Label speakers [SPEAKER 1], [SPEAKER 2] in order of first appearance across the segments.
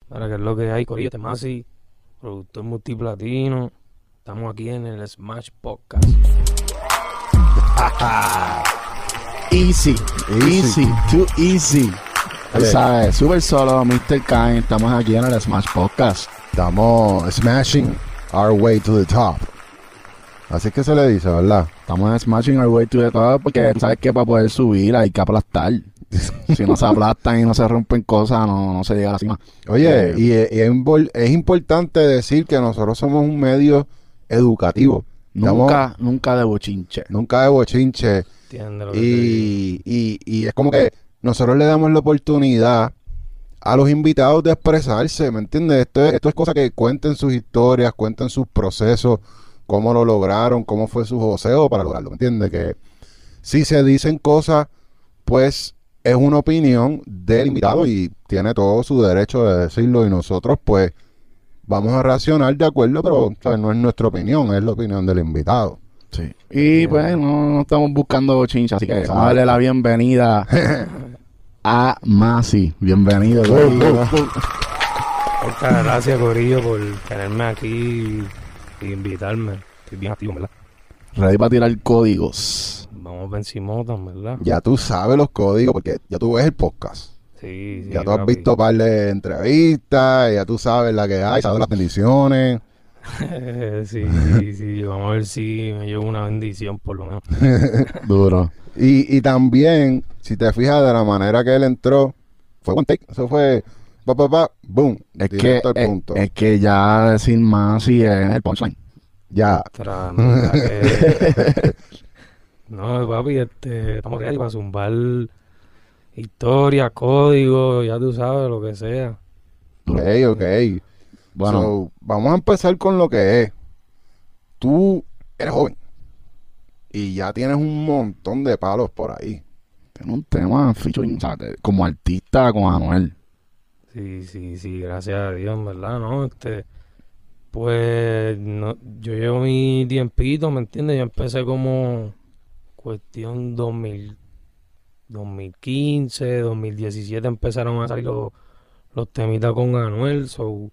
[SPEAKER 1] Para que es lo que hay, Corillo Temasi, productor multiplatino. Estamos aquí en el Smash Podcast.
[SPEAKER 2] Easy, too easy. Tú sabes, super solo, Mr. Kine. Estamos aquí en el Smash Podcast.
[SPEAKER 3] Estamos smashing our way to the top. Así que se le dice, ¿verdad?
[SPEAKER 2] Estamos smashing our way to the top porque tú sabes que para poder subir hay que aplastar. Si no se aplastan y no se rompen cosas, no se llega a la cima.
[SPEAKER 3] Oye, es importante decir que nosotros somos un medio educativo.
[SPEAKER 2] Nunca de bochinche.
[SPEAKER 3] Nunca de bochinche.
[SPEAKER 1] ¿Entiendes lo que te digo?
[SPEAKER 3] Y es como que nosotros le damos la oportunidad a los invitados de expresarse, ¿me entiendes? Esto es cosa que cuenten sus historias, cuenten sus procesos, cómo lo lograron, cómo fue su joseo para lograrlo, ¿me entiendes? Que si se dicen cosas, pues es una opinión del invitado y tiene todo su derecho de decirlo y nosotros pues vamos a reaccionar de acuerdo, pero ¿sabes? No es nuestra opinión, es la opinión del invitado.
[SPEAKER 2] Sí. Y pues no estamos buscando bochinche, así que vamos a darle la bienvenida a Masi. Bienvenido.
[SPEAKER 1] Muchas gracias, Corillo, por tenerme aquí y invitarme. Estoy bien activo, ¿verdad?
[SPEAKER 2] Ready para tirar códigos.
[SPEAKER 1] Vamos vencimos, ¿verdad?
[SPEAKER 3] Ya tú sabes los códigos porque ya tú ves el podcast.
[SPEAKER 1] Sí,
[SPEAKER 3] Ya tú has
[SPEAKER 1] papi.
[SPEAKER 3] visto un par de entrevistas, ya tú sabes la que hay, sabes las bendiciones.
[SPEAKER 1] sí, vamos a ver si me llevo una bendición por lo menos.
[SPEAKER 2] Duro.
[SPEAKER 3] Y también, si te fijas de la manera que él entró, fue one take. Eso fue boom.
[SPEAKER 2] Es que,
[SPEAKER 3] Directo al punto.
[SPEAKER 2] es que ya decir Masi es el punchline.
[SPEAKER 3] Ya.
[SPEAKER 1] Ostras, mira que... No, papi, estamos ready para zumbar historia, código, ya tú sabes, lo que sea.
[SPEAKER 3] Ok.
[SPEAKER 2] Bueno,
[SPEAKER 3] So, vamos a empezar con lo que es. Tú eres joven y ya tienes un montón de palos por ahí.
[SPEAKER 2] tiene un tema featuring, o sea, como artista con Anuel.
[SPEAKER 1] Sí, gracias a Dios, ¿verdad? ¿No? Pues no, yo llevo mi tiempito, ¿me entiendes? Yo empecé como cuestión 2015, 2017 empezaron a salir los temitas con Anuel, so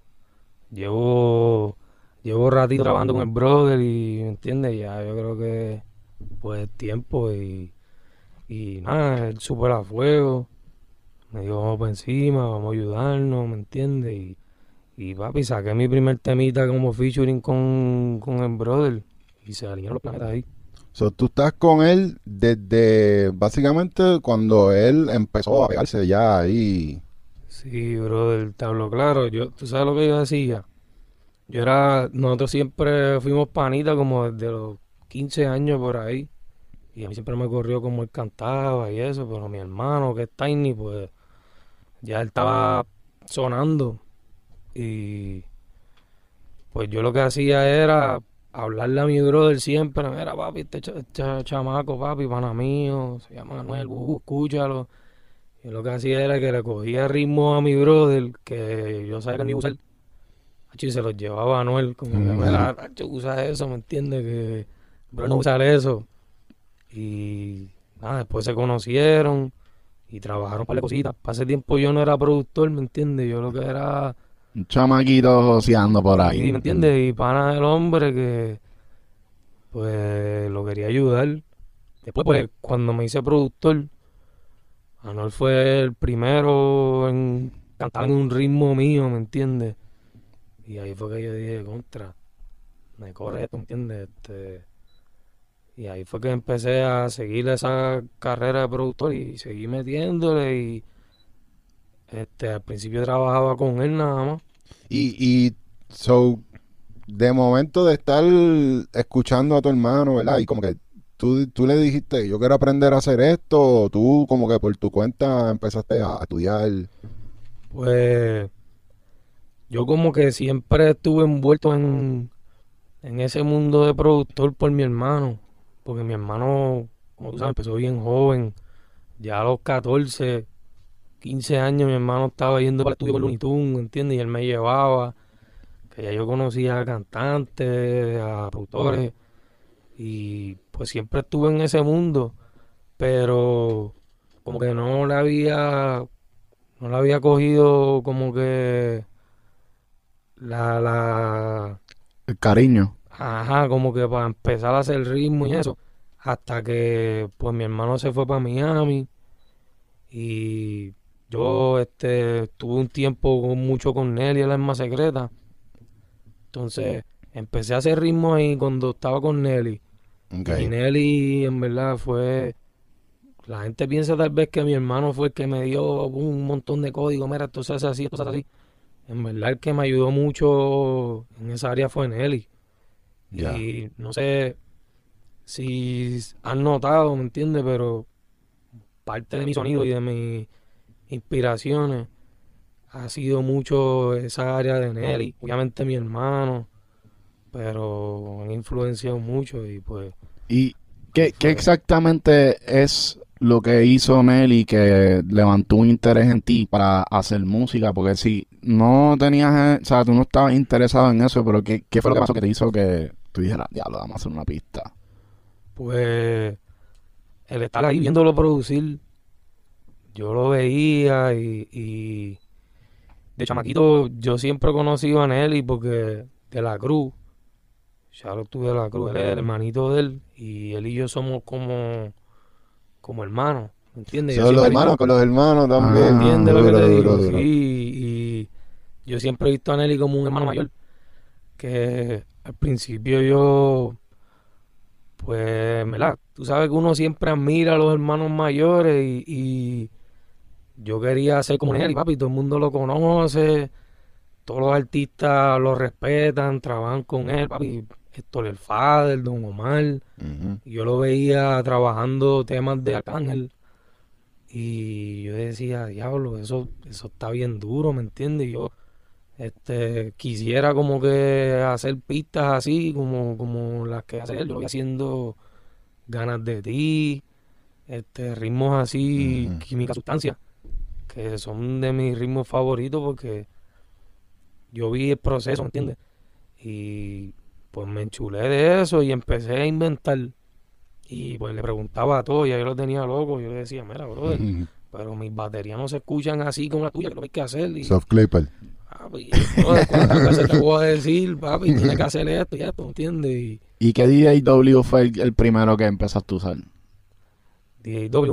[SPEAKER 1] llevo ratito trabajando con el brother y, ¿me entiendes? Ya yo creo que pues es tiempo y nada, él súper a fuego, me dijo vamos por encima, vamos a ayudarnos, ¿me entiendes? Y papi, saqué mi primer temita como featuring con el brother y se alinearon los planetas ahí.
[SPEAKER 3] So, tú estás con él desde básicamente cuando él empezó a pegarse ya ahí.
[SPEAKER 1] Sí, brother, te hablo claro. ¿Tú sabes lo que yo decía? Nosotros siempre fuimos panitas como desde los 15 años por ahí. Y a mí siempre me corrió como él cantaba y eso, pero mi hermano, que es Tiny, pues ya él estaba sonando. Y pues yo lo que hacía era hablarle a mi brother siempre. Mira, papi, este chamaco, papi, pana mío, se llama Manuel, escúchalo. Y lo que hacía era que le cogía ritmo a mi brother, que yo sabía que no iba a usar, y se los llevaba a Anuel, como que, mira, Nacho, usa eso, ¿me entiendes? Que bro, no usar eso. Y nada, después se conocieron y trabajaron un par de cositas. Para ese tiempo yo no era productor, ¿me entiendes? Yo lo que era,
[SPEAKER 2] Un chamaquito joseando por ahí.
[SPEAKER 1] ¿me entiendes? Y pana del hombre que, pues, lo quería ayudar. Después, pues, cuando me hice productor, Anuel fue el primero en cantar en un ritmo mío, ¿me entiendes? Y ahí fue que yo dije, contra, me corre esto, ¿me entiendes? Y ahí fue que empecé a seguir esa carrera de productor y seguí metiéndole y al principio trabajaba con él nada más.
[SPEAKER 3] So, de momento de estar escuchando a tu hermano, ¿verdad? Y como que tú le dijiste, yo quiero aprender a hacer esto, o tú como que por tu cuenta empezaste a estudiar.
[SPEAKER 1] Pues yo como que siempre estuve envuelto en ese mundo de productor por mi hermano, porque mi hermano, como tú sabes, empezó bien joven, ya a los 14, 15 años mi hermano estaba yendo para el estudio con Looney Tunes, ¿entiendes? Y él me llevaba, que ya yo conocía a cantantes, a productores, y pues siempre estuve en ese mundo, pero como que no le había cogido como que la,
[SPEAKER 2] El cariño.
[SPEAKER 1] ajá, como que para empezar a hacer ritmo y eso, hasta que pues mi hermano se fue para Miami y yo tuve un tiempo mucho con Nelly, el alma secreta, entonces empecé a hacer ritmo ahí cuando estaba con Nelly
[SPEAKER 3] Ok.
[SPEAKER 1] y Nelly en verdad fue, la gente piensa tal vez que mi hermano fue el que me dio un montón de código, mira, esto se hace así, esto se hace así, en verdad el que me ayudó mucho en esa área fue Nelly.
[SPEAKER 3] Ya.
[SPEAKER 1] Y no sé si han notado, ¿me entiendes? Pero parte de mi sonido y de mis inspiraciones ha sido mucho esa área de Nelly. Obviamente mi hermano, pero han influenciado mucho y pues
[SPEAKER 2] ¿Y qué
[SPEAKER 1] fue.
[SPEAKER 2] exactamente es lo que hizo Nelly que levantó un interés en ti para hacer música? Porque si no tenías, o sea, tú no estabas interesado en eso, pero ¿qué fue lo que pasó que te hizo que tú dijeras, diablo, vamos a hacer una pista?
[SPEAKER 1] Pues el estar ahí viéndolo producir, yo lo veía y de chamaquito yo siempre he conocido a Nelly porque de la Cruz. Shout tú de la Cruz, él es el hermanito de él y él y yo somos como hermanos, ¿me entiendes? Yo
[SPEAKER 3] Son los
[SPEAKER 1] siempre,
[SPEAKER 3] hermanos con los hermanos
[SPEAKER 1] ¿me
[SPEAKER 3] también.
[SPEAKER 1] entiendes lo que
[SPEAKER 3] Duro,
[SPEAKER 1] te digo?
[SPEAKER 3] duro, duro.
[SPEAKER 1] Sí, y yo siempre he visto a Nelly como un hermano mayor, que al principio yo, pues, ¿verdad? Tú sabes que uno siempre admira a los hermanos mayores y yo quería ser como Nelly, papi, todo el mundo lo conoce, todos los artistas lo respetan, trabajan con él, papi, Héctor el Father, Don Omar.
[SPEAKER 3] Ujú.
[SPEAKER 1] Yo lo veía trabajando temas de Arcángel y yo decía, diablo, eso está bien duro, ¿me entiendes? Y yo quisiera como que hacer pistas así, como las que hace él. Yo lo voy haciendo Ganas de ti, ritmos así,
[SPEAKER 3] Ujú.
[SPEAKER 1] Química Sustancia, que son de mis ritmos favoritos porque yo vi el proceso, ¿me entiendes? Y pues me enchulé de eso y empecé a inventar. Y pues le preguntaba a todo, ya yo lo tenía loco. Yo le decía, mira, brother,
[SPEAKER 3] Ujú.
[SPEAKER 1] pero mis baterías no se escuchan así como la tuya, que lo hay que hacer. Y,
[SPEAKER 3] Soft Clipper.
[SPEAKER 1] papi, brother, ¿cuántas veces te voy a decir, papi, tienes que hacer esto y esto, ¿entiendes? Y
[SPEAKER 2] ¿Y qué DAW fue el primero que empezaste a usar?
[SPEAKER 1] DAW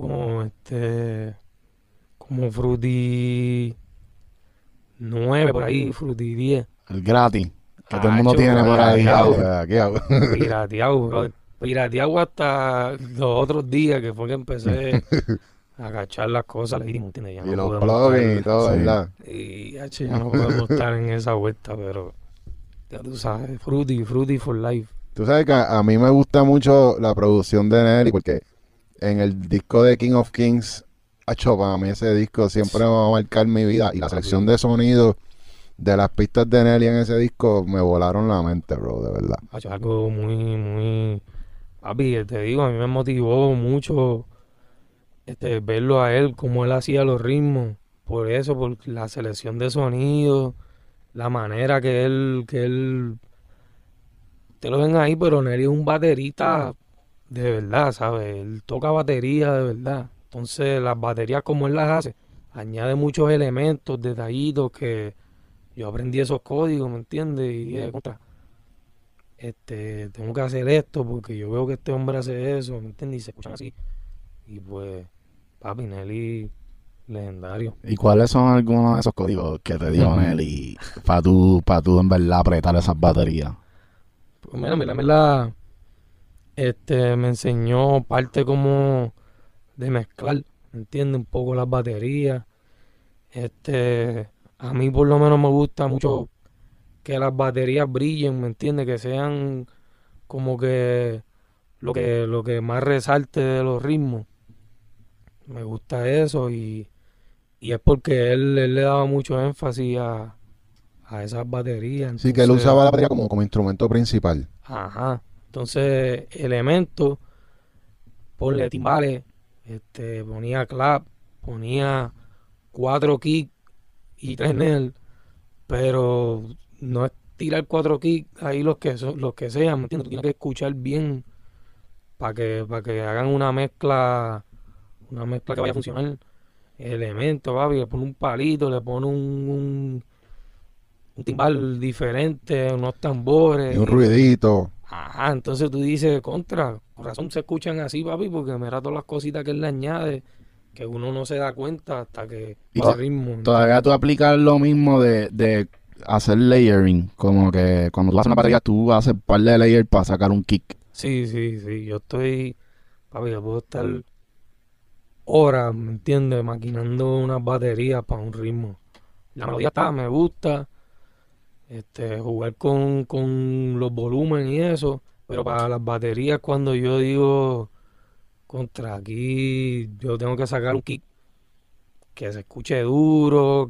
[SPEAKER 1] como Fruity 9 por ahí, Fruity 10.
[SPEAKER 2] El gratis, que todo el mundo
[SPEAKER 1] Hacho,
[SPEAKER 2] tiene por ahí.
[SPEAKER 3] Aquí hago.
[SPEAKER 1] pirateado, brother. Pirateado hasta los otros días que fue que empecé a agachar las cosas, le dije, ¿entiendes? Ya
[SPEAKER 3] Y
[SPEAKER 1] no
[SPEAKER 3] los
[SPEAKER 1] podemos
[SPEAKER 3] plugins y
[SPEAKER 1] estar,
[SPEAKER 3] todo,
[SPEAKER 2] Sí.
[SPEAKER 3] ¿verdad?
[SPEAKER 1] y ya no podemos estar en esa vuelta, pero ya tú sabes, Fruity for life.
[SPEAKER 3] Tú sabes que a mí me gusta mucho la producción de Nelly porque en el disco de King of Kings, acho, para mí ese disco siempre me va a marcar mi vida y la selección de sonidos de las pistas de Nelly en ese disco me volaron la mente, bro, de verdad.
[SPEAKER 1] Hacho, algo muy, papi, te digo, a mí me motivó mucho verlo a él, cómo él hacía los ritmos, por eso, por la selección de sonidos, la manera que él te lo ven ahí, pero Nelly es un baterista de verdad, ¿sabes? Él toca batería de verdad. Entonces, las baterías como él las hace, añade muchos elementos, detallitos que yo aprendí esos códigos, ¿me entiendes? Y contra, tengo que hacer esto porque yo veo que este hombre hace eso, ¿me entiendes? Y se escuchan así. Y pues, papi, Nelly, legendario.
[SPEAKER 2] ¿Y cuáles son algunos de esos códigos que te dio Nelly para tú en verdad apretar esas baterías?
[SPEAKER 1] Pues mira, mira, me enseñó parte como de mezclar, ¿me entiendes? Un poco las baterías. A mí por lo menos me gusta mucho que las baterías brillen, ¿me entiendes? Que sean como que lo que más resalte de los ritmos. Me gusta eso y es porque él le daba mucho énfasis a esas baterías.
[SPEAKER 3] Sí, que él
[SPEAKER 1] Entonces,
[SPEAKER 3] usaba la batería como instrumento principal.
[SPEAKER 1] ajá. Entonces, elementos, ponle timbales, ponía clap, ponía 4 kicks y 3 nails, pero no es tirar 4 kicks ahí los que sean, ¿me entiendes? Tú tienes que escuchar bien para que hagan una mezcla que vaya a funcionar. Elementos, papi, le pone un palito, le pone un timbal diferente, unos tambores.
[SPEAKER 3] Y un ruidito.
[SPEAKER 1] Ajá, entonces tú dices, contra, por razón se escuchan así, papi, porque mira todas las cositas que él le añade, que uno no se da cuenta hasta que
[SPEAKER 2] Y
[SPEAKER 1] ese ritmo.
[SPEAKER 2] Todavía tú aplicas lo mismo de hacer layering, como que cuando tú haces una batería tú haces un par de layers para sacar un kick.
[SPEAKER 1] Sí, sí, sí, yo estoy, papi, yo puedo estar horas, ¿me entiendes? Maquinando unas baterías para un ritmo. La melodía está, me gusta, jugar con los volúmenes y eso, pero para las baterías cuando yo digo, contra aquí, yo tengo que sacar un kick que se escuche duro,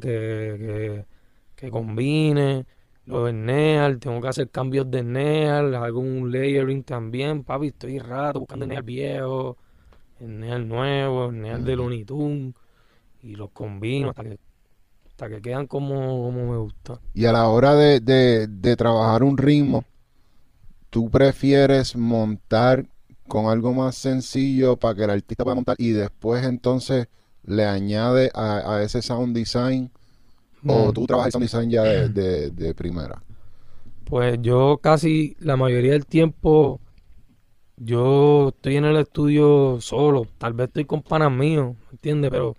[SPEAKER 1] que combine, los snare, tengo que hacer cambios de snare, hago un layering también, papi, estoy rato buscando snare viejo, snare nuevo, snare de Looney Tunes, y los combino hasta que quedan como me gusta.
[SPEAKER 3] Y a la hora de trabajar un ritmo, ¿tú prefieres montar con algo más sencillo para que el artista pueda montar y después entonces le añade a ese sound design? ¿O tú trabajas el sound design ya de primera?
[SPEAKER 1] Pues yo casi la mayoría del tiempo yo estoy en el estudio solo, tal vez estoy con panas míos, ¿me entiendes? Pero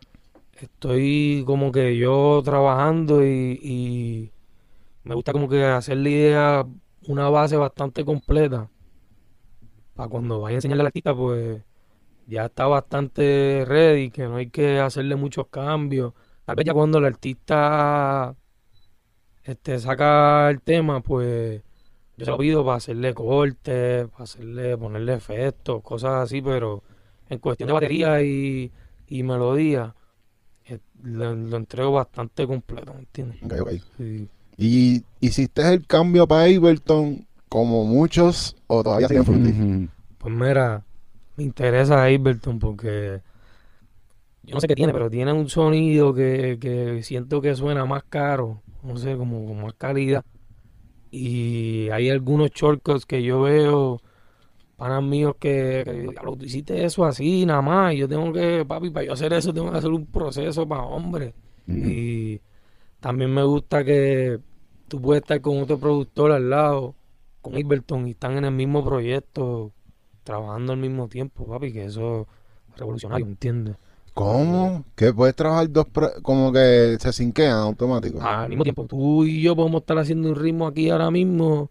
[SPEAKER 1] estoy como que yo trabajando y me gusta como que hacer la idea una base bastante completa para cuando vaya a enseñarle al artista pues ya está bastante ready, que no hay que hacerle muchos cambios. Tal vez ya cuando el artista saca el tema, pues yo se lo pido para hacerle cortes, ponerle efectos, cosas así, pero en cuestión de batería y melodía, lo entrego bastante completo, ¿me entiendes?
[SPEAKER 3] Ok, ok.
[SPEAKER 1] Sí.
[SPEAKER 3] ¿Y hiciste el cambio para Ableton como muchos o todavía siguen Fruity?
[SPEAKER 2] Ujú.
[SPEAKER 1] Pues mira, me interesa Ableton porque yo no sé qué tiene, pero tiene un sonido que siento que suena más caro, no sé, como con más calidad. Y hay algunos shortcuts que yo veo, panas míos que "Diablo, tú hiciste eso así nada más, y yo tengo que, papi, para yo hacer eso tengo que hacer un proceso para hombre.
[SPEAKER 2] Ujú.
[SPEAKER 1] Y también me gusta que tú puedes estar con otro productor al lado, con Ableton, y están en el mismo proyecto, trabajando al mismo tiempo, papi, que eso es revolucionario, ¿me entiendes?
[SPEAKER 3] ¿Cómo? ¿Que puedes trabajar como que se sinquean automático?
[SPEAKER 1] Al mismo tiempo, tú y yo podemos estar haciendo un ritmo aquí ahora mismo,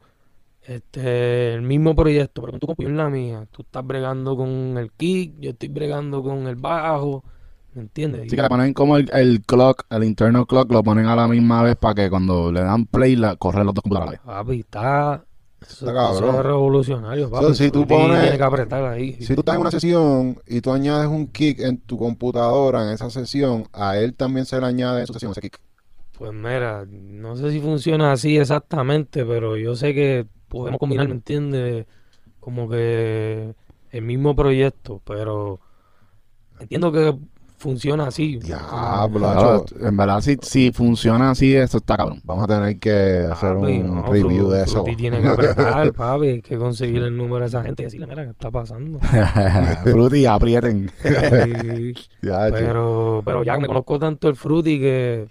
[SPEAKER 1] el mismo proyecto, pero con tu compu y en la mía. Tú estás bregando con el kick, yo estoy bregando con el bajo, ¿me entiendes?
[SPEAKER 2] Así que le ponen como el clock, el internal clock, lo ponen a la misma vez para que cuando le dan play, corren los dos computadores a la vez.
[SPEAKER 1] Papi, eso
[SPEAKER 3] Está cabrón.
[SPEAKER 1] es revolucionario, papi.
[SPEAKER 3] So, si tú
[SPEAKER 1] Fruity
[SPEAKER 3] pones-
[SPEAKER 1] tiene que apretar ahí.
[SPEAKER 3] Si tú estás en una sesión y tú añades un kick en tu computadora en esa sesión, a él también se le añade en su sesión ese kick.
[SPEAKER 1] Pues mira, no sé si funciona así exactamente, pero yo sé que podemos combinar, ¿me entiendes? Como que el mismo proyecto, pero entiendo que funciona así.
[SPEAKER 3] Diablo,
[SPEAKER 2] Claro,
[SPEAKER 3] hacho.
[SPEAKER 2] en verdad, si funciona así, esto está cabrón.
[SPEAKER 3] Vamos a tener que hacer
[SPEAKER 1] Papi,
[SPEAKER 3] un
[SPEAKER 1] no,
[SPEAKER 3] review de eso.
[SPEAKER 1] Fruity tiene que apretar, papi, hay que conseguir el número de esa gente y decirle, mira, ¿qué está pasando?
[SPEAKER 2] Fruity, aprieten.
[SPEAKER 1] Sí,
[SPEAKER 3] Ya, hacho.
[SPEAKER 1] pero ya me conozco tanto el Fruity que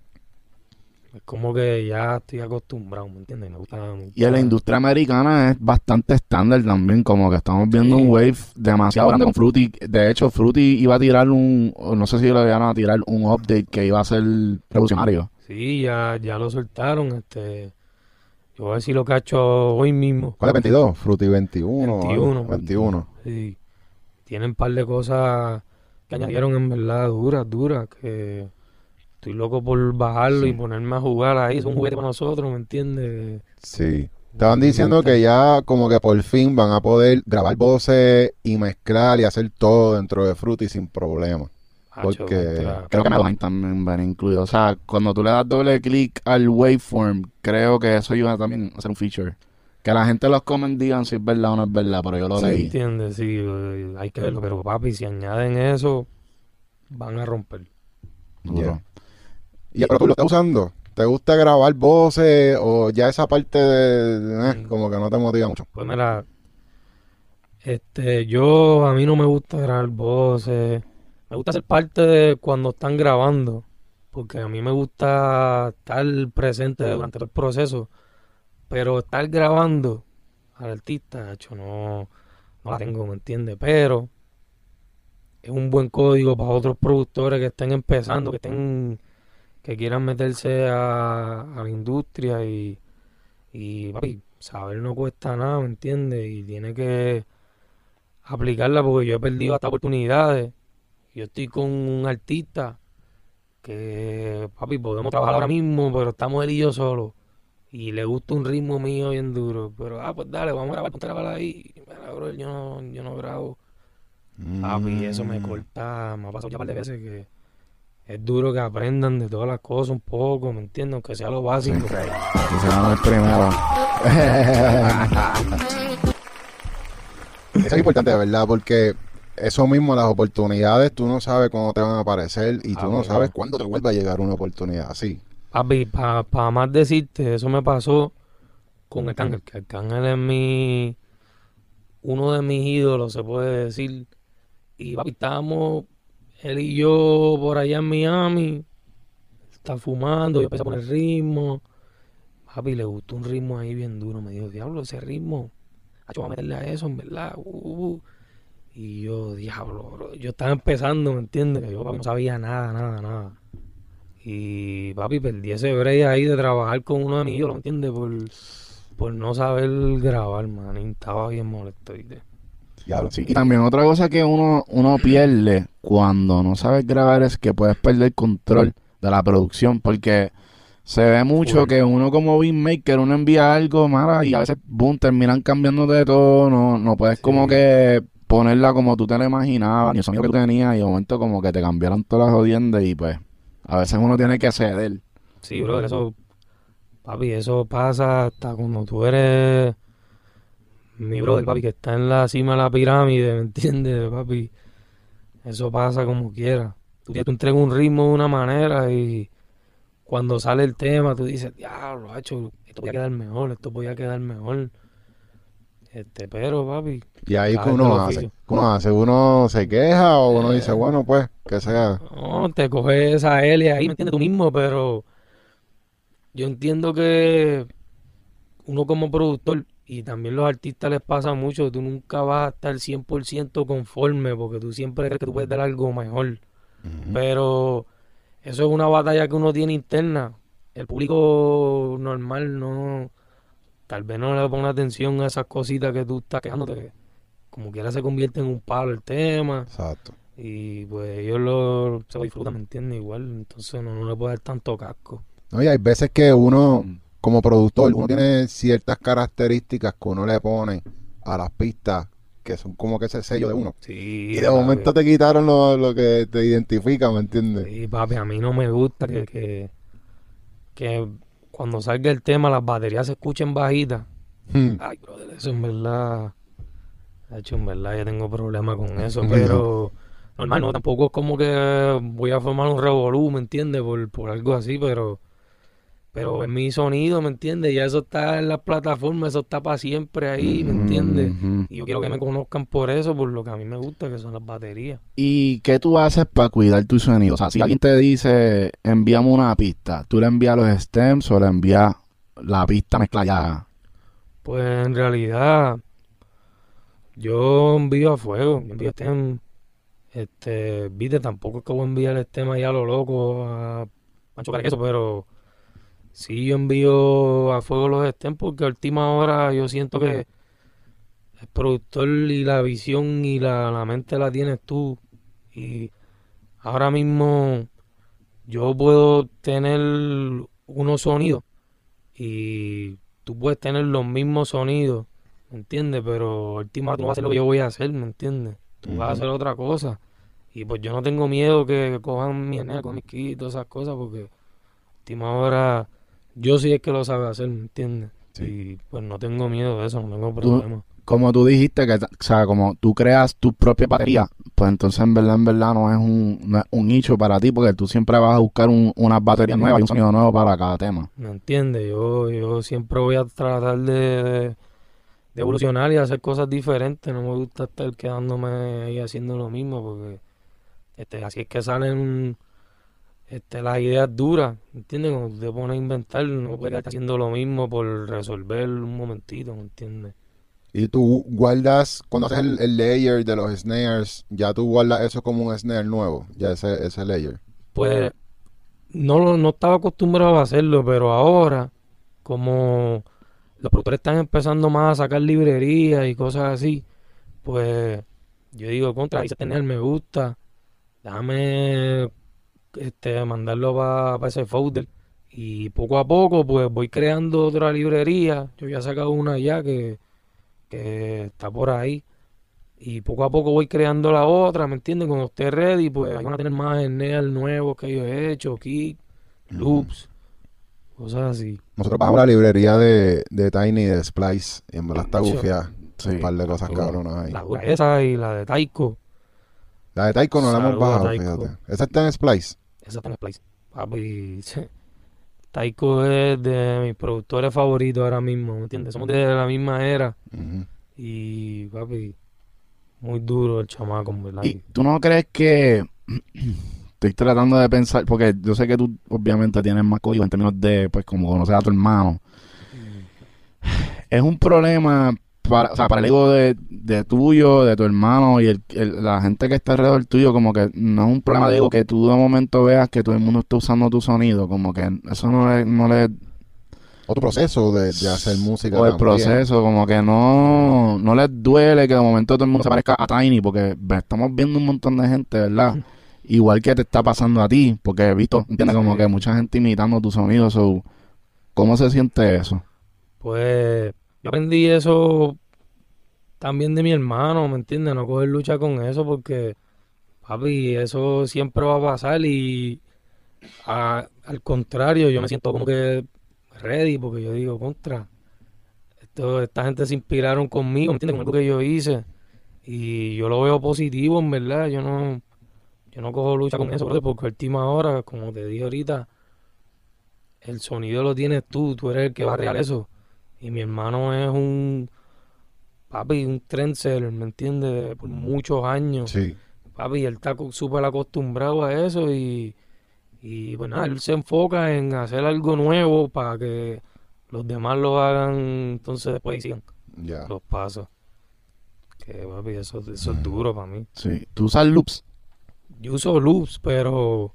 [SPEAKER 1] es como que ya estoy acostumbrado, ¿me entiendes? Me gusta.
[SPEAKER 2] Y en la industria americana es bastante estándar también, como que estamos viendo
[SPEAKER 1] Sí.
[SPEAKER 2] un wave demasiado grande con Fruity. De hecho, Fruity iba a tirar o no sé si lo iban a tirar, un update que iba a ser revolucionario.
[SPEAKER 1] Sí, ya lo soltaron, yo voy a decir lo que ha hecho hoy mismo.
[SPEAKER 3] ¿Cuál es 22? Fruity 21.
[SPEAKER 1] 21.
[SPEAKER 3] 21.
[SPEAKER 1] Sí, tienen un par de cosas que añadieron en verdad duras, que estoy loco por bajarlo
[SPEAKER 2] Sí.
[SPEAKER 1] y ponerme a jugar ahí, es un juguete para nosotros, ¿me entiendes?
[SPEAKER 3] Sí. Estaban diciendo que ya como que por fin van a poder grabar voces y mezclar y hacer todo dentro de Fruity sin problema.
[SPEAKER 1] Hacho,
[SPEAKER 3] Porque
[SPEAKER 1] contra-
[SPEAKER 2] Creo que Melodyne también va incluido. O sea, cuando tú le das doble clic al waveform, creo que eso iba también a ser un feature. Que la gente en los comments digan si es verdad o no es verdad, pero yo lo
[SPEAKER 3] Sí.
[SPEAKER 2] leí.
[SPEAKER 1] ¿Entiendes? Sí, hay que verlo, pero papi, si añaden eso, van a romper.
[SPEAKER 2] Duro.
[SPEAKER 3] pero tú lo estás usando. ¿Te gusta grabar voces o ya esa parte como que no te motiva mucho?
[SPEAKER 1] Pues mira, a mí no me gusta grabar voces, me gusta ser parte de cuando están grabando, porque a mí me gusta estar presente durante todo el proceso, pero estar grabando al artista, hecho, no la tengo, ¿me entiendes? Pero es un buen código para otros productores que estén empezando, que quieran meterse a la industria y papi, saber no cuesta nada, ¿me entiendes? Y tiene que aplicarla porque yo he perdido hasta oportunidades. Yo estoy con un artista que, papi, podemos trabajar ahora mismo, pero estamos él y yo solos. Y le gusta un ritmo mío bien duro. Pero, pues dale, vamos a grabar, ponte a grabar ahí. Mira, bro, yo no grabo. Papi, eso me corta, me ha pasado ya un par de veces que es duro que aprendan de todas las cosas un poco, ¿me entiendes? Aunque sea lo básico.
[SPEAKER 2] Sí. Que seamos el primero.
[SPEAKER 3] Eso es importante, de verdad, porque eso mismo, las oportunidades, tú no sabes cuándo te van a aparecer y tú no sabes cuándo te vuelva a llegar una oportunidad así.
[SPEAKER 1] Papi, para más decirte, eso me pasó con Arcángel, que Arcángel es uno de mis ídolos, se puede decir. Y papi, estábamos él y yo por allá en Miami, está fumando, yo empecé a poner ritmo. Papi, le gustó un ritmo ahí bien duro, me dijo, diablo, ese ritmo, vamos a meterle a eso, en verdad. Y yo, diablo, bro, yo estaba empezando, ¿me entiendes? Yo papi, no sabía nada. Y papi, perdí ese break ahí de trabajar con uno de mis ídolos, ¿me entiendes? Por no saber grabar, man. Y estaba bien molesto, ¿viste?
[SPEAKER 2] Sí. Y también otra cosa que uno pierde cuando no sabes grabar es que puedes perder control de la producción, porque se ve mucho que uno como beatmaker, uno envía algo, mara, y a veces, boom, terminan cambiando de todo, no puedes como que ponerla como tú te la imaginabas, ni el sonido que tú tenías, y de momento como que te cambiaron todas las jodiendas y pues a veces uno tiene que ceder.
[SPEAKER 1] Sí, bro, papi, eso pasa hasta cuando tú eres mi brother, papi, que está en la cima de la pirámide, ¿me entiendes, papi? Eso pasa como quiera. Tú entregas un ritmo de una manera y cuando sale el tema tú dices, diablo, hacho, esto podía quedar mejor. Pero, papi,
[SPEAKER 3] Y ahí que
[SPEAKER 1] gajes del
[SPEAKER 3] uno
[SPEAKER 1] oficio.
[SPEAKER 3] hace, uno se queja o uno dice, bueno, pues, que sea.
[SPEAKER 1] No, te coges esa L ahí, ¿me entiendes? Tú mismo, pero yo entiendo que uno como productor y también los artistas les pasa mucho, tú nunca vas a estar 100% conforme porque tú siempre crees que tú puedes dar algo mejor. Pero eso es una batalla que uno tiene interna. El público normal tal vez no le pone atención a esas cositas que tú estás quejándote. Como quiera se convierte en un palo el tema.
[SPEAKER 3] Exacto.
[SPEAKER 1] Y pues ellos se lo disfrutan, ¿me entiendes? Igual, entonces no le puede dar tanto casco.
[SPEAKER 3] No, y hay veces que uno, como productor, uno tiene ciertas características que uno le pone a las pistas que son como que ese sello de uno.
[SPEAKER 1] Sí,
[SPEAKER 3] Y de momento te quitaron lo que te identifica, ¿me entiendes?
[SPEAKER 1] sí, papi, a mí no me gusta que cuando salga el tema las baterías se escuchen bajitas. Ay, brother, eso en verdad, hecho, en verdad ya tengo problemas con eso, pero normal, no, tampoco es como que voy a formar un revolú, ¿me entiendes? Por algo así, pero es mi sonido, ¿me entiendes? Ya eso está en las plataformas, eso está para siempre ahí, ¿me entiendes? Y yo quiero que me conozcan por eso, por lo que a mí me gusta, que son las baterías.
[SPEAKER 2] ¿Y qué tú haces para cuidar tu sonido? O sea, si alguien te dice, envíame una pista, ¿tú le envías los stems o le envías la pista mezclada ya?
[SPEAKER 1] Pues en realidad, yo envío a fuego, yo envío stem, viste, tampoco es que voy a enviar el tema ya a lo loco, a Pancho Queso, pero sí yo envío a fuego los stems porque a última hora yo siento que el productor y la visión y la mente la tienes tú. Y ahora mismo yo puedo tener unos sonidos y tú puedes tener los mismos sonidos, ¿me entiendes? Pero última hora tú no vas a hacer lo que yo voy a hacer, ¿me entiendes? Tú vas a hacer otra cosa. Y pues yo no tengo miedo que cojan mi energía con mis kits y todas esas cosas porque última hora yo sí es que lo sabe hacer, ¿me entiendes?
[SPEAKER 2] Sí.
[SPEAKER 1] Y pues no tengo miedo de eso, no tengo problema.
[SPEAKER 2] Como tú dijiste, o sea, como tú creas tu propia batería, pues entonces en verdad no es un nicho para ti, porque tú siempre vas a buscar unas baterías nuevas y un sonido nuevo para cada tema.
[SPEAKER 1] ¿Me entiendes? Yo siempre voy a tratar de evolucionar y hacer cosas diferentes. No me gusta estar quedándome ahí haciendo lo mismo, porque así es que salen las ideas duras, ¿me entiendes? Cuando tú te pones a inventar, no puedes estar haciendo lo mismo por resolver un momentito, ¿me entiendes?
[SPEAKER 3] Y tú guardas, cuando haces el layer de los snares, ya tú guardas eso como un snare nuevo, ya ese layer.
[SPEAKER 1] Pues no estaba acostumbrado a hacerlo, pero ahora, como los productores están empezando más a sacar librerías y cosas así, pues yo digo, contra, ese tener me gusta, déjame mandarlo para ese folder. Y poco a poco, pues voy creando otra librería. Yo ya he sacado una ya que está por ahí. Y poco a poco voy creando la otra, ¿me entiendes? Cuando esté ready, pues ahí van a tener más snare nuevos que yo he hecho, kick, loops, cosas así.
[SPEAKER 3] Nosotros bajamos la librería de Tiny de Splice y en verdad está
[SPEAKER 1] Hecho,
[SPEAKER 3] gufiada.
[SPEAKER 2] Sí,
[SPEAKER 3] Un par de cosas
[SPEAKER 2] duro.
[SPEAKER 3] cabronas ahí.
[SPEAKER 1] la dura esa y la de Taiko.
[SPEAKER 3] La de Taiko no la hemos
[SPEAKER 1] Saludos a
[SPEAKER 3] bajado,
[SPEAKER 1] Taiko.
[SPEAKER 3] fíjate. Esa está en Splice.
[SPEAKER 1] Esa está en Splice. Papi, Taiko es de mis productores favoritos ahora mismo, ¿me entiendes? Somos de la misma era.
[SPEAKER 3] Ujú.
[SPEAKER 1] Y, papi, muy duro el chamaco, en verdad.
[SPEAKER 2] ¿Y tú no crees que estoy tratando de pensar, porque yo sé que tú obviamente tienes más código en términos de, pues, como conocer a tu hermano? Es un problema para, o sea, para el ego de tuyo, de tu hermano y la gente que está alrededor tuyo, como que no es un problema de ego que tú de momento veas que todo el mundo está usando tu sonido, como que eso no le
[SPEAKER 3] Otro proceso de hacer música
[SPEAKER 2] o el
[SPEAKER 3] también.
[SPEAKER 2] proceso, como que no les duele que de momento todo el mundo se parezca a Tiny, porque estamos viendo un montón de gente, ¿verdad? Igual que te está pasando a ti, porque he visto, ¿entiendes? Como que mucha gente imitando tu sonido, so, ¿cómo se siente eso?
[SPEAKER 1] Pues yo aprendí eso también de mi hermano, ¿me entiendes? No coger lucha con eso porque, papi, eso siempre va a pasar y al contrario, yo me siento como que ready porque yo digo, contra, esta gente se inspiraron conmigo, ¿me entiendes? Con algo que yo hice y yo lo veo positivo, en verdad, yo no cojo lucha con eso, brother, porque a última hora, como te dije ahorita, el sonido lo tienes tú eres el que va a crear eso. Y mi hermano es papi, un trendsetter, ¿me entiendes? Por muchos años.
[SPEAKER 3] Sí.
[SPEAKER 1] Papi, él está súper acostumbrado a eso y pues nada, él se enfoca en hacer algo nuevo para que los demás lo hagan, entonces después sigan
[SPEAKER 3] Ya.
[SPEAKER 1] los pasos. Que papi, eso es duro para mí.
[SPEAKER 2] Sí. ¿Tú usas loops?
[SPEAKER 1] Yo uso loops, pero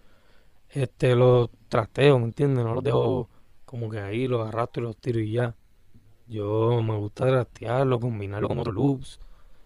[SPEAKER 1] los trasteo, ¿me entiendes? No los dejo como que ahí, los arrastro y los tiro y ya. Yo me gusta trastearlo, combinarlo con otros loops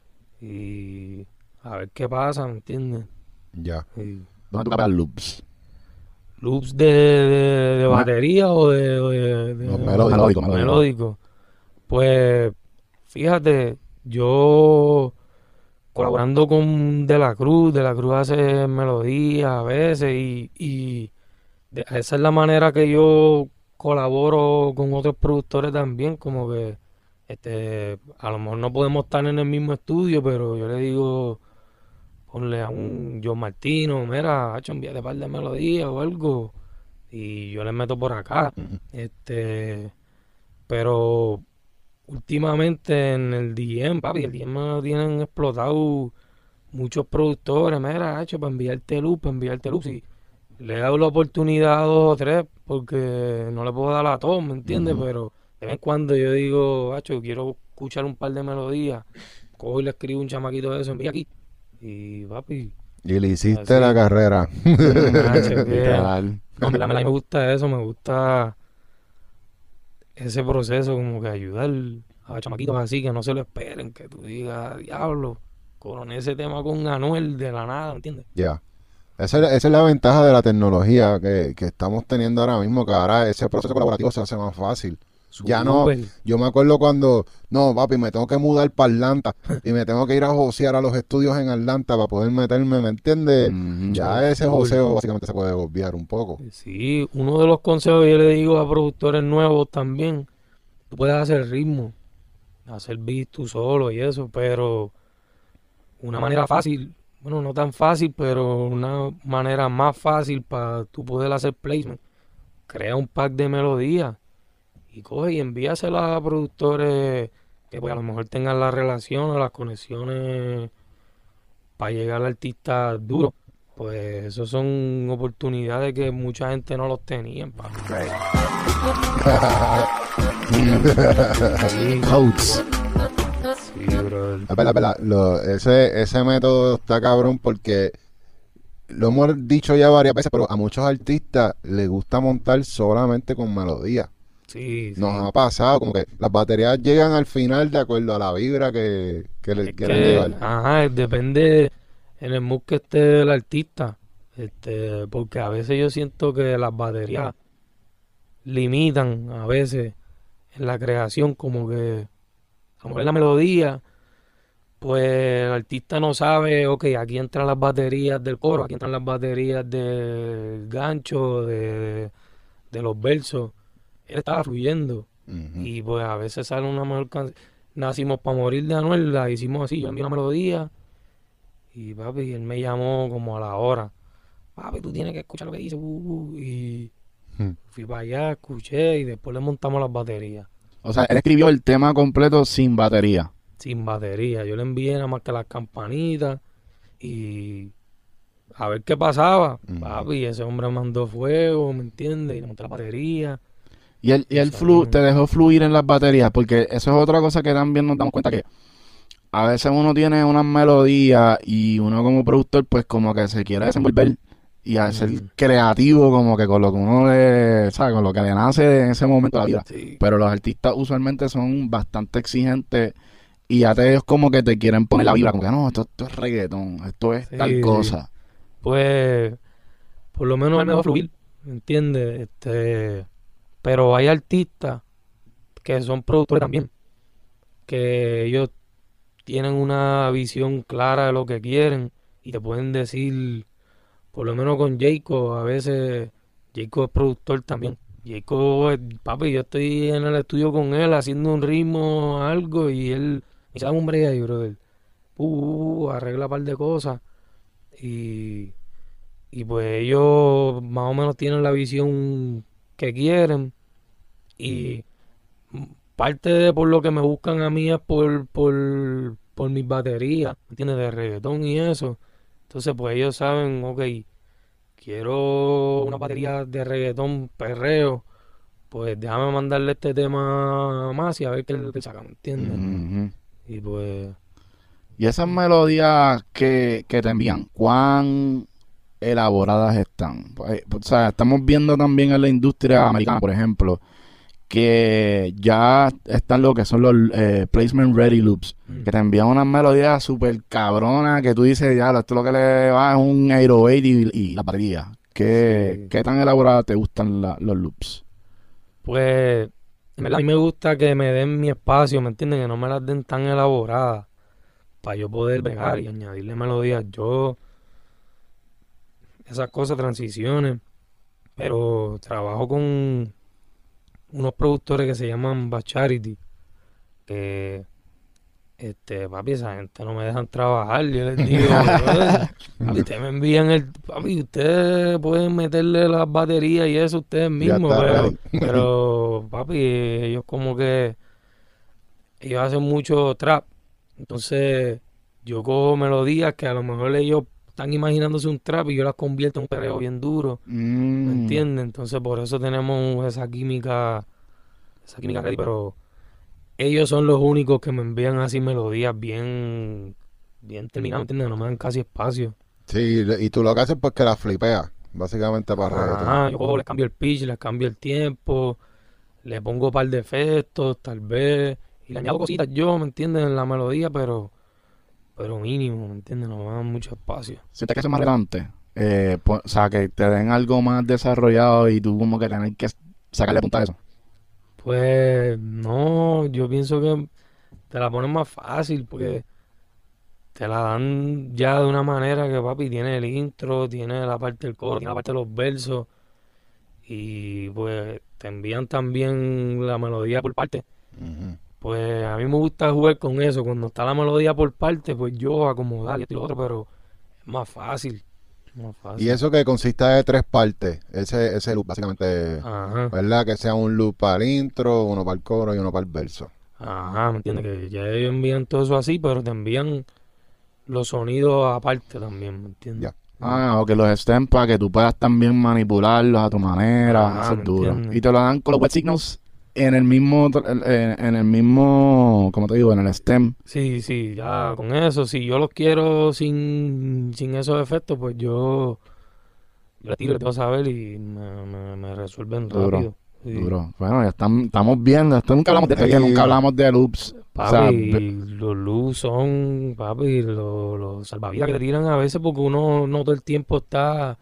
[SPEAKER 1] y a ver qué pasa, ¿me entiendes?
[SPEAKER 3] Ya.
[SPEAKER 1] Y
[SPEAKER 2] ¿Dónde tú captas loops?
[SPEAKER 1] loops de batería o de
[SPEAKER 3] No, melódico.
[SPEAKER 1] melódico. Pues fíjate, yo colaborando con De La Cruz hace melodías a veces y esa es la manera que yo colaboro con otros productores también, como que a lo mejor no podemos estar en el mismo estudio, pero yo le digo, ponle a un John Martino, mira, hacho, envíate un par de melodías o algo, y yo le meto por acá. Pero últimamente en el DM, papi, el DM me lo tienen explotado muchos productores, mira, hacho, para enviarte luz, y le he dado la oportunidad a dos o tres porque no le puedo dar a todos, ¿me entiendes? Pero de vez en cuando yo digo, hacho, quiero escuchar un par de melodías, cojo y le escribo un chamaquito de eso, envía aquí. Y papi,
[SPEAKER 3] Y le hiciste
[SPEAKER 1] así,
[SPEAKER 3] la carrera.
[SPEAKER 1] hacho, que
[SPEAKER 2] Literal.
[SPEAKER 1] no, en verdad me gusta eso, me gusta ese proceso como que ayudar a chamaquitos así que no se lo esperen, que tú digas, diablo, coroné ese tema con Anuel de la nada, ¿me entiendes?
[SPEAKER 3] Ya. Esa es la ventaja de la tecnología que estamos teniendo ahora mismo, que ahora ese proceso colaborativo se hace más fácil. Ya no,
[SPEAKER 1] Súper.
[SPEAKER 3] yo me acuerdo cuando, no, papi, me tengo que mudar para Atlanta y me tengo que ir a josear a los estudios en Atlanta para poder meterme, ¿me entiendes?
[SPEAKER 2] Mhm.
[SPEAKER 3] Ya ese
[SPEAKER 1] Full.
[SPEAKER 3] joseo básicamente se puede obviar un poco.
[SPEAKER 1] Sí, uno de los consejos que yo le digo a productores nuevos también, tú puedes hacer ritmo, hacer beats tú solo y eso, pero una manera fácil, bueno, no tan fácil, pero una manera más fácil para tú poder hacer placement, crea un pack de melodías y coge y envíasela a productores que pues a lo mejor tengan la relación o las conexiones para llegar al artista duro. pues eso son oportunidades que mucha gente no los tenía, papi. Sí,
[SPEAKER 2] Coats.
[SPEAKER 1] sí, brother.
[SPEAKER 3] Es verdad. Ese método está cabrón porque lo hemos dicho ya varias veces, pero a muchos artistas les gusta montar solamente con melodía.
[SPEAKER 1] Sí, sí.
[SPEAKER 3] Nos ha pasado como que las baterías llegan al final de acuerdo a la vibra que le
[SPEAKER 1] Es
[SPEAKER 3] quieren
[SPEAKER 1] que,
[SPEAKER 3] llevar.
[SPEAKER 1] ajá, depende en el mood que esté el artista. Porque a veces yo siento que las baterías limitan a veces en la creación, como que a lo mejor la melodía, pues el artista no sabe, ok, aquí entran las baterías del coro, aquí entran las baterías del gancho, de los versos. Él estaba fluyendo.
[SPEAKER 3] Ujú.
[SPEAKER 1] Y pues a veces sale una mejor canción. Nacimos para morir de Anuel, la hicimos así, yo envié una melodía y papi, él me llamó como a la hora. Papi, tú tienes que escuchar lo que dice. Y fui para allá, escuché y después le montamos las baterías.
[SPEAKER 2] O sea, él escribió el tema completo sin batería.
[SPEAKER 1] Sin batería. Yo le envié nada más que las campanitas y a ver qué pasaba.
[SPEAKER 3] Ujú.
[SPEAKER 1] Papi, ese hombre mandó fuego, ¿me entiendes? Y le monté la batería.
[SPEAKER 2] Y él te dejó fluir en las baterías, porque eso es otra cosa que también nos damos cuenta que a veces uno tiene unas melodías y uno como productor pues como que se quiere desenvolver y a ser creativo como que con lo que uno le, ¿sabe? Con lo que le nace en ese momento de la vida.
[SPEAKER 1] Sí.
[SPEAKER 2] Pero los artistas usualmente son bastante exigentes y ya ellos como que te quieren poner la vibra, como que no, esto es reggaetón, esto es
[SPEAKER 1] Sí,
[SPEAKER 2] tal
[SPEAKER 1] sí.
[SPEAKER 2] cosa.
[SPEAKER 1] Pues por lo menos él me dejó fluir, ¿me entiendes? Pero hay artistas que son productores también, que ellos tienen una visión clara de lo que quieren y te pueden decir, por lo menos con Jacob, a veces Jacob es productor también. Jacob, papi, yo estoy en el estudio con él haciendo un ritmo, algo, y él me dice, dame un break ahí, brother. Arregla un par de cosas. Y, y pues ellos más o menos tienen la visión que quieren. Y parte de por lo que me buscan a mí es por mis baterías, ¿me entiendes? De reggaetón y eso. Entonces, pues ellos saben, ok, quiero una batería de reggaetón perreo, pues déjame mandarle este tema más y a ver qué es lo que saca, ¿me entiendes?
[SPEAKER 2] Ujú.
[SPEAKER 1] Y pues,
[SPEAKER 2] Y esas melodías que te envían, ¿cuán elaboradas están? O sea, estamos viendo también en la industria americana, por ejemplo, que ya están lo que son los placement ready loops, que te envían unas melodías súper cabronas que tú dices, ya, esto lo que le va es un 808 y la batería.
[SPEAKER 1] Sí.
[SPEAKER 2] ¿Qué tan elaboradas te gustan los loops?
[SPEAKER 1] pues, en verdad, a mí me gusta que me den mi espacio, ¿me entiendes? Que no me las den tan elaboradas para yo poder bregar y añadirle melodías yo, esas cosas, transiciones. Pero trabajo con unos productores que se llaman Bacharity, que papi, esa gente no me dejan trabajar. Yo les digo, "Brother, papi, ustedes me envían papi, ustedes pueden meterle las baterías y eso ustedes
[SPEAKER 3] Ya
[SPEAKER 1] mismos,
[SPEAKER 3] está
[SPEAKER 1] pero,
[SPEAKER 3] ready.
[SPEAKER 1] pero, papi, ellos como que, ellos hacen mucho trap. Entonces, yo cojo melodías que a lo mejor ellos están imaginándose un trap y yo las convierto en un perreo bien duro, ¿me entiendes? Entonces, por eso tenemos esa química ready, pero ellos son los únicos que me envían así melodías bien terminadas, ¿me entiendes? No me dan casi espacio.
[SPEAKER 3] Sí, y tú lo que haces pues que la flipeas, básicamente para reggaetón.
[SPEAKER 1] Ajá, yo cojo, les cambio el pitch, les cambio el tiempo, le pongo un par de efectos, tal vez, y le añado cositas yo, ¿me entiendes? En la melodía, pero mínimo, ¿me entiendes? No me dan mucho espacio.
[SPEAKER 2] ¿Sientes que eso es más relevante? O sea, que te den algo más desarrollado y tú como que tenés que sacarle punta a eso.
[SPEAKER 1] Pues no, yo pienso que te la ponen más fácil porque te la dan ya de una manera que papi tiene el intro, tiene la parte del coro, tiene la parte de los versos y pues te envían también la melodía por parte.
[SPEAKER 3] Ujú.
[SPEAKER 1] Pues a mí me gusta jugar con eso, cuando está la melodía por parte, pues yo acomodar y esto y lo otro, pero es más fácil, más fácil.
[SPEAKER 3] Y eso que consiste de 3 partes, ese loop básicamente,
[SPEAKER 1] Ajá,
[SPEAKER 3] ¿verdad? Que sea un loop para el intro, uno para el coro y uno para el verso.
[SPEAKER 1] ajá, ¿me entiendes? Que ya ellos envían todo eso así, pero te envían los sonidos aparte también, ¿me entiendes?
[SPEAKER 3] Ya.
[SPEAKER 2] O que los stems para que tú puedas también manipularlos a tu manera. Eso es
[SPEAKER 1] ¿me
[SPEAKER 2] duro.
[SPEAKER 1] entiendes?
[SPEAKER 2] Y te lo dan con los wet signals en el mismo, ¿cómo te digo? En el stem.
[SPEAKER 1] Sí, ya con eso, si yo los quiero sin esos efectos, pues yo le tiro, te vas a saber y me resuelven
[SPEAKER 2] Duro,
[SPEAKER 1] rápido. Sí.
[SPEAKER 2] Duro. Bueno, ya estamos viendo. Esto nunca hablamos de nunca hablamos de loops. O sea,
[SPEAKER 1] Papi, los luz son, papi, los salvavidas que te tiran a veces porque uno no todo el tiempo está,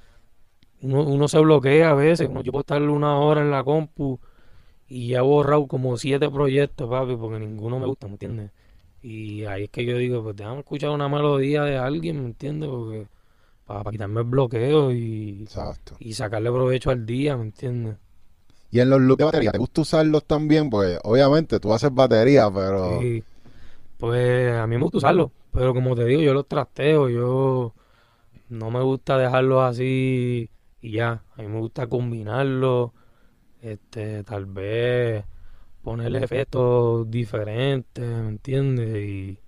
[SPEAKER 1] uno se bloquea a veces. Yo puedo estar 1 hora en la compu y ya he borrado como 7 proyectos, papi, porque ninguno me gusta, ¿me entiendes? Y ahí es que yo digo, pues déjame escuchar una melodía de alguien, ¿me entiendes? Porque para quitarme el bloqueo
[SPEAKER 3] Exacto.
[SPEAKER 1] y sacarle provecho al día, ¿me entiendes?
[SPEAKER 3] Y en los loops de batería, ¿te gusta usarlos también? Pues obviamente tú haces batería, pero...
[SPEAKER 1] Sí, pues a mí me gusta usarlo, pero como te digo, yo los trasteo, yo no me gusta dejarlos así y ya. A mí me gusta combinarlos, tal vez ponerle efectos diferentes, ¿me entiendes?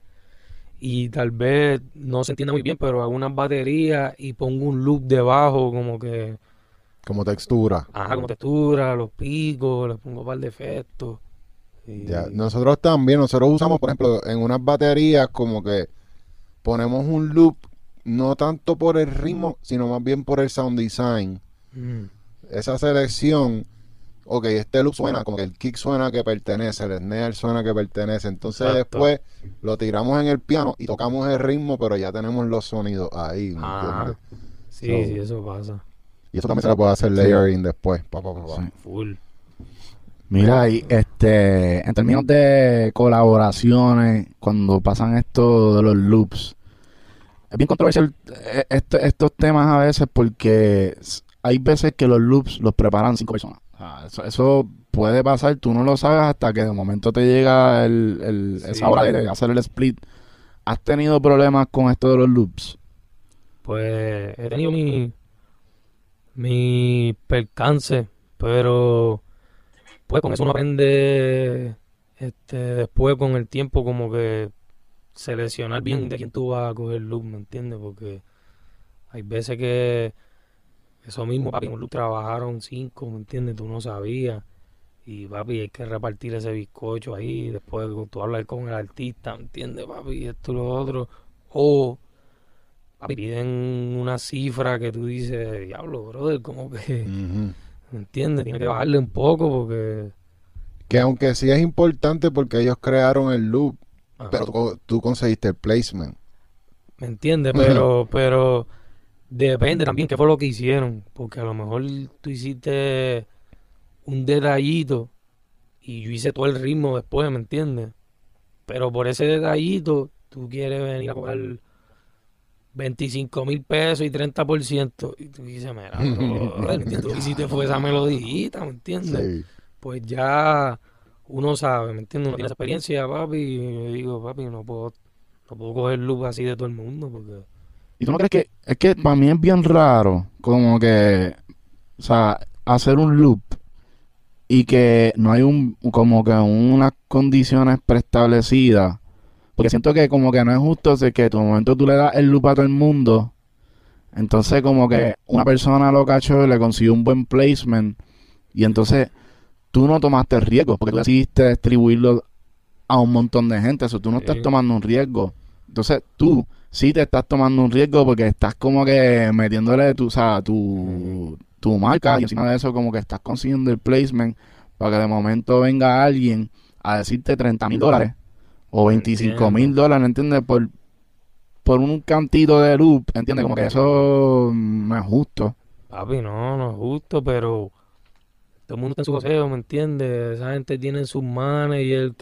[SPEAKER 1] Y tal vez no se entienda muy bien, pero hago unas baterías y pongo un loop debajo, como que,
[SPEAKER 3] como textura.
[SPEAKER 1] como textura, los picos, les pongo un par de efectos.
[SPEAKER 3] Ya, nosotros también, nosotros usamos, por ejemplo, en unas baterías como que ponemos un loop, no tanto por el ritmo, sino más bien por el sound design.
[SPEAKER 1] Mm,
[SPEAKER 3] Esa selección, ok, este loop suena, como que el kick suena que pertenece, el snare suena que pertenece. Entonces
[SPEAKER 1] Exacto.
[SPEAKER 3] después lo tiramos en el piano y tocamos el ritmo, pero ya tenemos los sonidos ahí, ¿me
[SPEAKER 1] Ajá.
[SPEAKER 3] entiendes?
[SPEAKER 1] Sí,
[SPEAKER 3] So,
[SPEAKER 1] sí, eso pasa.
[SPEAKER 3] Y eso también se lo puede hacer layering después. Pa, pa, pa, pa.
[SPEAKER 2] sí.
[SPEAKER 1] Full.
[SPEAKER 2] Mira, y en términos de colaboraciones, cuando pasan esto de los loops, es bien controversial estos temas a veces porque hay veces que los loops los preparan 5 personas. O sea, eso puede pasar, tú no lo sabes hasta que de momento te llega esa hora de hacer el split. ¿Has tenido problemas con esto de los loops?
[SPEAKER 1] Pues he tenido mi percance, pero pues con eso uno aprende después con el tiempo como que seleccionar bien de quién tú vas a coger loop, ¿me entiendes? Porque hay veces que eso mismo, papi, con loop trabajaron 5, ¿me entiendes? Tú no sabías. Y papi, hay que repartir ese bizcocho ahí, después tú hablas con el artista, ¿me entiendes, papi? Esto y lo otro. O papi, piden una cifra que tú dices, diablo, brother, como que,
[SPEAKER 3] Ujú.
[SPEAKER 1] ¿me entiendes? Tiene que bajarle un poco porque...
[SPEAKER 3] Que aunque sí es importante porque ellos crearon el loop,
[SPEAKER 1] Ajá,
[SPEAKER 3] pero tú conseguiste el placement.
[SPEAKER 1] ¿me entiendes? Pero depende también qué fue lo que hicieron, porque a lo mejor tú hiciste un detallito y yo hice todo el ritmo después, ¿me entiendes? Pero por ese detallito tú quieres venir a cobrar 25,000 pesos y 30%. Y tú dices, mira, brother, ¿me entiendes? Tú lo que hiciste fue esa melodita, ¿me entiendes?
[SPEAKER 3] Sí.
[SPEAKER 1] Pues ya uno sabe, ¿me entiendes? Uno tiene esa experiencia, papi, y yo digo, papi, no puedo coger loop así de todo el mundo, porque...
[SPEAKER 2] ¿Y tú no crees que es que para mí es bien raro como que, o sea, hacer un loop y que no hay como que unas condiciones preestablecidas? Porque siento que como que no es justo de que tu momento tú le das el loop a todo el mundo, entonces como que una persona lo cachó y le consiguió un buen placement y entonces tú no tomaste el riesgo porque tú decidiste distribuirlo a un montón de gente, eso tú no estás
[SPEAKER 1] Sí.
[SPEAKER 2] tomando un riesgo. Entonces tú sí te estás tomando un riesgo porque estás como que metiéndole tu, o sea, tu marca y encima de eso como que estás consiguiendo el placement para que de momento venga alguien a decirte $30,000 o $25,000, ¿entiendes? Por un cantito de loop, ¿entiendes? Como que eso no es justo.
[SPEAKER 1] Papi, no es justo, pero todo el mundo está en su joseo, ¿me entiendes? Esa gente tiene sus managers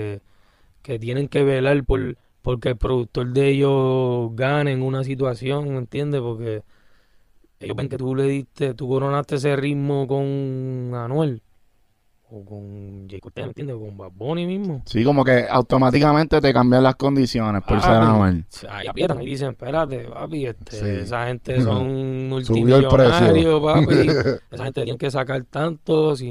[SPEAKER 1] que tienen que velar porque el productor de ellos gane en una situación, ¿me entiendes? Porque ellos ven que tú coronaste ese ritmo con Anuel o con Jay Cortez, ¿me entiendes? O con Bad Bunny mismo.
[SPEAKER 2] Sí, como que automáticamente te cambian las condiciones por ser
[SPEAKER 1] Papi,
[SPEAKER 2] Anuel.
[SPEAKER 1] ahí aprietan y dicen, espérate, papi,
[SPEAKER 3] Sí.
[SPEAKER 1] esa gente son
[SPEAKER 3] Subió el precio.
[SPEAKER 1] multimillonarios, papi. Esa gente tiene que sacar tanto, si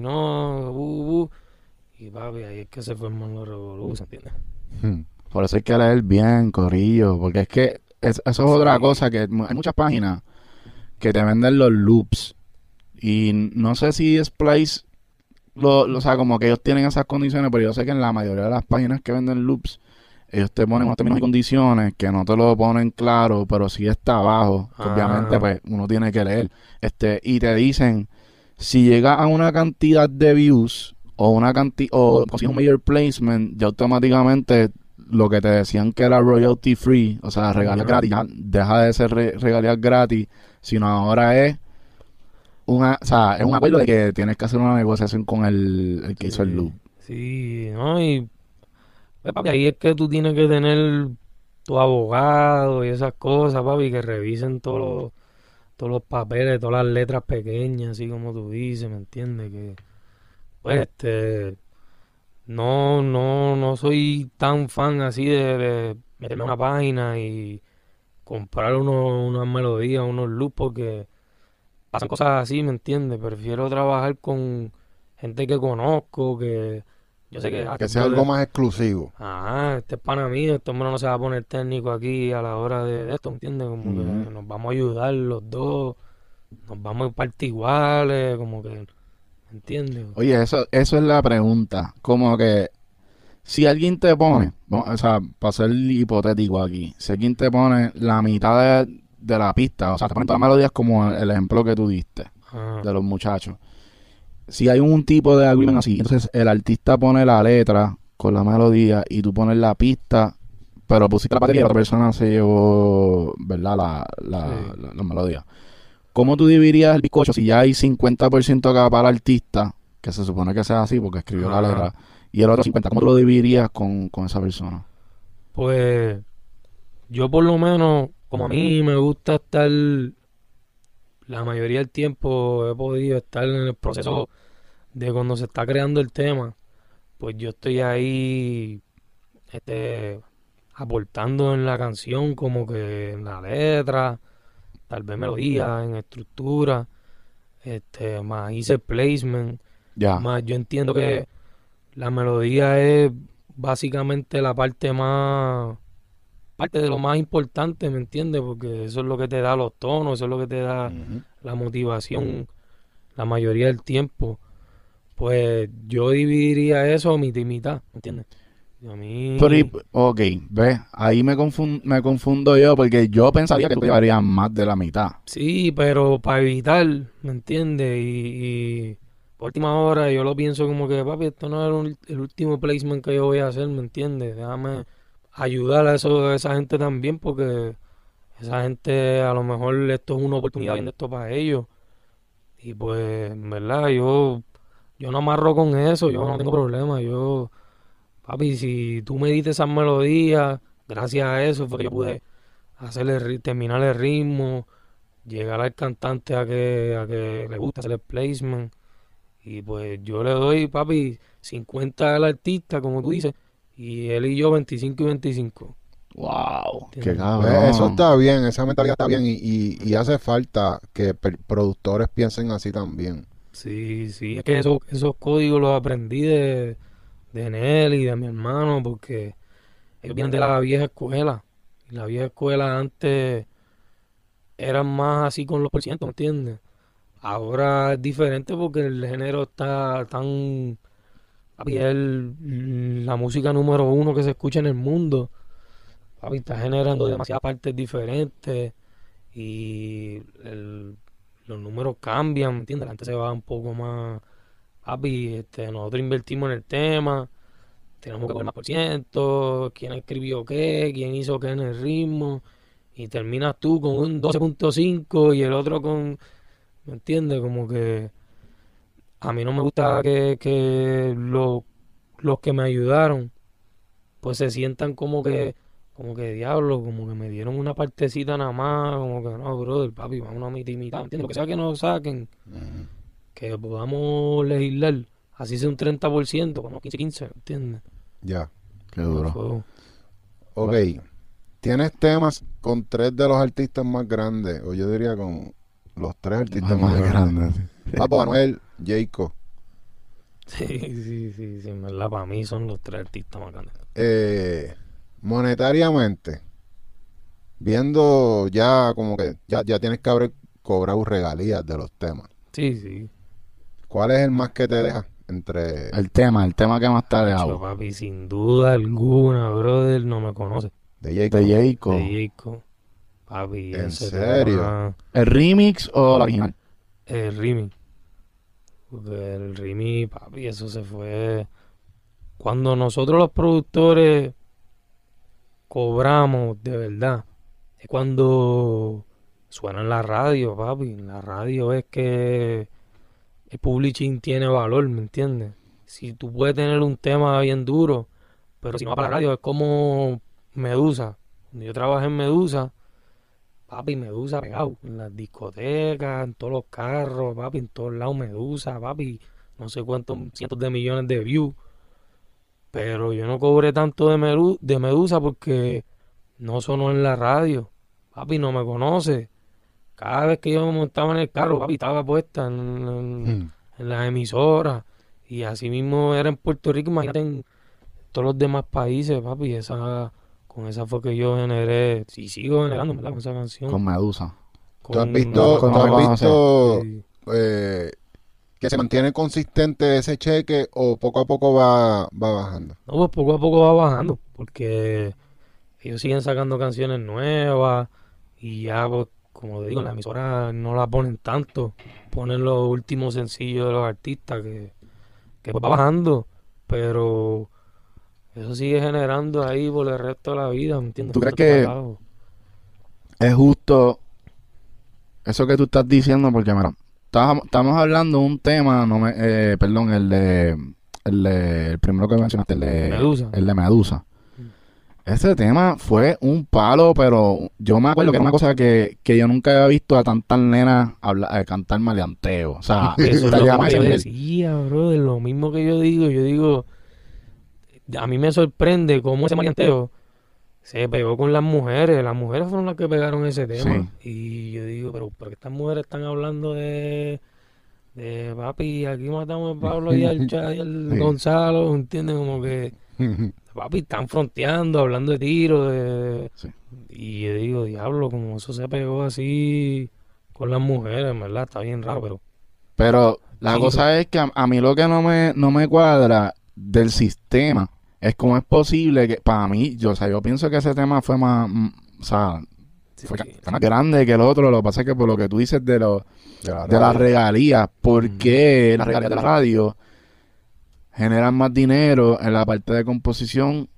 [SPEAKER 1] no, y papi, ahí es que se forman los revoluciones, ¿entiendes?
[SPEAKER 3] Hmm.
[SPEAKER 2] Por eso hay que leer bien, corillo, porque es que eso es otra cosa, que hay muchas páginas que te venden los loops. Y no sé si Splice, o sea, como que ellos tienen esas condiciones, pero yo sé que en la mayoría de las páginas que venden loops, ellos te ponen unos términos y condiciones que no te lo ponen claro, pero sí está abajo, que obviamente pues uno tiene que leer. Y te dicen, si llega a una cantidad de views o consigues un major placement, ya automáticamente lo que te decían que era royalty free, o sea, regalías gratis, ya deja de ser regalías gratis, sino ahora es o sea, es un acuerdo de que tienes que hacer una negociación con el que hizo el loop.
[SPEAKER 1] Sí, ¿no? Y pues, papi, ahí es que tú tienes que tener tu abogado y esas cosas, papi, que revisen todos los papeles, todas las letras pequeñas, así como tú dices, ¿me entiendes? Que, pues, no soy tan fan así de meterme a una página y comprar unas melodías, unos loops, porque pasan cosas así, ¿me entiendes? Prefiero trabajar con gente que conozco, que yo sé que...
[SPEAKER 3] Que sea algo más exclusivo.
[SPEAKER 1] Ajá, este es pana mío, este hombre no se va a poner técnico aquí a la hora de esto, ¿me entiendes? Como que nos vamos a ayudar los dos, nos vamos a partir iguales, como que, ¿me entiendes?
[SPEAKER 2] Oye, eso es la pregunta. Como que si alguien te pone, o sea, para ser hipotético aquí, si alguien te pone la mitad de la pista, o sea, te ponen todas las melodías como el ejemplo que tú diste
[SPEAKER 1] Ajá.
[SPEAKER 2] de los muchachos. Si hay un tipo de agreement así, entonces el artista pone la letra con la melodía y tú pones la pista, pero pusiste la batería y otra persona se llevó, ¿verdad? La melodía. ¿Cómo tú dividirías el bizcocho si ya hay 50% acá para el artista, que se supone que sea así porque escribió la letra, y el otro 50%? ¿Cómo tú lo dividirías con esa persona?
[SPEAKER 1] Pues yo por lo menos, como a mí me gusta estar, la mayoría del tiempo he podido estar en el proceso de cuando se está creando el tema, pues yo estoy ahí, aportando en la canción como que en la letra, tal vez melodía, en estructura, más hice placement,
[SPEAKER 2] Ya.
[SPEAKER 1] más yo entiendo que la melodía es básicamente parte de lo más importante, ¿me entiendes? Porque eso es lo que te da los tonos, eso es lo que te da la motivación la mayoría del tiempo. Pues yo dividiría eso mitad y mitad, ¿me entiendes? Y a mí...
[SPEAKER 2] Pero, ok, ves, ahí me confundo yo porque yo pensaría que tú llevarías más de la mitad.
[SPEAKER 1] Sí, pero para evitar, ¿me entiendes? Y por última hora yo lo pienso como que, papi, esto no es el último placement que yo voy a hacer, ¿me entiendes? Déjame ayudar a esa gente también, porque esa gente a lo mejor esto es una oportunidad viendo esto para ellos. Y pues, en verdad, yo no amarro con eso, yo no tengo problema. Papi, si tú me diste esas melodías, gracias a eso fue que yo pude terminar el ritmo, llegar al cantante a que le guste hacer el placement. Y pues yo le doy, papi, 50 al artista, como tú dices, y él y yo 25 y 25.
[SPEAKER 2] Wow, qué
[SPEAKER 1] ¿Entiendes?
[SPEAKER 2] cabrón.
[SPEAKER 3] Eso está bien, esa mentalidad está bien y hace falta que productores piensen así también.
[SPEAKER 1] Sí, sí, es que esos códigos los aprendí de Nelly y de mi hermano, porque ellos vienen de la vieja escuela. Y la vieja escuela antes eran más así con los porcientos, ¿me entiendes? Ahora es diferente porque el género está tan... Papi, es la música número uno que se escucha en el mundo. Papi, está generando demasiadas partes diferentes y los números cambian, ¿me entiendes? La gente se va un poco más... Papi, nosotros invertimos en el tema, tenemos que poner más por ciento, quién escribió qué, quién hizo qué en el ritmo, y terminas tú con un 12.5 y el otro con... ¿Me entiendes? Como que a mí no me gusta que los que me ayudaron pues se sientan como que diablo, como que me dieron una partecita nada más, como que no, brother, papi, vamos a mitad y mitad, ¿entiendes? Lo que sea que nos saquen, que podamos legislar, así sea un 30%, como 15, ¿entiendes?
[SPEAKER 3] Ya.
[SPEAKER 2] Qué duro.
[SPEAKER 1] Fuego.
[SPEAKER 3] Ok. ¿Tienes temas con tres de los artistas más grandes? O yo diría con los tres artistas más grandes. Papo Manuel, Jayco.
[SPEAKER 1] Sí, en verdad, para mí son los tres artistas más grandes.
[SPEAKER 3] Monetariamente, viendo ya como que ya tienes que haber cobrado regalías de los temas.
[SPEAKER 1] Sí, sí.
[SPEAKER 3] ¿Cuál es el más que te deja entre
[SPEAKER 2] El tema que más te ha
[SPEAKER 1] Yo,
[SPEAKER 2] dejado.
[SPEAKER 1] papi, sin duda alguna, brother, no me conoce.
[SPEAKER 3] de Jake?
[SPEAKER 2] De Jayco.
[SPEAKER 1] De Jacob. Papi,
[SPEAKER 3] ¿En
[SPEAKER 1] ese
[SPEAKER 3] serio?
[SPEAKER 1] tema,
[SPEAKER 2] ¿El remix o la original?
[SPEAKER 1] el Rimi. El Rimi, papi, eso se fue. Cuando nosotros los productores cobramos de verdad, es cuando suena en la radio, papi. En la radio es que el publishing tiene valor, ¿me entiendes? Si tú puedes tener un tema bien duro, pero si no va para la radio, es como Medusa. Cuando yo trabajé en Medusa, papi, Medusa pegado. En las discotecas, en todos los carros, papi, en todos lados Medusa, papi. No sé cuántos cientos de millones de views. Pero yo no cobré tanto de Medusa porque no sonó en la radio. Papi, no me conoce. Cada vez que yo me montaba en el carro, papi, estaba puesta
[SPEAKER 3] Hmm.
[SPEAKER 1] en las emisoras. Y así mismo era en Puerto Rico, imagínate en todos los demás países, papi. Con esa fue que yo generé, y sigo generando, ¿verdad? Con esa canción.
[SPEAKER 2] Con Medusa.
[SPEAKER 3] ¿Tú has
[SPEAKER 1] Con,
[SPEAKER 3] visto,
[SPEAKER 2] no
[SPEAKER 3] tú has
[SPEAKER 2] me conoce.
[SPEAKER 3] visto
[SPEAKER 1] sí.
[SPEAKER 3] que se mantiene consistente ese cheque o poco a poco va bajando?
[SPEAKER 1] No, pues poco a poco va bajando, porque ellos siguen sacando canciones nuevas y ya, pues, como te digo, las emisoras no la ponen tanto, ponen los últimos sencillos de los artistas que va bajando, pero eso sigue generando ahí por el resto de la vida, ¿me entiendes?
[SPEAKER 2] ¿Tú crees
[SPEAKER 1] Por otro
[SPEAKER 2] que
[SPEAKER 1] lado.
[SPEAKER 2] es justo eso que tú estás diciendo? Porque, mira, estamos hablando de un tema, perdón, el primero que mencionaste,
[SPEAKER 1] Medusa.
[SPEAKER 2] el de Medusa.
[SPEAKER 1] Mm.
[SPEAKER 2] Ese tema fue un palo, pero yo me acuerdo que era una cosa que yo nunca había visto a tantas nenas cantar maleanteo. O sea,
[SPEAKER 1] Eso es
[SPEAKER 2] te
[SPEAKER 1] lo
[SPEAKER 2] llama
[SPEAKER 1] que
[SPEAKER 2] ese
[SPEAKER 1] yo
[SPEAKER 2] nivel.
[SPEAKER 1] decía, bro, de lo mismo que yo digo, a mí me sorprende cómo ese maleanteo se pegó con las mujeres fueron las que pegaron ese tema, y yo digo, pero que estas mujeres están hablando de papi, aquí matamos a Pablo y al
[SPEAKER 3] Sí.
[SPEAKER 1] Gonzalo, ¿entiendes? Como que, papi, están fronteando, hablando de tiros,
[SPEAKER 2] Sí.
[SPEAKER 1] y yo digo, diablo, como eso se pegó así con las mujeres, en ¿verdad? Está bien raro, pero
[SPEAKER 2] Pero la
[SPEAKER 1] sí,
[SPEAKER 2] cosa es que a mí lo que no me cuadra del sistema es cómo es posible que, para mí, o sea, yo pienso que ese tema fue más, o sea,
[SPEAKER 1] sí,
[SPEAKER 2] fue más grande que el otro. Lo que pasa es que por lo que tú dices de
[SPEAKER 3] De la
[SPEAKER 2] las
[SPEAKER 3] radio.
[SPEAKER 2] regalías, ¿por qué las regalías de la radio generan más dinero en la parte de composición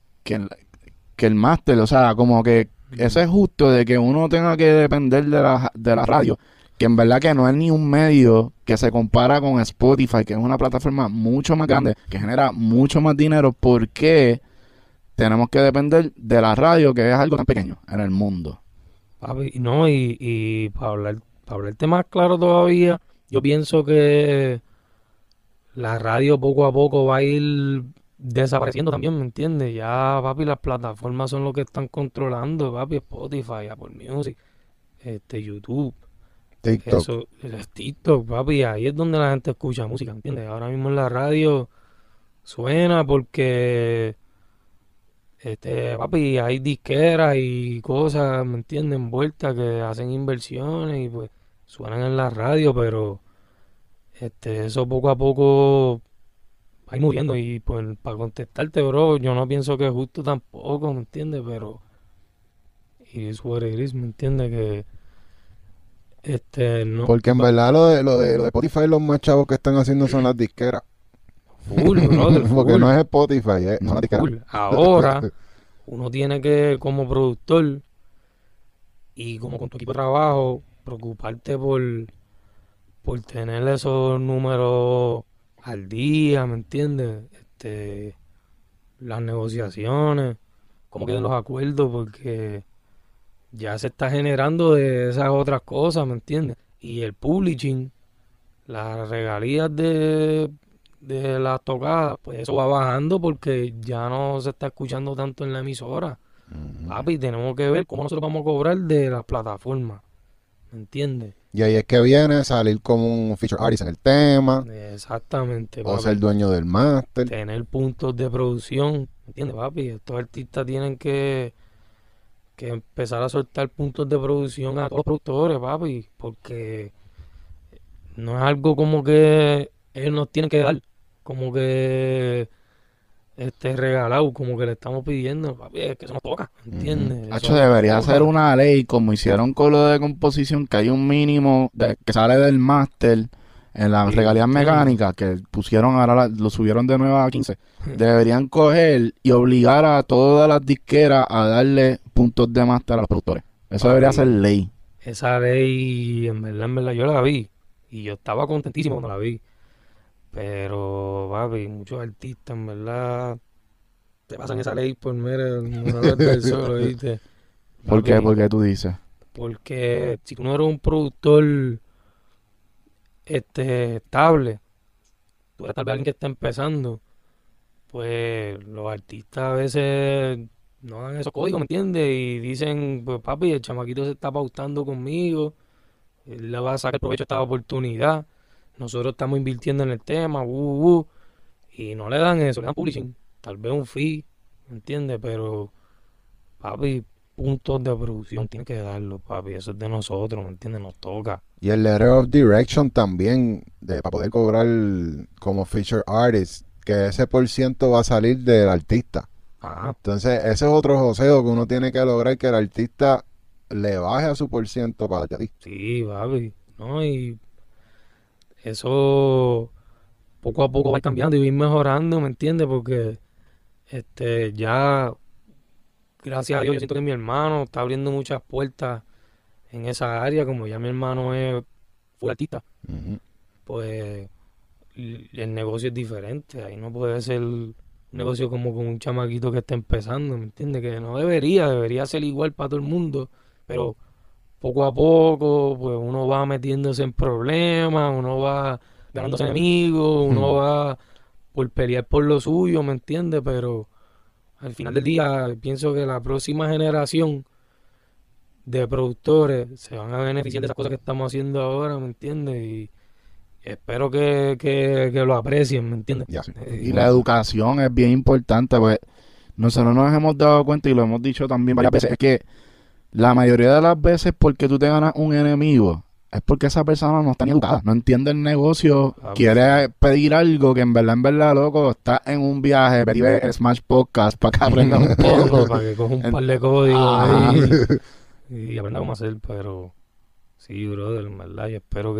[SPEAKER 2] que el máster? O sea, como que eso es justo de que uno tenga que depender de la radio, que en verdad que no es ni un medio que se compara con Spotify, que es una plataforma mucho más grande, que genera mucho más dinero. ¿Por qué tenemos que depender de la radio, que es algo tan pequeño en el mundo?
[SPEAKER 1] papi, no, y para hablarte más claro todavía, yo pienso que la radio poco a poco va a ir desapareciendo también, ¿me entiendes? Ya, papi, las plataformas son lo que están controlando, papi, Spotify, Apple Music, YouTube,
[SPEAKER 3] TikTok.
[SPEAKER 1] eso, es TikTok, papi, ahí es donde la gente escucha música, ¿entiendes? Ahora mismo en la radio suena porque, papi, hay disqueras y cosas, ¿me entiendes? Envueltas que hacen inversiones y pues suenan en la radio, pero eso poco a poco va a ir muriendo. Y pues para contestarte, bro, yo no pienso que es justo tampoco, ¿me entiendes? Pero it is what it is, ¿me entiendes? Que no,
[SPEAKER 3] Porque en verdad lo de Spotify, los más chavos que están haciendo son las disqueras.
[SPEAKER 1] full, brother,
[SPEAKER 3] Porque
[SPEAKER 1] full,
[SPEAKER 3] no es Spotify, son las disqueras.
[SPEAKER 1] full. Ahora uno tiene que, como productor y como con tu equipo de trabajo, preocuparte por tener esos números al día, ¿me entiendes? Las negociaciones, cómo quedan los acuerdos, porque ya se está generando de esas otras cosas, ¿me entiendes? Y el publishing, las regalías de las tocadas, pues eso va bajando porque ya no se está escuchando tanto en la emisora. Papi, tenemos que ver cómo nosotros vamos a cobrar de las plataformas, ¿me entiendes?
[SPEAKER 3] Y ahí es que viene salir como un feature artist en el tema,
[SPEAKER 1] Exactamente,
[SPEAKER 3] o
[SPEAKER 1] papi.
[SPEAKER 3] ser dueño del máster.
[SPEAKER 1] Tener puntos de producción, ¿me entiendes, papi? Estos artistas tienen que que empezar a soltar puntos de producción a todos los productores, papi, porque no es algo como que ellos nos tienen que dar, como que regalado, como que le estamos pidiendo, papi, es que eso nos toca, ¿entiendes? Eso
[SPEAKER 2] Hacho,
[SPEAKER 1] nos
[SPEAKER 2] debería
[SPEAKER 1] toca.
[SPEAKER 2] ser una ley, como hicieron con lo de composición, que hay un mínimo que sale del máster en las
[SPEAKER 1] Sí,
[SPEAKER 2] regalías
[SPEAKER 1] ¿entiendes?
[SPEAKER 2] mecánicas, que pusieron ahora, lo subieron de 9 a 15. Deberían coger y obligar a todas las disqueras a darle puntos de máster a los productores. Eso debería
[SPEAKER 1] Papi,
[SPEAKER 2] ser ley.
[SPEAKER 1] esa ley, en verdad, yo la vi y yo estaba contentísimo cuando la vi, pero, papi, muchos artistas, en verdad, te pasan esa ley por mera ignorancia del solo, ¿viste?
[SPEAKER 2] ¿Por qué?
[SPEAKER 1] Papi,
[SPEAKER 2] Porque tú dices.
[SPEAKER 1] porque si tú no eres un productor estable, tú eres tal vez alguien que está empezando, pues los artistas a veces no dan esos códigos, ¿me entiendes? Y dicen, pues papi, el chamaquito se está pautando conmigo, él le va a sacar provecho a esta oportunidad, nosotros estamos invirtiendo en el tema, y no le dan eso, le dan publishing, tal vez un fee, ¿me entiendes? Pero, papi, puntos de producción tiene que darlo, papi, eso es de nosotros, ¿me entiendes? Nos toca.
[SPEAKER 3] Y el letter of direction también, para poder cobrar como feature artist, que ese por ciento va a salir del artista.
[SPEAKER 1] Ah,
[SPEAKER 3] Entonces, ese es otro joseo que uno tiene que lograr, que el artista le baje a su por ciento para ti.
[SPEAKER 1] sí, papi, ¿no? Y eso poco a poco va cambiando y va mejorando, ¿me entiendes? Porque ya, gracias a Dios, yo siento que mi hermano está abriendo muchas puertas en esa área, como ya mi hermano es full artista,
[SPEAKER 3] Ujú.
[SPEAKER 1] pues el negocio es diferente, ahí no puede ser un negocio como con un chamaquito que está empezando, ¿me entiendes? Que no debería ser igual para todo el mundo, pero poco a poco, pues uno va metiéndose en problemas, uno va ganándose enemigos, uno va por pelear por lo suyo, ¿me entiendes? Pero al final del día pienso que la próxima generación de productores se van a beneficiar de esas cosas que estamos haciendo ahora, ¿me entiendes? Y espero que lo aprecien, ¿me entiendes?
[SPEAKER 3] Ya sí.
[SPEAKER 2] Y la educación es bien importante, pues nosotros nos hemos dado cuenta y lo hemos dicho también varias veces, es que la mayoría de las veces porque tú te ganas un enemigo es porque esa persona no está ni educada, no entiende el negocio,
[SPEAKER 1] Ah,
[SPEAKER 2] quiere pedir algo que en verdad, loco, está en un viaje, pide Smash Podcast para que aprenda un
[SPEAKER 1] poco,
[SPEAKER 2] poco.
[SPEAKER 1] para que coja un par de códigos
[SPEAKER 2] Ah.
[SPEAKER 1] ahí y aprenda cómo hacer, pero sí, brother, en verdad, yo espero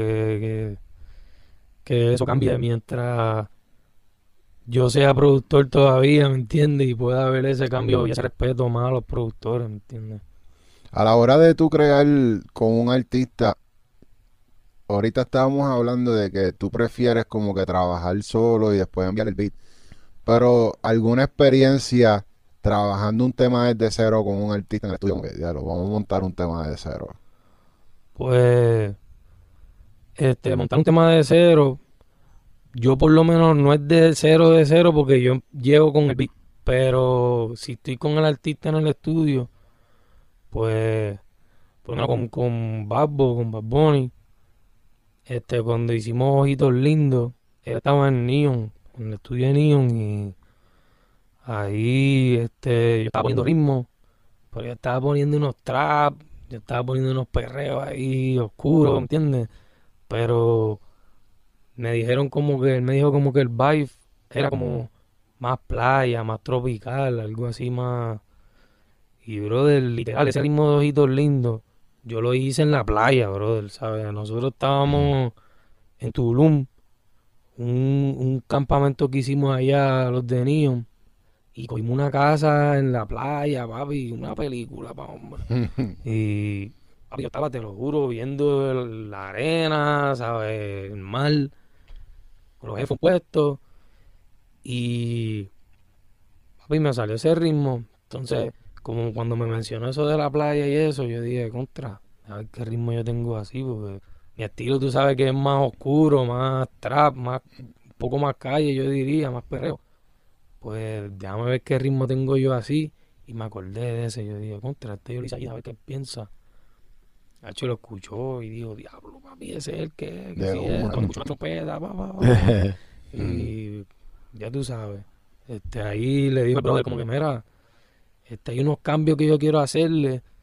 [SPEAKER 1] que eso cambie mientras yo sea productor todavía, ¿me entiendes? Y pueda haber ese cambio y ese respeto más a los productores, ¿me entiendes?
[SPEAKER 3] A la hora de tú crear con un artista, ahorita estábamos hablando de que tú prefieres como que trabajar solo y después enviar el beat, pero alguna experiencia trabajando un tema desde cero con un artista en el estudio, como que, ya lo vamos a montar un tema desde cero.
[SPEAKER 1] Pues, montar un tema de cero, yo por lo menos no es de cero porque yo llego con el beat, pero si estoy con el artista en el estudio, pues, bueno, con Bad Bunny, cuando hicimos Ojitos Lindos, él estaba en Neon, en el estudio de Neon, y ahí, yo estaba poniendo ritmo, pero yo estaba poniendo unos trap, yo estaba poniendo unos perreos ahí oscuros, ¿entiendes? Pero él me dijo como que el vibe era como más playa, más tropical, algo así más. Y brother, literal, ese ritmo de Ojitos Lindos, yo lo hice en la playa, brother, ¿sabes? Nosotros estábamos en Tulum, un campamento que hicimos allá, los de Neon, y cogimos una casa en la playa, papi, una película, pa' hombre. Y papi, yo estaba, te lo juro, viendo la arena, ¿sabes? El mar, con los jefes puestos, y papi, me salió ese ritmo. Entonces, como cuando me mencionó eso de la playa y eso, yo dije, contra, a ver qué ritmo yo tengo así, porque mi estilo tú sabes que es más oscuro, más trap, un poco más calle, yo diría, más perreo. Pues déjame ver qué ritmo tengo yo así, y me acordé de ese, yo dije, contra, yo le hice ahí, a ver qué piensa. Hacho lo escuchó y dijo, diablo, papi, ese es el que
[SPEAKER 3] De
[SPEAKER 1] sí es,
[SPEAKER 3] una.
[SPEAKER 1] cuando escuchó la trompeta, pa. Y ya tú sabes, ahí le dijo al brother como que, mira, hay unos cambios que yo quiero hacerle,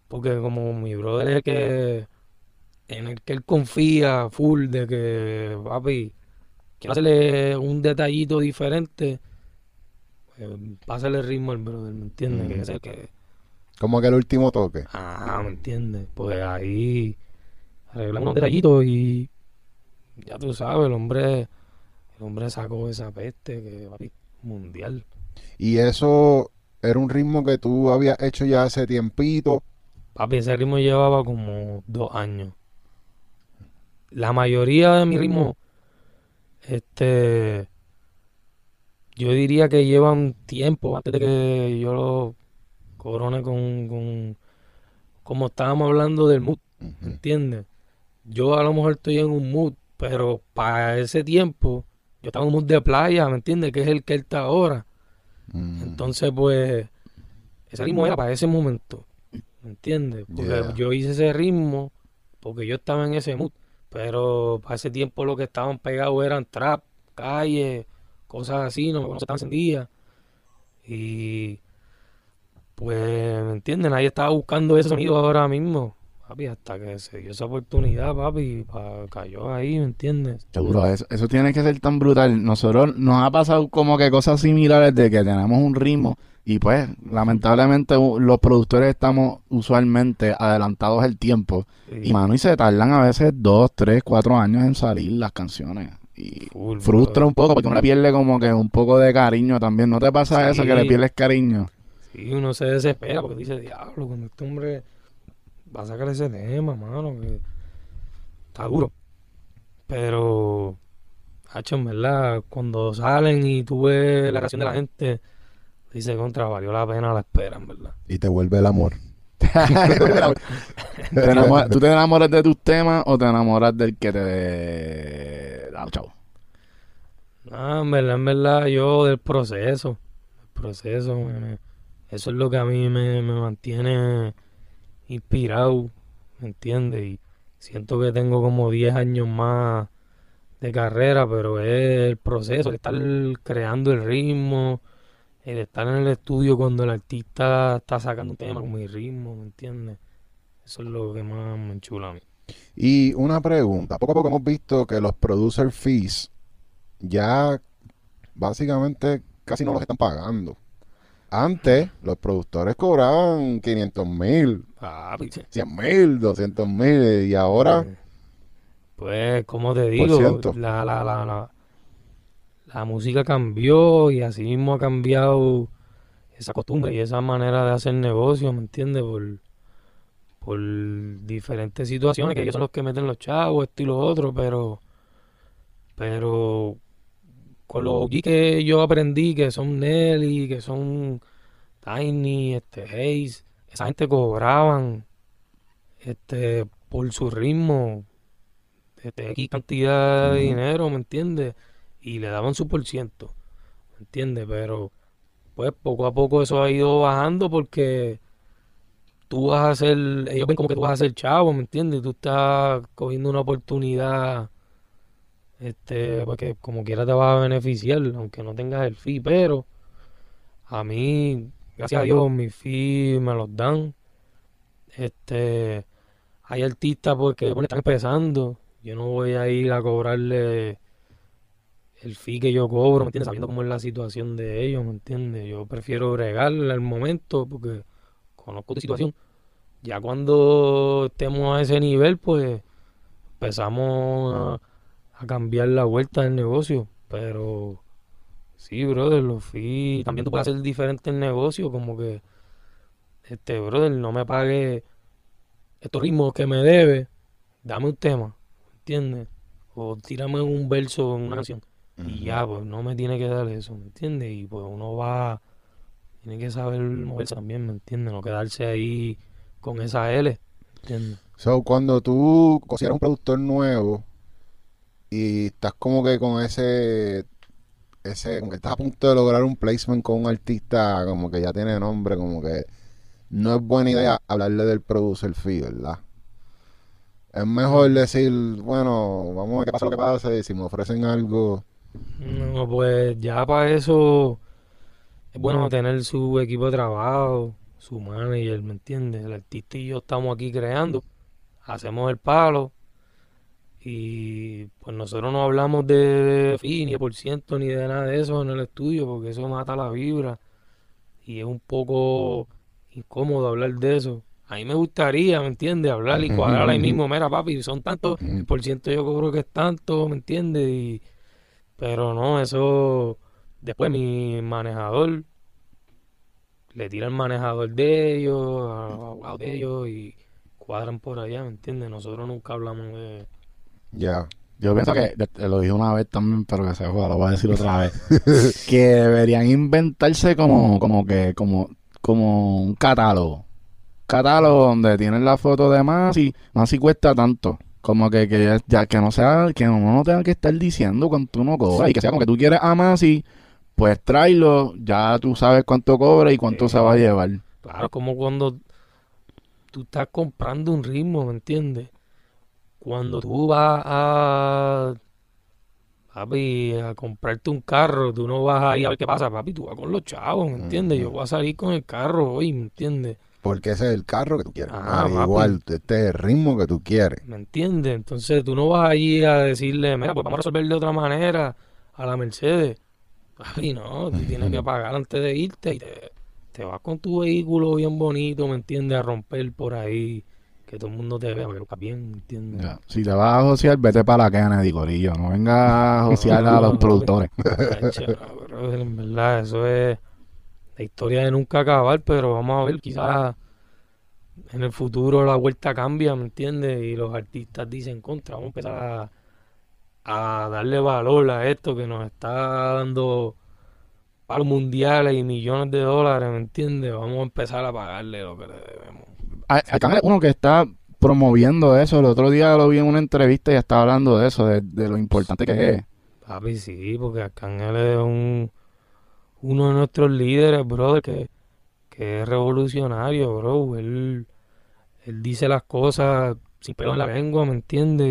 [SPEAKER 1] porque como mi brother es el que, en el que él confía full de que, papi, quiero hacerle un detallito diferente, pásale el ritmo al brother, ¿me entiendes? Que es el que,
[SPEAKER 3] Como que el último toque.
[SPEAKER 1] ¿me entiendes? Pues ahí arreglamos unos detallitos y ya tú sabes, el hombre sacó esa peste que, papi, mundial.
[SPEAKER 3] Y eso era un ritmo que tú habías hecho ya hace tiempito.
[SPEAKER 1] Papi, ese ritmo llevaba como 2 años. La mayoría de mis ritmos, este, yo diría que llevan tiempo antes de que yo lo corone como estábamos hablando del mood,
[SPEAKER 3] Ujú.
[SPEAKER 1] ¿entiendes? Yo a lo mejor estoy en un mood, pero para ese tiempo yo estaba en un mood de playa, ¿me entiendes? Que es el que él está ahora.
[SPEAKER 3] Mm,
[SPEAKER 1] Entonces, pues, ese ritmo era para ese momento, ¿me entiendes? Porque
[SPEAKER 3] yeah.
[SPEAKER 1] yo hice ese ritmo porque yo estaba en ese mood, pero para ese tiempo lo que estaban pegados eran trap, calle, cosas así, no se estaban encendidas. Y pues, ¿me entiendes? Nadie estaba buscando ese sonido ahora mismo, papi, hasta que se dio esa oportunidad, papi, cayó ahí, ¿me entiendes?
[SPEAKER 2] Seguro, eso tiene que ser tan brutal. Nosotros nos ha pasado como que cosas similares de que tenemos un ritmo y pues lamentablemente los productores estamos usualmente adelantados el tiempo y
[SPEAKER 1] Y
[SPEAKER 2] mano y se tardan a veces 2, 3, 4 años en salir las canciones y
[SPEAKER 1] full,
[SPEAKER 2] frustra
[SPEAKER 1] brother.
[SPEAKER 2] un poco porque uno le pierde como que un poco de cariño también. ¿No te pasa eso que le
[SPEAKER 1] Sí,
[SPEAKER 2] pierdes cariño?
[SPEAKER 1] sí, uno se desespera porque dice, diablo, cuando este hombre va a sacar ese tema, mano, que está duro. Pero, hacho, en verdad, cuando salen y tú ves la reacción de la gente, dice contra, valió la pena la espera, en verdad.
[SPEAKER 3] Y te vuelve el amor.
[SPEAKER 2] ¿Tú te enamoras de tus temas o te enamoras del que te... Ah, chao.
[SPEAKER 1] Ah, en verdad, yo del proceso, eso es lo que a mí me mantiene inspirado, ¿me entiendes? Y siento que tengo como 10 años más de carrera, pero es el proceso, el estar creando el ritmo, el estar en el estudio cuando el artista está sacando un tema con mi ritmo, ¿me entiendes? Eso es lo que más me enchula a mí.
[SPEAKER 3] Y una pregunta. Poco a poco hemos visto que los producer fees ya básicamente casi no los están pagando. Antes, los productores cobraban 500,000,
[SPEAKER 1] Papi,
[SPEAKER 3] 100,000, 200,000 y ahora
[SPEAKER 1] pues, como te
[SPEAKER 3] por
[SPEAKER 1] digo,
[SPEAKER 3] ciento.
[SPEAKER 1] la música cambió y así mismo ha cambiado esa costumbre y esa manera de hacer negocio, ¿me entiendes? Por diferentes situaciones, que ellos son los que meten los chavos, esto y lo otro, pero con los OG que yo aprendí, que son Nelly, que son Tiny, Haze, esa gente cobraban por su ritmo, X cantidad de
[SPEAKER 3] Ujú.
[SPEAKER 1] dinero, ¿me entiendes? Y le daban su por ciento, ¿me entiendes? Pero pues poco a poco eso ha ido bajando porque tú vas a ser, ellos ven como que tú vas a ser chavo, ¿me entiendes? Tú estás cogiendo una oportunidad, porque como quiera te vas a beneficiar, aunque no tengas el fee, pero a mí, gracias a Dios, mis fees me los dan. Este, hay artistas pues que bueno, están empezando, yo no voy a ir a cobrarle el fee que yo cobro, ¿me entiendes? Sabiendo cómo es la situación de ellos, ¿me entiendes? Yo prefiero bregarle al momento porque conozco tu situación. Ya cuando estemos a ese nivel, pues empezamos a cambiar la vuelta del negocio. Pero sí, brother, los fees, también tú puedes hacer diferente el negocio, como que, brother, no me pague estos ritmos que me debe, dame un tema, ¿entiendes? O tírame un verso en una canción. Y
[SPEAKER 3] Ujú.
[SPEAKER 1] ya, pues no me tiene que dar eso, ¿me entiendes? Y pues uno va, tiene que saber moverse también, ¿me entiendes? No quedarse ahí con esa L, ¿entiendes?
[SPEAKER 3] So, cuando tú consideras un productor nuevo y estás como que con como que estás a punto de lograr un placement con un artista como que ya tiene nombre, como que no es buena idea hablarle del producer fee, ¿verdad? Es mejor decir, bueno, vamos a ver qué pasa lo que pase, y si me ofrecen algo.
[SPEAKER 1] No, pues ya para eso es bueno tener su equipo de trabajo, su manager, ¿me entiendes? El artista y yo estamos aquí creando, hacemos el palo y pues nosotros no hablamos de fee, ni de por ciento, ni de nada de eso en el estudio porque eso mata la vibra y es un poco incómodo hablar de eso. A mí me gustaría, ¿me entiendes? Hablar y cuadrar ahí mismo, mira papi, son tantos, el por ciento yo cobro que es tanto, ¿me entiendes? Pero no, eso, después mi manejador le tira el manejador de ellos, al abogado de ellos y cuadran por allá, ¿me entiendes? Nosotros nunca hablamos de...
[SPEAKER 3] Ya.
[SPEAKER 2] Yo pienso que, te lo dije una vez también, pero que se joda, lo voy a decir otra vez, que deberían inventarse como un catálogo donde tienen la foto de Masi cuesta tanto, como que ya que no sea, que uno no tenga que estar diciendo cuánto uno cobra, y que sea como que tú quieres a Masi, pues tráelo, ya tú sabes cuánto cobra y cuánto se va a llevar.
[SPEAKER 1] Claro, como cuando tú estás comprando un ritmo, ¿me entiendes? Cuando tú vas papi, a comprarte un carro, tú no vas ahí a ver qué pasa, papi, tú vas con los chavos, ¿me entiendes? Yo voy a salir con el carro hoy, ¿me entiendes?
[SPEAKER 3] Porque ese es el carro que tú quieres.
[SPEAKER 1] Ajá,
[SPEAKER 3] Al
[SPEAKER 1] papi.
[SPEAKER 3] igual, este es el ritmo que tú quieres.
[SPEAKER 1] ¿Me entiendes? Entonces tú no vas allí a decirle, mira, pues vamos a resolver de otra manera a la Mercedes. Papi, no, tú tienes que pagar antes de irte y te vas con tu vehículo bien bonito, ¿me entiendes? A romper por ahí, que todo el mundo te vea, porque lo bien, ¿me entiendes?
[SPEAKER 2] Ya. Si te vas a josear, vete para la Kennedy, corillo, no vengas a josear a los productores.
[SPEAKER 1] Chacho, no, brother, en verdad, eso es la historia de nunca acabar, pero vamos a ver, quizás en el futuro la vuelta cambia, ¿me entiendes? Y los artistas dicen contra, vamos a empezar a darle valor a esto que nos está dando palos mundiales y millones de dólares, ¿me entiendes? Vamos a empezar a pagarle lo que le debemos.
[SPEAKER 2] Acá hay uno que está promoviendo eso. El otro día lo vi en una entrevista y estaba hablando de eso, de lo importante que es.
[SPEAKER 1] Papi, sí, porque Arcángel es uno de nuestros líderes, brother, que es revolucionario, bro. Él dice las cosas sin pelo en la lengua, ¿me entiendes?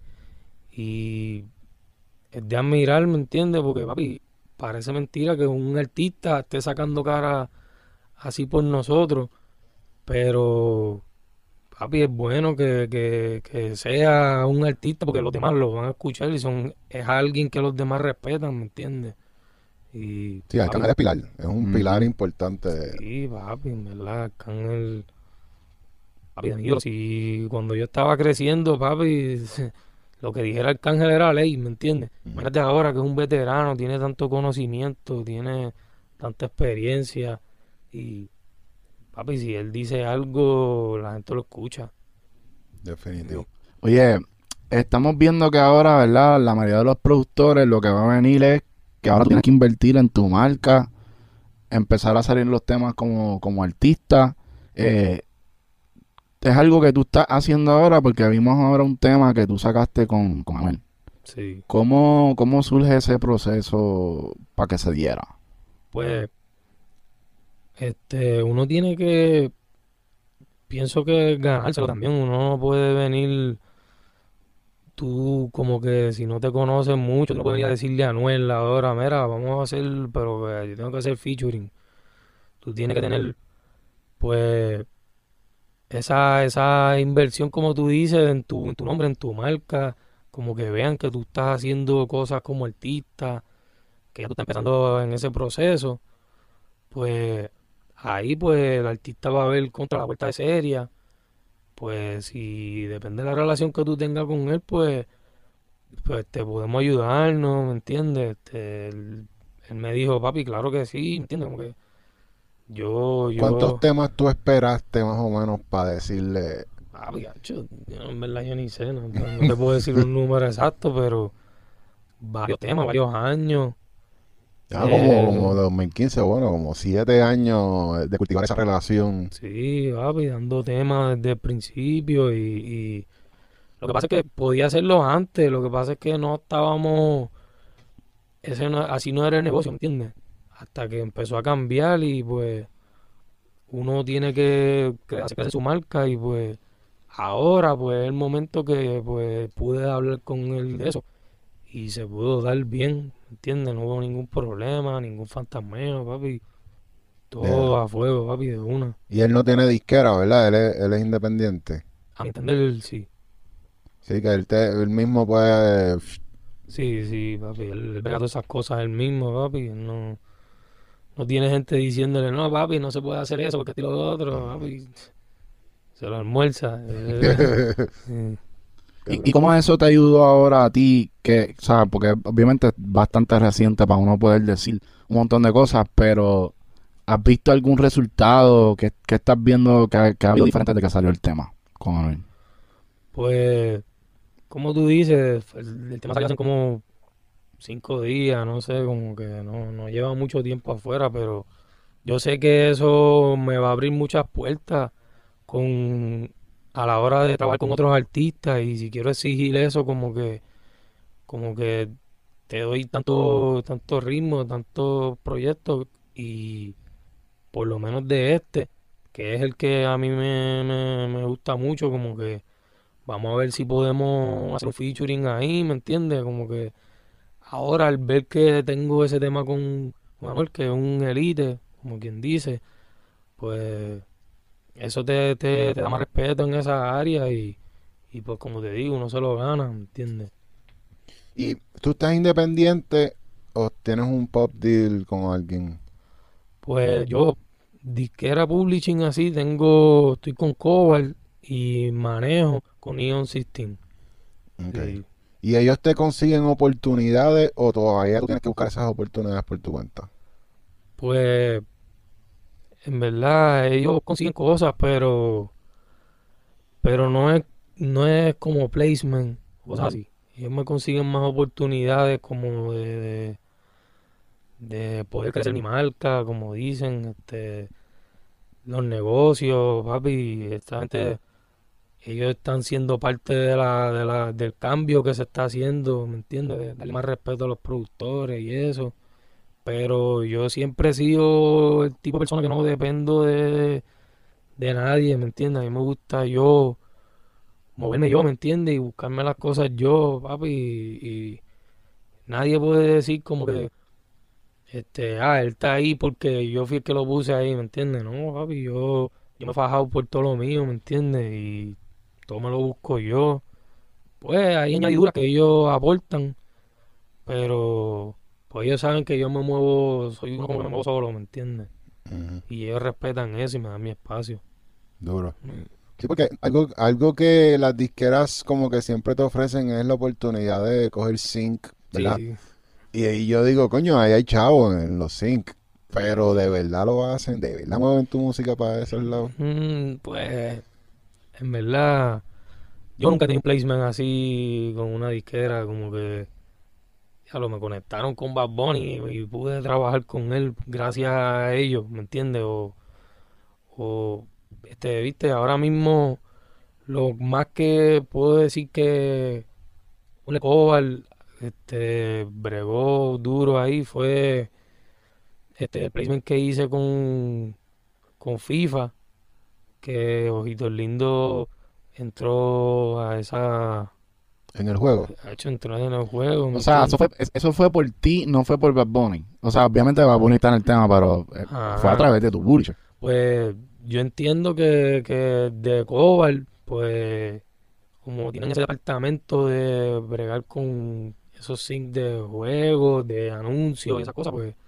[SPEAKER 1] Y es de admirar, ¿me entiendes? Porque, papi, parece mentira que un artista esté sacando cara así por nosotros, pero, papi, es bueno que sea un artista porque los demás lo van a escuchar y es alguien que los demás respetan, ¿me entiendes? Y,
[SPEAKER 3] Sí, Arcángel es pilar. Es un pilar importante.
[SPEAKER 1] sí, papi, en verdad, Arcángel, papi, amigo, si cuando yo estaba creciendo, papi, lo que dijera Arcángel era ley, ¿me entiendes? Imagínate ahora que es un veterano, tiene tanto conocimiento, tiene tanta experiencia y, papi, si él dice algo, la gente lo escucha.
[SPEAKER 3] Definitivo.
[SPEAKER 2] Oye, estamos viendo que ahora, ¿verdad? La mayoría de los productores lo que va a venir es que ahora tienes que invertir en tu marca, empezar a salir los temas como artista. Es algo que tú estás haciendo ahora porque vimos ahora un tema que tú sacaste con Anuel.
[SPEAKER 1] Sí,
[SPEAKER 2] ¿Cómo surge ese proceso para que se diera?
[SPEAKER 1] pues, uno tiene que, pienso que ganárselo también, uno no puede venir, tú como que si no te conoces mucho, tú no puedes ir a decirle a Anuel ahora, mira, vamos a hacer, pero yo tengo que hacer featuring. Tú tienes que tener, pues, esa inversión, como tú dices, en tu nombre, en tu marca, como que vean que tú estás haciendo cosas como artista, que ya tú estás empezando en ese proceso, pues ahí pues el artista va a ver contra la puerta de serie, pues si depende de la relación que tú tengas con él, pues te podemos ayudarnos, ¿me entiendes? Él me dijo, papi, claro que sí, ¿me entiendes? Como que
[SPEAKER 3] ¿Cuántos
[SPEAKER 1] yo,
[SPEAKER 3] temas tú esperaste más o menos para decirle?
[SPEAKER 1] papi, gacho, en verdad yo ni sé, no te puedo decir un número exacto, pero varios temas, varios años.
[SPEAKER 3] Ya como
[SPEAKER 1] Eh,
[SPEAKER 3] 2015, bueno, como 7 años de cultivar esa relación.
[SPEAKER 1] sí, papi, dando temas desde el principio y lo que pasa es que podía hacerlo antes, lo que pasa es que no estábamos, así no era el negocio, ¿me entiendes? Hasta que empezó a cambiar y pues uno tiene que hacer su marca y pues ahora pues es el momento que pues pude hablar con él de eso y se pudo dar bien, ¿me entiendes? No hubo ningún problema, ningún fantasmeo, papi. Todo a fuego, papi, de una.
[SPEAKER 3] Y él no tiene disquera, ¿verdad? Él es independiente.
[SPEAKER 1] A mi entender, sí.
[SPEAKER 3] Sí, que él mismo puede...
[SPEAKER 1] Sí, papi. Él pega todas esas cosas él mismo, papi. Él no tiene gente diciéndole, no, papi, no se puede hacer eso porque esto y lo otro, papi. Se lo almuerza. Sí.
[SPEAKER 2] ¿Y cómo eso te ayudó ahora a ti? Que, ¿sabes? Porque obviamente es bastante reciente para uno poder decir un montón de cosas, pero ¿has visto algún resultado que estás viendo que ha habido diferente desde que salió el tema con Anuel?
[SPEAKER 1] Pues, como tú dices, el tema salió hace como 5 días, no sé, como que no lleva mucho tiempo afuera, pero yo sé que eso me va a abrir muchas puertas con a la hora de trabajar con otros artistas y si quiero exigir eso como que te doy tanto ritmo, tantos proyectos y por lo menos de este, que es el que a mí me gusta mucho, como que vamos a ver si podemos hacer un featuring ahí, ¿me entiendes? Como que ahora al ver que tengo ese tema con Manuel, que es un elite, como quien dice, pues eso te da más respeto en esa área y pues como te digo, uno se lo gana, ¿me entiendes?
[SPEAKER 3] ¿Y tú estás independiente o tienes un pop deal con alguien?
[SPEAKER 1] Pues yo, disquera publishing así, estoy con Cobalt y manejo con Neon System.
[SPEAKER 3] Ok.
[SPEAKER 1] Sí.
[SPEAKER 3] ¿Y ellos te consiguen oportunidades o todavía tú tienes que buscar esas oportunidades por tu cuenta?
[SPEAKER 1] Pues en verdad ellos consiguen cosas, pero no es como placement, cosas así. Ellos me consiguen más oportunidades como de poder crecer mi marca, como dicen, los negocios, papi, esta gente, ellos están siendo parte del cambio que se está haciendo, ¿me entiendes? De darle más respeto a los productores y eso. Pero yo siempre he sido el tipo de persona que no dependo de nadie, ¿me entiendes? A mí me gusta yo moverme yo, ¿me entiendes? Y buscarme las cosas yo, papi, y nadie puede decir como que, él está ahí porque yo fui el que lo puse ahí, ¿me entiendes? No, papi, yo me he fajado por todo lo mío, ¿me entiendes? Y todo me lo busco yo. Pues hay añadiduras que ellos aportan, pero pues ellos saben que yo me muevo, soy uno como que me muevo solo, ¿me entiendes?
[SPEAKER 3] Ujú.
[SPEAKER 1] Y ellos respetan eso y me dan mi espacio.
[SPEAKER 3] Duro. Sí, porque algo que las disqueras como que siempre te ofrecen es la oportunidad de coger sync,
[SPEAKER 1] Sí,
[SPEAKER 3] ¿verdad?
[SPEAKER 1] sí.
[SPEAKER 3] Y ahí yo digo, coño, ahí hay chavos en los sync, pero de verdad lo hacen, de verdad mueven tu música para esos lados.
[SPEAKER 1] Pues, en verdad, yo nunca he tenido un placement así con una disquera, como que, me conectaron con Bad Bunny y pude trabajar con él gracias a ellos, ¿me entiendes? O, viste, ahora mismo lo más que puedo decir que un Cobal, bregó duro ahí fue, el placement que hice con FIFA, que Ojitos Lindo entró
[SPEAKER 3] En el juego.
[SPEAKER 1] ha hecho entrar en el juego, ¿me
[SPEAKER 2] O sea,
[SPEAKER 1] entiendes?
[SPEAKER 2] eso fue por ti, no fue por Bad Bunny. O sea, obviamente Bad Bunny está en el tema, pero fue a
[SPEAKER 1] Ajá.
[SPEAKER 2] través de tu publisher.
[SPEAKER 1] Pues yo entiendo que de Cobalt, pues como tienen ese departamento de bregar con esos syncs de juegos, de anuncios y esas cosas, pues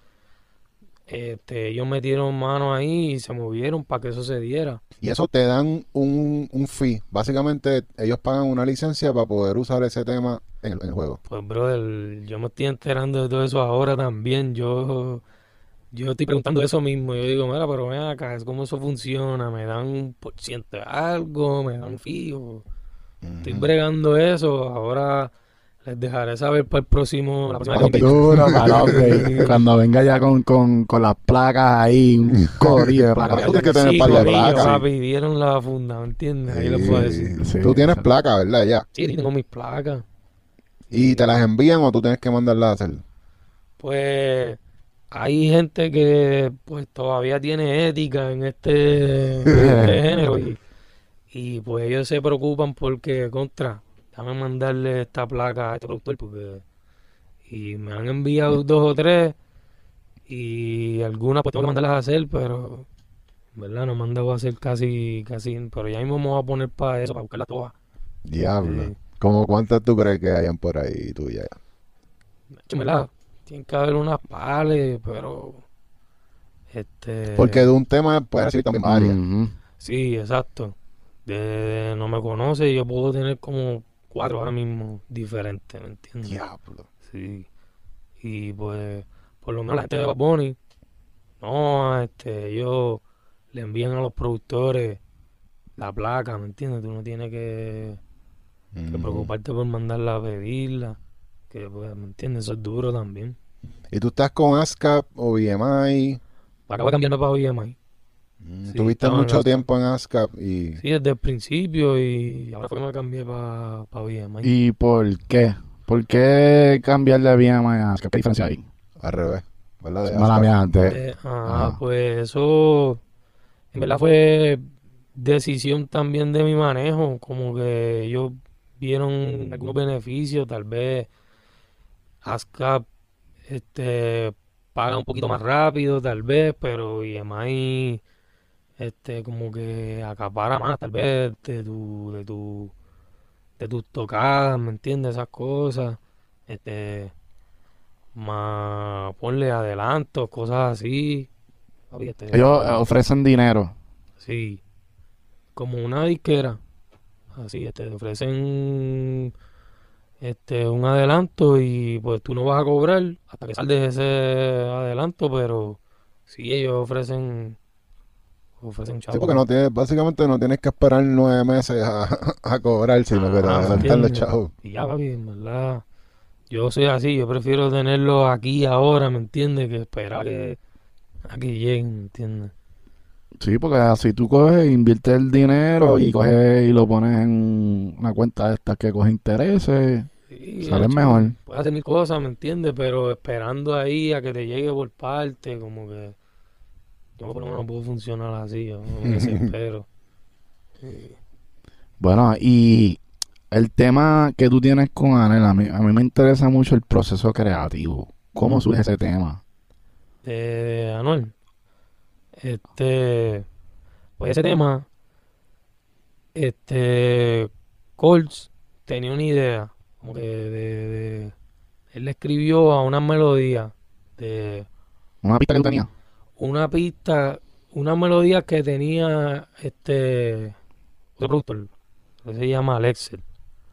[SPEAKER 1] ellos metieron mano ahí y se movieron para que eso se diera.
[SPEAKER 3] Y eso te dan un fee. Básicamente ellos pagan una licencia para poder usar ese tema en el juego.
[SPEAKER 1] Pues, brother, yo me estoy enterando de todo eso ahora también. Yo estoy preguntando eso mismo. Yo digo, mira, pero ven acá, ¿cómo eso funciona? ¿Me dan un por ciento de algo? ¿Me dan fijo? Estoy
[SPEAKER 3] Ujú.
[SPEAKER 1] bregando eso. Ahora les dejaré saber para la próxima
[SPEAKER 3] Cuando te-
[SPEAKER 1] que
[SPEAKER 2] Duro, palote.
[SPEAKER 1] invite.
[SPEAKER 2] Cuando venga ya con las placas ahí, un corillo de
[SPEAKER 3] Tú
[SPEAKER 2] placas.
[SPEAKER 3] tienes que tener
[SPEAKER 1] Sí,
[SPEAKER 3] par de
[SPEAKER 1] corillo,
[SPEAKER 3] placas.
[SPEAKER 1] papi, dieron la funda, ¿me entiendes? Ahí les puedo decir.
[SPEAKER 2] Sí,
[SPEAKER 3] Tú tienes
[SPEAKER 2] exacto.
[SPEAKER 3] placa, ¿verdad? Ya.
[SPEAKER 1] Sí, tengo mis placas.
[SPEAKER 3] ¿Y te las envían o tú tienes que mandarlas a hacer?
[SPEAKER 1] Pues hay gente que pues todavía tiene ética en este género y pues ellos se preocupan porque déjame mandarle esta placa a este productor porque y me han enviado dos o tres y y algunas pues tengo que mandarlas a hacer, pero en verdad no me han dado a hacer casi, pero ya mismo me voy a poner para eso, para buscarlas todas.
[SPEAKER 3] Diablo.
[SPEAKER 1] Sí.
[SPEAKER 3] ¿Cómo cuántas tú crees que hayan por ahí tuyas?
[SPEAKER 1] En verdad, tienen que haber unas pales, pero
[SPEAKER 3] Porque de un tema puede recibir también varias.
[SPEAKER 2] Ujú.
[SPEAKER 1] sí, exacto. De no me conoce, yo puedo tener como 4 ahora mismo diferentes, ¿me entiendes?
[SPEAKER 3] Diablo.
[SPEAKER 1] Sí. Y pues, por lo menos la gente de Bad Bunny, no, ellos le envían a los productores la placa, ¿me entiendes? Tú no tienes que
[SPEAKER 3] Ujú.
[SPEAKER 1] preocuparte por mandarla a pedirla, que pues, ¿me entiendes? Eso es duro también.
[SPEAKER 3] ¿Y tú estás con ASCAP o BMI?
[SPEAKER 1] Acabo de cambiarme para BMI. Sí,
[SPEAKER 3] Tuviste
[SPEAKER 1] estaba en
[SPEAKER 3] mucho
[SPEAKER 1] ASCAP.
[SPEAKER 3] tiempo en ASCAP y
[SPEAKER 1] Sí, desde el principio y ahora fue que me cambié para BMI.
[SPEAKER 2] ¿Y por qué? ¿Por qué cambiar de BMI a ASCAP? ¿Qué diferencia hay?
[SPEAKER 3] al revés, ¿verdad? De
[SPEAKER 2] Mala
[SPEAKER 3] ASCAP.
[SPEAKER 2] mía, antes.
[SPEAKER 1] Pues eso en verdad fue decisión también de mi manejo, como que ellos vieron algunos beneficios, tal vez ASCAP paga un poquito más rápido, tal vez, pero IMI como que acapara más, tal vez, de tus tocadas, ¿me entiendes? Esas cosas, más ponle adelantos, cosas así. Papi,
[SPEAKER 2] Ellos ofrecen dinero.
[SPEAKER 1] sí, como una disquera, así, te ofrecen un adelanto y pues tú no vas a cobrar hasta que saldes ese adelanto, pero sí ellos ofrecen
[SPEAKER 3] Sí,
[SPEAKER 1] chavo
[SPEAKER 3] porque
[SPEAKER 1] ahí.
[SPEAKER 3] no tienes, básicamente no tienes que esperar 9 meses a cobrar, sino que te
[SPEAKER 1] Ajá, ¿me
[SPEAKER 3] adelantan los
[SPEAKER 1] entiendes?
[SPEAKER 3] chavos.
[SPEAKER 1] Y ya, papi, en verdad, yo soy así, yo prefiero tenerlo aquí ahora, ¿me entiendes? Que esperar a que lleguen, ¿me entiendes?
[SPEAKER 2] Sí, porque así tú coges, inviertes el dinero y coges y lo pones en una cuenta de estas que coge intereses.
[SPEAKER 1] Sí,
[SPEAKER 2] Sales
[SPEAKER 1] hecho,
[SPEAKER 2] mejor.
[SPEAKER 1] puedes hacer mil cosas, ¿me entiendes? Pero esperando ahí a que te llegue por parte, como que yo por lo menos no puedo funcionar así, yo me desespero. Sí.
[SPEAKER 2] Bueno, y el tema que tú tienes con Anel, a mí me interesa mucho el proceso creativo. ¿Cómo surge ese tema?
[SPEAKER 1] De Anuel, pues ese tema, Colts tenía una idea, como que él le escribió a una melodía de
[SPEAKER 2] Una pista que tú tenías.
[SPEAKER 1] una pista, una melodía que tenía otro productor, que se llama Alexel,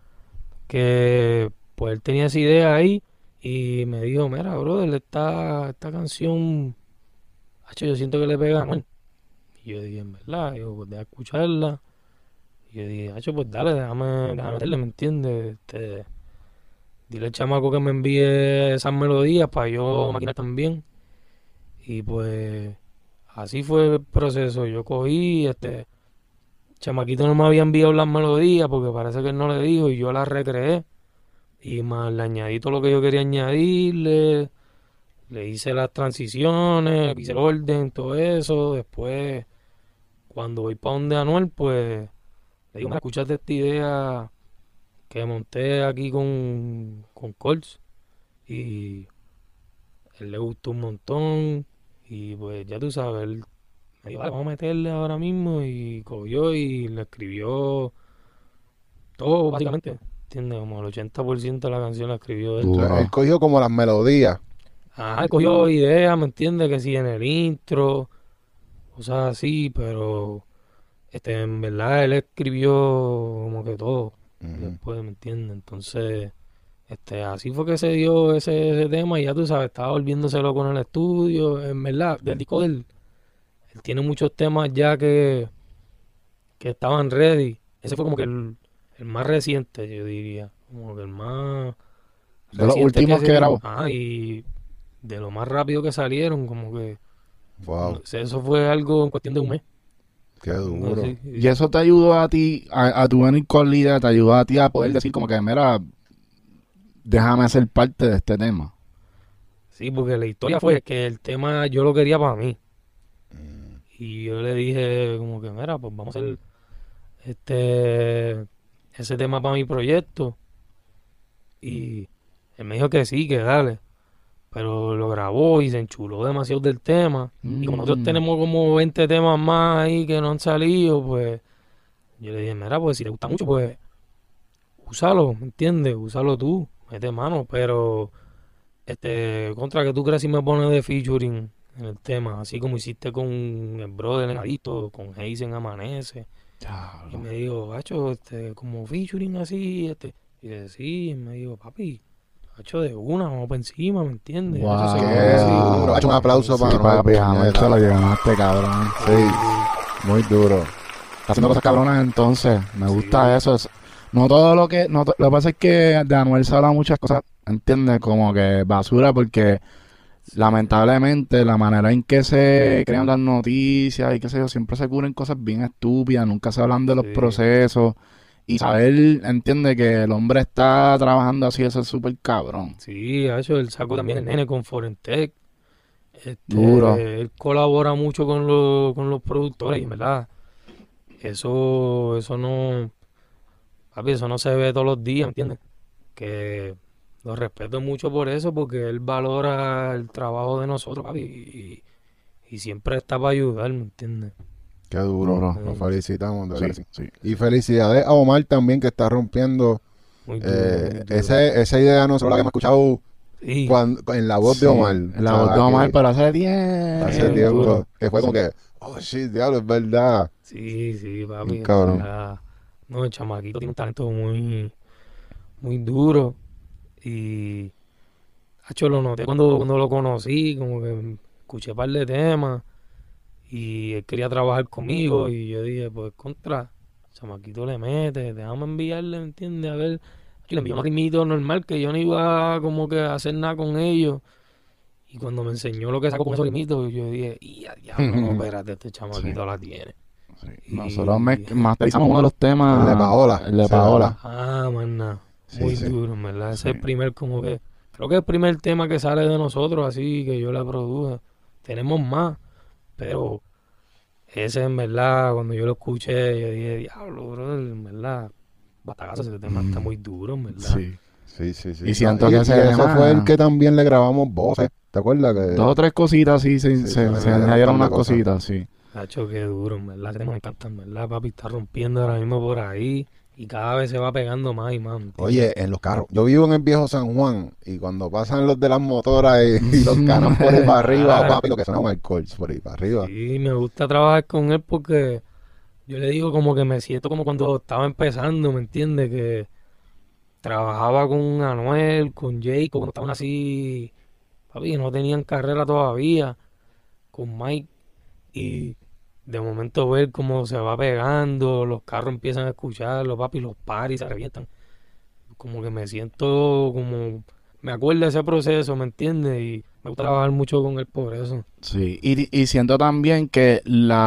[SPEAKER 1] que pues él tenía esa idea ahí y me dijo, mira, brother, esta canción, hacho, yo siento que le pega a Anuel. Y yo dije, en verdad, yo pues deja escucharla. Y yo dije, hacho, pues dale, déjame meterle, ¿me entiendes? Dile al chamaco que me envíe esas melodías para yo maquinar también. Y pues así fue el proceso. Yo cogí, chamaquito no me había enviado las melodías porque parece que él no le dijo y yo las recreé. Y más le añadí todo lo que yo quería añadirle. Le hice las transiciones, hice el orden, todo eso. Después, cuando voy para donde Anuel, pues le digo, mira, escúchate esta idea que monté aquí con Colts. Y él le gustó un montón. Y pues ya tú sabes, él me dijo, vale, vamos a meterle ahora mismo. Y cogió y le escribió todo, básicamente. ¿Entiendes? Como el 80% de la canción la escribió él.
[SPEAKER 3] O sea, él
[SPEAKER 2] Duro.
[SPEAKER 3] cogió como las melodías.
[SPEAKER 1] Ajá, él cogió ideas, ¿me entiendes? Que sí, en el intro, cosas así, pero en verdad él escribió como que todo.
[SPEAKER 3] Ujú.
[SPEAKER 1] Después, ¿me entiendes? Entonces, así fue que se dio ese tema y ya tú sabes, estaba volviéndoselo con el estudio. En verdad, del disco de él tiene muchos temas ya que estaban ready. Ese fue como que el más reciente, yo diría. Como que el más
[SPEAKER 2] De los
[SPEAKER 1] reciente que
[SPEAKER 2] últimos que
[SPEAKER 1] se dio.
[SPEAKER 2] grabó.
[SPEAKER 1] Ajá, y de lo más rápido que salieron, como que
[SPEAKER 3] Wow,
[SPEAKER 1] no sé, eso fue algo en cuestión de un mes.
[SPEAKER 3] qué
[SPEAKER 1] Algo
[SPEAKER 3] duro.
[SPEAKER 1] así,
[SPEAKER 2] Y eso te ayudó a ti, a tu venir con la idea, te ayudó a ti a poder decir como que, mira, déjame ser parte de este tema.
[SPEAKER 1] sí, porque la historia fue que el tema yo lo quería para mí. Y yo le dije como que, mira, pues vamos a hacer este ese tema para mi proyecto. Y él me dijo que sí, que dale. pero lo grabó y se enchuló demasiado del tema. Y como nosotros
[SPEAKER 2] Mm.
[SPEAKER 1] tenemos como 20 temas más ahí que no han salido, pues yo le dije, mira, pues si te gusta mucho, pues úsalo, ¿me entiendes? Úsalo tú, mete mano, pero contra que tú crees si me pones de featuring en el tema, así como hiciste con el brother Negarito, con Hazen Amanece. Y
[SPEAKER 2] Diablo.
[SPEAKER 1] me dijo, Hacho, como featuring así, y le sí, y me dijo, papi, Hacho, de una, vamos para encima, ¿me entiendes?
[SPEAKER 2] Wow.
[SPEAKER 1] Hacho,
[SPEAKER 3] Qué
[SPEAKER 1] seguro que sí.
[SPEAKER 3] duro. Hacho, un aplauso
[SPEAKER 2] Sí,
[SPEAKER 3] para
[SPEAKER 2] papi,
[SPEAKER 3] Anuel,
[SPEAKER 2] Anuel
[SPEAKER 3] puñeta.
[SPEAKER 2] te lo llevaste, cabrón.
[SPEAKER 3] Sí, muy duro.
[SPEAKER 2] Está haciendo cosas cabronas entonces. Me
[SPEAKER 1] Sí.
[SPEAKER 2] gusta eso. No todo lo que... No, lo que pasa es que de Anuel se habla muchas cosas, ¿entiendes? Como que basura porque lamentablemente la manera en que se crean las noticias y qué sé yo, siempre se cubren cosas bien estúpidas, nunca se hablan de los
[SPEAKER 1] Sí.
[SPEAKER 2] procesos. Y saber, entiende que el hombre está trabajando así, eso es súper cabrón.
[SPEAKER 1] Sí, Hacho, él sacó también el nene con Forentec.
[SPEAKER 2] Duro.
[SPEAKER 1] Él colabora mucho con los productores, y en verdad, eso no, papi, eso no se ve todos los días, ¿me entiendes? Que lo respeto mucho por eso, porque él valora el trabajo de nosotros, papi, y siempre está para ayudar, ¿me entiendes?
[SPEAKER 3] Qué duro.
[SPEAKER 2] Duro.
[SPEAKER 3] Nos felicitamos, de
[SPEAKER 2] Sí,
[SPEAKER 3] verdad que sí.
[SPEAKER 2] sí.
[SPEAKER 3] Y felicidades a Omar también, que está rompiendo.
[SPEAKER 1] Muy duro, muy duro.
[SPEAKER 3] Esa idea nosotros la habíamos escuchado
[SPEAKER 1] Sí,
[SPEAKER 3] en la voz de
[SPEAKER 2] Sí,
[SPEAKER 3] Omar.
[SPEAKER 2] La
[SPEAKER 3] O sea,
[SPEAKER 2] voz de Omar,
[SPEAKER 3] que
[SPEAKER 2] pero hace tiempo.
[SPEAKER 3] hace
[SPEAKER 1] Sí,
[SPEAKER 3] tiempo.
[SPEAKER 1] duro.
[SPEAKER 3] Que fue como que, oh shit, diablo, es verdad.
[SPEAKER 1] sí, papi,
[SPEAKER 3] Bien cabrón.
[SPEAKER 1] no, el chamaquito tiene un talento muy duro, y Hacho, lo noté cuando lo conocí, como que escuché un par de temas y él quería trabajar conmigo y yo dije, pues chamaquito le mete, déjame enviarle, ¿me entiendes? A ver, yo le envié un ritmito normal que yo no iba como que a hacer nada con ellos, y cuando me enseñó lo que sacó con esos rimitos, yo dije, ya, no, espérate, este chamaquito la tiene.
[SPEAKER 2] Sí.
[SPEAKER 1] Y-
[SPEAKER 2] Nosotros masterizamos uno de los temas.
[SPEAKER 3] El de Paola.
[SPEAKER 2] El de
[SPEAKER 3] Sí,
[SPEAKER 2] Paola.
[SPEAKER 1] Ah, man,
[SPEAKER 3] Sí,
[SPEAKER 1] muy
[SPEAKER 3] sí.
[SPEAKER 1] duro, en verdad. Ese
[SPEAKER 2] Sí.
[SPEAKER 1] es el primer, como que, creo que es el primer tema que sale de nosotros, así que yo le produje. Tenemos más, pero ese en verdad, cuando yo lo escuché, yo dije, diablo, bro, en verdad, batagazo, ese tema está muy duro, en verdad.
[SPEAKER 2] Sí.
[SPEAKER 3] Sí.
[SPEAKER 2] Y siento
[SPEAKER 3] No,
[SPEAKER 2] que
[SPEAKER 3] y
[SPEAKER 2] ese
[SPEAKER 3] ese
[SPEAKER 2] tema-
[SPEAKER 3] fue el que también le grabamos voces. ¿Te acuerdas? Que
[SPEAKER 2] Dos o tres cositas, sí, se
[SPEAKER 3] Sí,
[SPEAKER 2] se
[SPEAKER 3] sí,
[SPEAKER 2] añadieron
[SPEAKER 3] un
[SPEAKER 2] unas
[SPEAKER 3] par de cosas.
[SPEAKER 2] cositas, sí.
[SPEAKER 1] Hacho, qué duro, en verdad, ese tema me encanta, en verdad, papi, está rompiendo ahora mismo por ahí y cada vez se va pegando más y más, ¿me entiendes?
[SPEAKER 3] Oye, en los carros. Yo vivo en el viejo San Juan y cuando pasan los de las motoras y los canos por ahí para arriba,
[SPEAKER 1] Claro.
[SPEAKER 3] papi, lo que suena Michael por ahí para arriba.
[SPEAKER 1] Sí, me gusta trabajar con él porque yo le digo como que me siento como cuando estaba empezando, ¿me entiendes? Que trabajaba con Anuel, con Jacob, cuando estaban así, papi, que no tenían carrera todavía, con Mike, y de momento ver cómo se va pegando, los carros empiezan a escucharlo, papi, los paris se revientan. Como que me siento como, me acuerdo de ese proceso, ¿me entiendes? Y me gusta trabajar mucho con él por eso.
[SPEAKER 2] Sí, y siento también que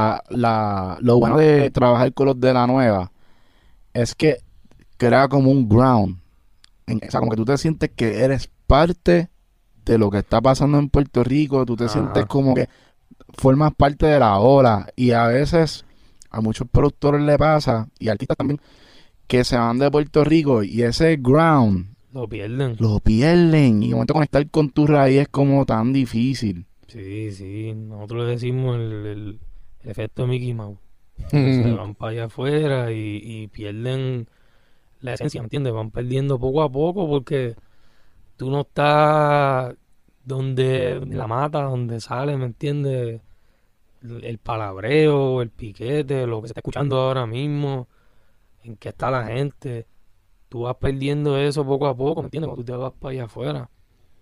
[SPEAKER 2] lo bueno de trabajar con los de la nueva es que crea como un ground. O sea, como que tú te sientes que eres parte de lo que está pasando en Puerto Rico, tú te
[SPEAKER 1] Ajá.
[SPEAKER 2] sientes como que formas parte de la ola. Y a veces a muchos productores le pasa, y artistas también, que se van de Puerto Rico y ese ground
[SPEAKER 1] Lo pierden.
[SPEAKER 2] lo pierden. Y de momento conectar con tu raíz es como tan difícil.
[SPEAKER 1] Sí, nosotros le decimos el efecto Mickey Mouse. Se van para allá afuera y pierden la esencia, ¿me entiendes? Van perdiendo poco a poco porque tú no estás donde la mata, donde sale, ¿me entiendes? El palabreo, el piquete, lo que se está escuchando ahora mismo, en qué está la gente. Tú vas perdiendo eso poco a poco, ¿me entiendes? Cuando tú te vas para allá afuera.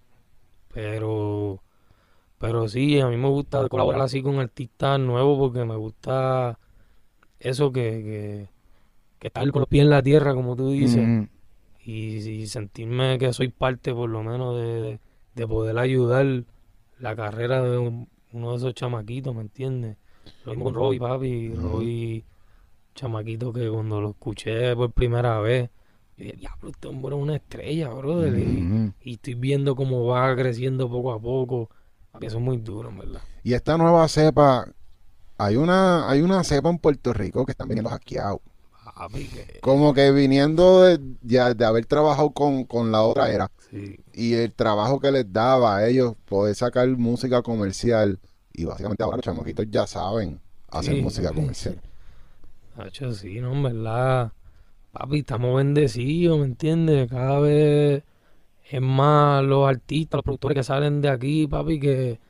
[SPEAKER 1] Pero sí, a mí me gusta colaborar así con artistas nuevos porque me gusta eso que estar con los pies en la tierra, como tú dices,
[SPEAKER 2] Mm,
[SPEAKER 1] y sentirme que soy parte por lo menos de poder ayudar la carrera de uno de esos chamaquitos, ¿me entiendes? Lo mismo con Roy, papi, Roy, chamaquito que cuando lo escuché por primera vez, yo dije, diablo, este hombre es una estrella, brother,
[SPEAKER 2] mm.
[SPEAKER 1] y estoy viendo cómo va creciendo poco a poco, papi, eso es muy duro, en verdad.
[SPEAKER 3] Y esta nueva cepa, hay una cepa en Puerto Rico que están viniendo hackeados.
[SPEAKER 1] papi, que
[SPEAKER 3] Como que viniendo de haber trabajado con la otra era
[SPEAKER 1] sí.
[SPEAKER 3] y el trabajo que les daba a ellos poder sacar música comercial y básicamente ahora los chamaquitos ya saben hacer
[SPEAKER 1] Sí,
[SPEAKER 3] música
[SPEAKER 1] papi.
[SPEAKER 3] comercial.
[SPEAKER 1] Nacho, sí, no, en verdad, papi, estamos bendecidos, ¿me entiendes? Cada vez es más los artistas, los productores que salen de aquí, papi, que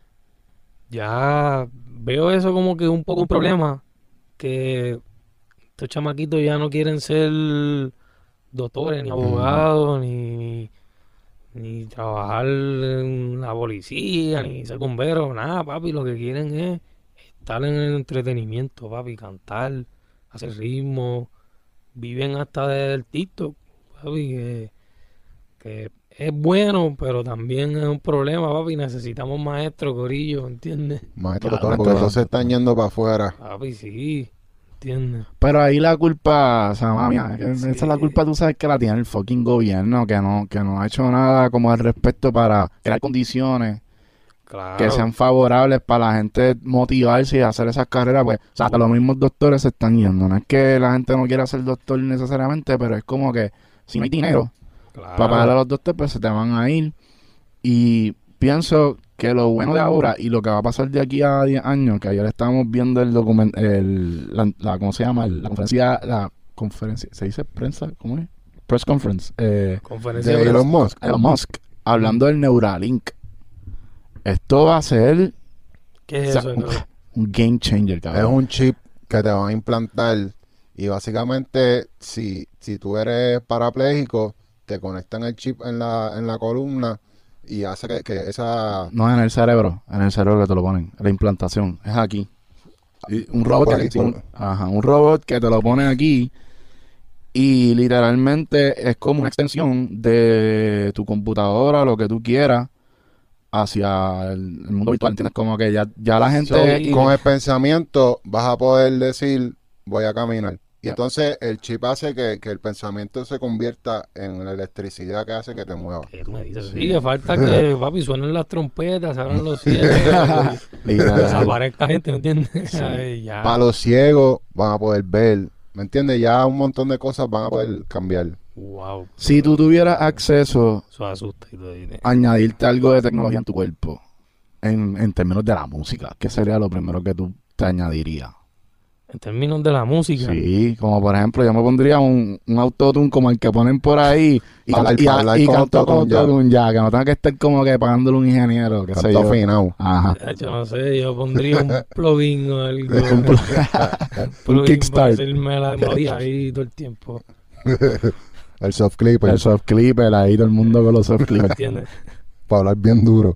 [SPEAKER 1] ya veo eso como que un poco un problema, que estos chamaquitos ya no quieren ser doctores, ni abogados, ni trabajar en la policía, ni ser bomberos, nada, papi, lo que quieren es estar en el entretenimiento, papi, cantar, hacer ritmo, viven hasta del TikTok, papi, que es bueno, pero también es un problema, papi, necesitamos maestros, corillo, ¿entiendes?
[SPEAKER 3] Maestro,
[SPEAKER 2] Claro,
[SPEAKER 3] doctor, porque
[SPEAKER 2] maestro.
[SPEAKER 3] todos se están yendo para afuera.
[SPEAKER 1] Papi, sí, ¿entiendes?
[SPEAKER 2] Pero ahí la culpa, o sea, mami, esa es la
[SPEAKER 1] Sí.
[SPEAKER 2] culpa, tú sabes que la tiene el fucking gobierno, que no ha hecho nada como al respecto para crear condiciones que
[SPEAKER 1] Claro,
[SPEAKER 2] sean favorables para la gente motivarse y hacer esas carreras, pues, o sea, hasta los mismos doctores se están yendo. No es que la gente no quiera ser doctor necesariamente, pero es como que si no hay dinero para pagarle a
[SPEAKER 1] claro,
[SPEAKER 2] los doctores, pues se te van a ir. Y pienso que lo bueno de ahora y lo que va a pasar de aquí a 10 años, que ayer estábamos viendo el documento, ¿cómo se llama? La conferencia, ¿se dice prensa? ¿Cómo es? Press conference.
[SPEAKER 1] conferencia
[SPEAKER 3] De
[SPEAKER 1] de
[SPEAKER 3] Elon
[SPEAKER 1] prensa.
[SPEAKER 3] Musk.
[SPEAKER 2] Elon Musk, hablando del Neuralink. Esto va a ser
[SPEAKER 1] ¿Qué es
[SPEAKER 2] o sea,
[SPEAKER 1] eso? cabrón?
[SPEAKER 2] un game changer,
[SPEAKER 3] Es
[SPEAKER 2] cabrón.
[SPEAKER 3] un chip que te van a implantar y básicamente si tú eres parapléjico, te conectan el chip en la columna y hace que esa...
[SPEAKER 2] No es en el cerebro que te lo ponen. La implantación es aquí. Y un robot
[SPEAKER 3] Por
[SPEAKER 2] que
[SPEAKER 3] aquí,
[SPEAKER 2] sí, un robot que te lo pone aquí y literalmente es como una extensión de tu computadora, lo que tú quieras, hacia el mundo virtual. ¿Entiendes? Como que ya la gente...
[SPEAKER 1] Sí.
[SPEAKER 3] Con el pensamiento vas a poder decir, voy a caminar. Y entonces el chip hace que el pensamiento se convierta en la electricidad que hace que te mueva.
[SPEAKER 1] ¿Qué tú me dices? Sí, que falta que, papi, suenen las trompetas, se abran los cielos, y
[SPEAKER 2] literal.
[SPEAKER 1] desaparezca gente, ¿me entiendes? Ay, ya.
[SPEAKER 3] Para los ciegos van a poder ver, ¿me entiendes? Ya un montón de cosas van a poder cambiar.
[SPEAKER 1] Wow.
[SPEAKER 2] Si tú tuvieras acceso
[SPEAKER 1] Eso asusta y todo.
[SPEAKER 2] a añadirte algo de tecnología en tu cuerpo, en términos de la música, ¿qué sería lo primero que tú te añadirías?
[SPEAKER 1] En términos de la música.
[SPEAKER 2] Sí, como por ejemplo, yo me pondría un autotune como el que ponen por ahí y,
[SPEAKER 3] Para hablar
[SPEAKER 2] y
[SPEAKER 3] con
[SPEAKER 2] canto con
[SPEAKER 3] autotune ya.
[SPEAKER 2] autotune ya, que no tenga que estar como que pagándole un ingeniero, qué sé
[SPEAKER 3] Tanto
[SPEAKER 2] yo.
[SPEAKER 3] afinado.
[SPEAKER 2] Ajá.
[SPEAKER 1] Yo no sé, yo pondría un plugin o algo.
[SPEAKER 2] Un
[SPEAKER 1] Plugin
[SPEAKER 2] kickstart.
[SPEAKER 1] para hacerme la melodía ahí todo el tiempo.
[SPEAKER 3] El soft clipper,
[SPEAKER 2] El soft clipper, ahí todo el mundo con los soft clippers.
[SPEAKER 1] ¿Entiendes?
[SPEAKER 3] para hablar bien duro.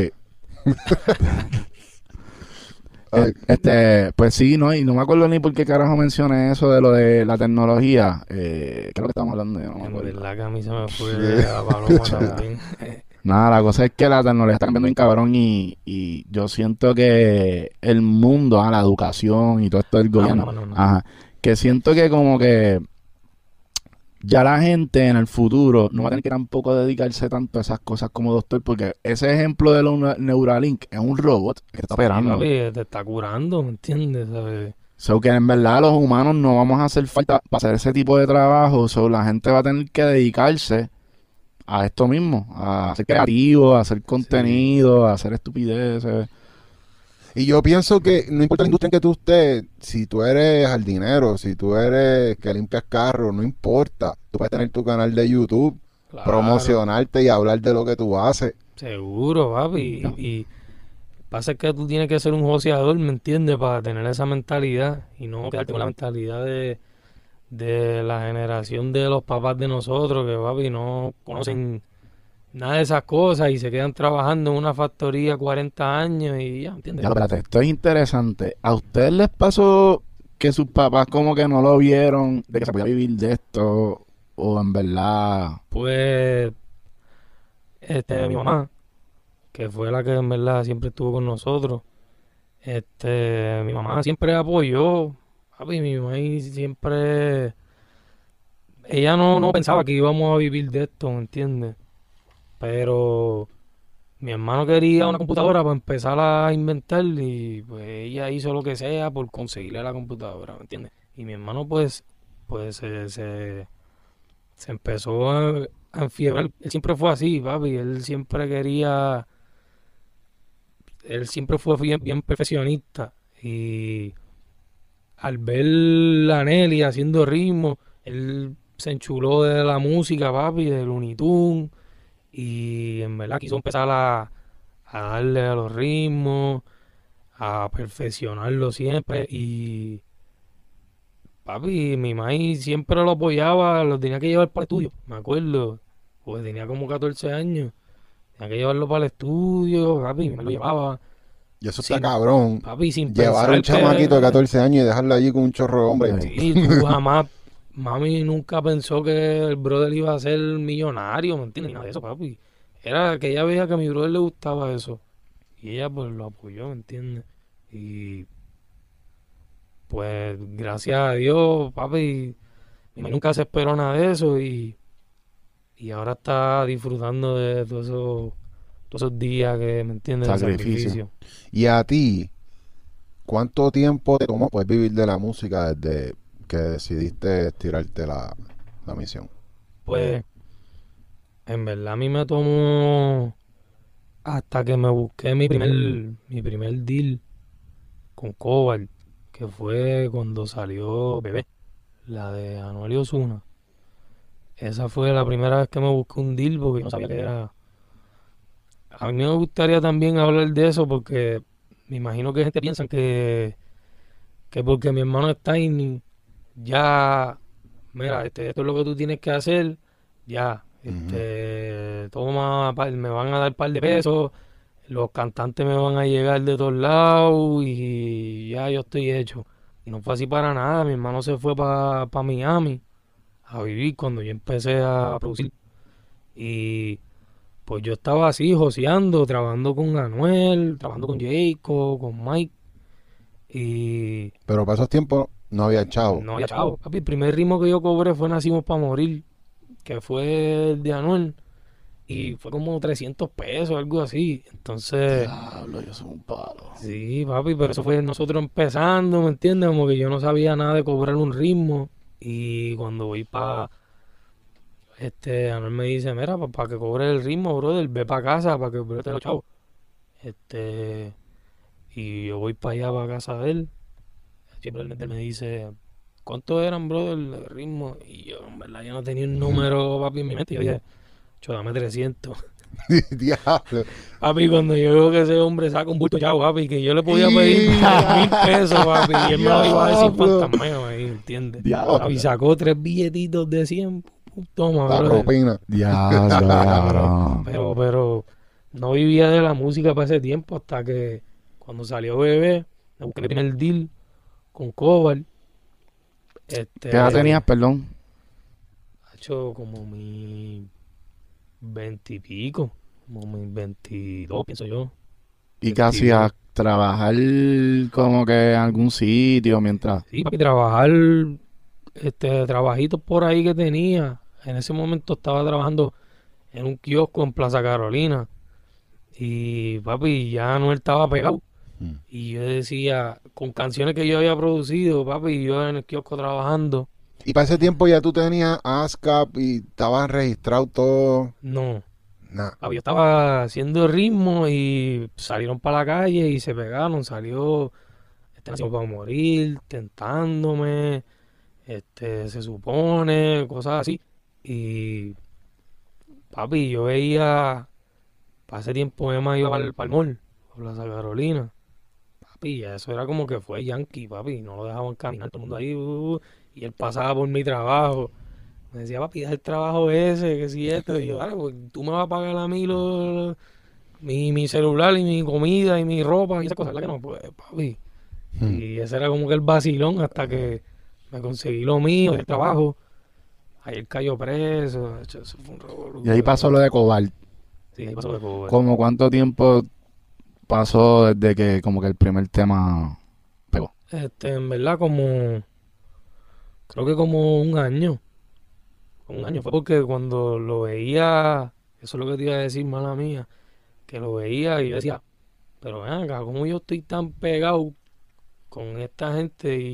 [SPEAKER 3] Ay,
[SPEAKER 2] Pues sí, no, y no me acuerdo ni por qué carajo mencioné eso de lo de la tecnología. ¿Qué es lo que estamos hablando? Yo no me
[SPEAKER 1] En
[SPEAKER 2] acuerdo.
[SPEAKER 1] verdad que a mí se me fue la paloma también.
[SPEAKER 2] Nada, la cosa es que la tecnología está cambiando bien cabrón y yo siento que el mundo, la educación y todo esto del gobierno,
[SPEAKER 1] no.
[SPEAKER 2] ajá, que siento que como que ya la gente en el futuro no va a tener que tampoco dedicarse tanto a esas cosas como doctor, porque ese ejemplo de los Neuralink es un robot que está
[SPEAKER 1] Sí,
[SPEAKER 2] operando.
[SPEAKER 1] papi, te está curando, ¿me entiendes? ¿Sabes?
[SPEAKER 2] So que en verdad los humanos no vamos a hacer falta para hacer ese tipo de trabajo, so la gente va a tener que dedicarse a esto mismo, a ser creativo, a hacer contenido, a hacer estupideces.
[SPEAKER 3] y yo pienso que no importa la industria en que tú estés, si tú eres jardinero, si tú eres que limpias carros, no importa. Tú puedes tener tu canal de YouTube,
[SPEAKER 1] Claro,
[SPEAKER 3] promocionarte y hablar de lo que tú haces.
[SPEAKER 1] seguro, papi.
[SPEAKER 2] No.
[SPEAKER 1] Y pasa que tú tienes que ser un joseador, ¿me entiendes? Para tener esa mentalidad y no quedarte con la mentalidad de la generación de los papás de nosotros, que, papi, no conocen nada de esas cosas y se quedan trabajando en una factoría 40 años y ya, ¿entiendes?
[SPEAKER 2] Ya, espérate, esto es interesante. ¿A ustedes les pasó que sus papás como que no lo vieron de que se podía vivir de esto? O en verdad...
[SPEAKER 1] Pues, mi mamá, que fue la que en verdad siempre estuvo con nosotros, mi mamá siempre apoyó, papi, mi mamá y siempre, ella no pensaba que íbamos a vivir de esto, ¿me entiendes? Pero mi hermano quería una computadora para empezar a inventar y pues ella hizo lo que sea por conseguirle la computadora, ¿me entiendes? Y mi hermano pues pues se empezó a enfiebrar. Él siempre fue así, papi. Él siempre fue bien perfeccionista. Y al ver a Nelly haciendo ritmo, él se enchuló de la música, papi, de Looney Tunes. Y en verdad quiso empezar a darle a los ritmos, a perfeccionarlo siempre. Y papi, mi maíz siempre lo apoyaba, lo tenía que llevar para el estudio, me acuerdo, pues tenía como 14 años, tenía que llevarlo para el estudio, papi, me lo llevaba,
[SPEAKER 3] Y eso está
[SPEAKER 1] sin,
[SPEAKER 3] cabrón.
[SPEAKER 1] papi, sin
[SPEAKER 3] Llevar a un
[SPEAKER 1] pensar
[SPEAKER 3] chamaquito de
[SPEAKER 1] que,
[SPEAKER 3] 14 años y dejarlo allí con un chorro de hombre.
[SPEAKER 1] sí, tú jamás, mami nunca pensó que el brother iba a ser millonario, ¿me entiendes? Nada de eso, papi, era que ella veía que a mi brother le gustaba eso, y ella pues lo apoyó, ¿me entiendes? Y pues gracias a Dios, papi, mi mamá nunca se esperó nada de eso y ahora está disfrutando de todos esos días que, ¿me entiendes? De
[SPEAKER 2] Sacrificio.
[SPEAKER 1] sacrificio.
[SPEAKER 3] Y a ti, ¿cuánto tiempo te tomó poder vivir de la música desde que decidiste tirarte la misión?
[SPEAKER 1] Pues, en verdad a mí me tomó hasta que me busqué mi primer deal con Cobalt, que fue cuando salió Bebé, la de Anuel y Ozuna. Esa fue la primera vez que me busqué un deal porque yo no sabía que era. A mí me gustaría también hablar de eso porque me imagino que gente piensa que porque mi hermano es Tiny, ya, mira, esto es lo que tú tienes que hacer, ya, toma, me van a dar par de pesos, los cantantes me van a llegar de todos lados y ya yo estoy hecho. Y no fue así para nada, mi hermano se fue para Miami a vivir cuando yo empecé a producir. Y pues yo estaba así, joseando, trabajando con Anuel, trabajando con Jacob, con Mike. Y
[SPEAKER 3] Pero para esos tiempos no había chavo.
[SPEAKER 1] no había chavo. Papi, el primer ritmo que yo cobré fue Nacimos para Morir, que fue el de Anuel. Y fue como 300 pesos, algo así. Entonces,
[SPEAKER 2] Diablo, yo soy un palo.
[SPEAKER 1] sí, papi, pero eso fue nosotros empezando, ¿me entiendes? Como que yo no sabía nada de cobrar un ritmo. Y cuando voy para Anuel me dice, mira, para que cobre el ritmo, brother, ve para casa para que brote los chavos. Y yo voy para allá, para casa de él. Simplemente me dice, ¿cuántos eran, brother, el ritmo? Y yo, en verdad, yo no tenía un número, papi, en mi mente. Yo dije, dame 300.
[SPEAKER 3] Diablo.
[SPEAKER 1] Papi, cuando yo veo que ese hombre saca un bulto de chavo, papi, que yo le podía pedir 1000 pesos, papi, y él me lo iba a decir
[SPEAKER 3] Diablo.
[SPEAKER 1] fantasmeo ahí, ¿entiendes?
[SPEAKER 2] Diablo.
[SPEAKER 1] Papi, sacó 3 billetitos de 100, toma,
[SPEAKER 3] La
[SPEAKER 1] brother.
[SPEAKER 3] propina.
[SPEAKER 2] Diablo, cabrón.
[SPEAKER 1] Pero no vivía de la música para ese tiempo hasta que cuando salió Bebé, me busqué mi primer deal con Cobalt.
[SPEAKER 2] ¿Qué edad tenías, perdón?
[SPEAKER 1] Ha hecho como mi 20 y pico, como mi 22, pienso yo.
[SPEAKER 2] ¿Y qué hacías? ¿Trabajar como que en algún sitio mientras?
[SPEAKER 1] Sí, papi, trabajar, trabajitos por ahí que tenía. En ese momento estaba trabajando en un kiosco en Plaza Carolina. Y papi, ya no estaba pegado. Y yo decía, con canciones que yo había producido, papi, yo en el kiosco trabajando.
[SPEAKER 3] Y para ese tiempo ya tú tenías ASCAP y estabas registrado todo.
[SPEAKER 1] No,
[SPEAKER 3] Nah.
[SPEAKER 1] papi, yo estaba haciendo ritmo y salieron para la calle y se pegaron. Salió Nació para Morir, Tentándome, se supone, cosas así. Y papi, yo veía, para ese tiempo Emma iba para el mall, a Plaza Carolina. Papi, eso era como que fue Yankee, papi, no lo dejaban caminar todo el mundo ahí, y él pasaba por mi trabajo. Me decía, papi, haz el trabajo ese, que si esto. Y yo, dale, pues tú me vas a pagar a mí mi celular y mi comida y mi ropa y esas cosas, ¿verdad que no? Pues, papi. Y ese era como que el vacilón hasta que me conseguí lo mío, el trabajo. Ayer cayó preso, eso fue un revolú.
[SPEAKER 2] Y ahí pasó lo de Cobalt.
[SPEAKER 1] Sí, ahí pasó de Cobalt.
[SPEAKER 2] ¿Cómo cuánto tiempo pasó desde que como que el primer tema pegó?
[SPEAKER 1] En verdad creo que como un año. Un año. Fue porque cuando lo veía, eso es lo que te iba a decir, mala mía, que lo veía y yo decía, pero ven acá, ¿cómo yo estoy tan pegado con esta gente y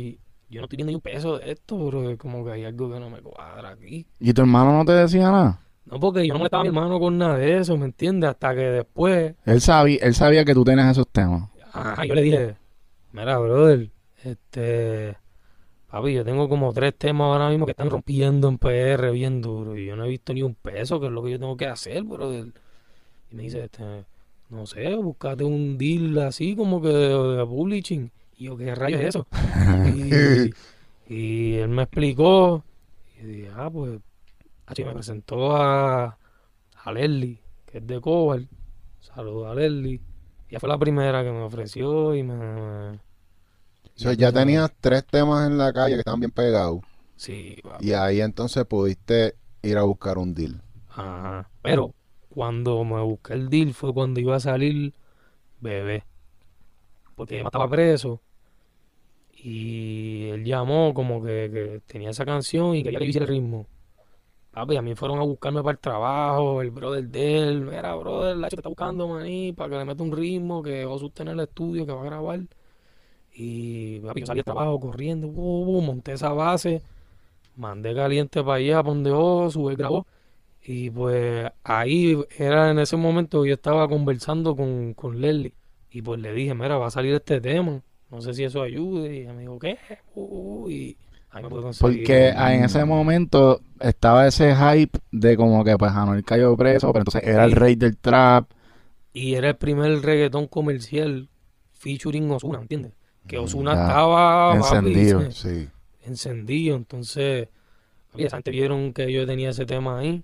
[SPEAKER 1] yo no estoy viendo ni un peso de esto, pero como que hay algo que no me cuadra aquí.
[SPEAKER 2] ¿Y tu hermano no te decía nada?
[SPEAKER 1] No, porque yo no molestaba a mi hermano con nada de eso, ¿me entiendes? Hasta que después,
[SPEAKER 2] Él sabía que tú tenías esos temas.
[SPEAKER 1] yo le dije, mira, brother, papi, yo tengo como 3 temas ahora mismo que están rompiendo en PR bien duro y yo no he visto ni un peso, que es lo que yo tengo que hacer, brother. Y me dice, no sé, búscate un deal así como que de publishing. Y yo, ¿qué rayos es eso? Y, y él me explicó y dije, pues, me presentó a Leslie, que es de Cobalt. Saludos a Leslie. Ella fue la primera que me ofreció y
[SPEAKER 3] O sea,
[SPEAKER 1] ya tú
[SPEAKER 3] ya
[SPEAKER 1] sabes.
[SPEAKER 3] tenías 3 temas en la calle que estaban bien pegados.
[SPEAKER 1] Sí,
[SPEAKER 3] Y
[SPEAKER 1] papi.
[SPEAKER 3] ahí entonces pudiste ir a buscar un deal.
[SPEAKER 1] Ajá. Pero cuando me busqué el deal fue cuando iba a salir Bebé. Porque Emma estaba preso y él llamó como que tenía esa canción y quería que yo hiciera el ritmo. Papi, a mí fueron a buscarme para el trabajo, el brother de él. Mira, brother, la chica está buscando maní para que le meta un ritmo, que va a sostener el estudio, que va a grabar. Y papi, yo salí del trabajo corriendo, monté esa base, mandé caliente para allá, para donde sube, grabó. Y pues ahí era en ese momento que yo estaba conversando con Leslie. Y pues le dije, mira, va a salir este tema. No sé si eso ayude. Y ella me dijo, ¿qué? Y ahí me pude conseguir
[SPEAKER 2] Porque en ese
[SPEAKER 3] Mm.
[SPEAKER 2] momento estaba ese hype de como que pues Anuel cayó preso, pero entonces era el
[SPEAKER 1] Sí.
[SPEAKER 2] rey del trap.
[SPEAKER 1] Y era el primer reggaetón comercial featuring Ozuna, ¿entiendes? Que Ozuna
[SPEAKER 2] Ya,
[SPEAKER 1] estaba, papi,
[SPEAKER 2] encendido.
[SPEAKER 3] Sí.
[SPEAKER 1] encendido. Entonces, papi, esa gente vieron que yo tenía ese tema ahí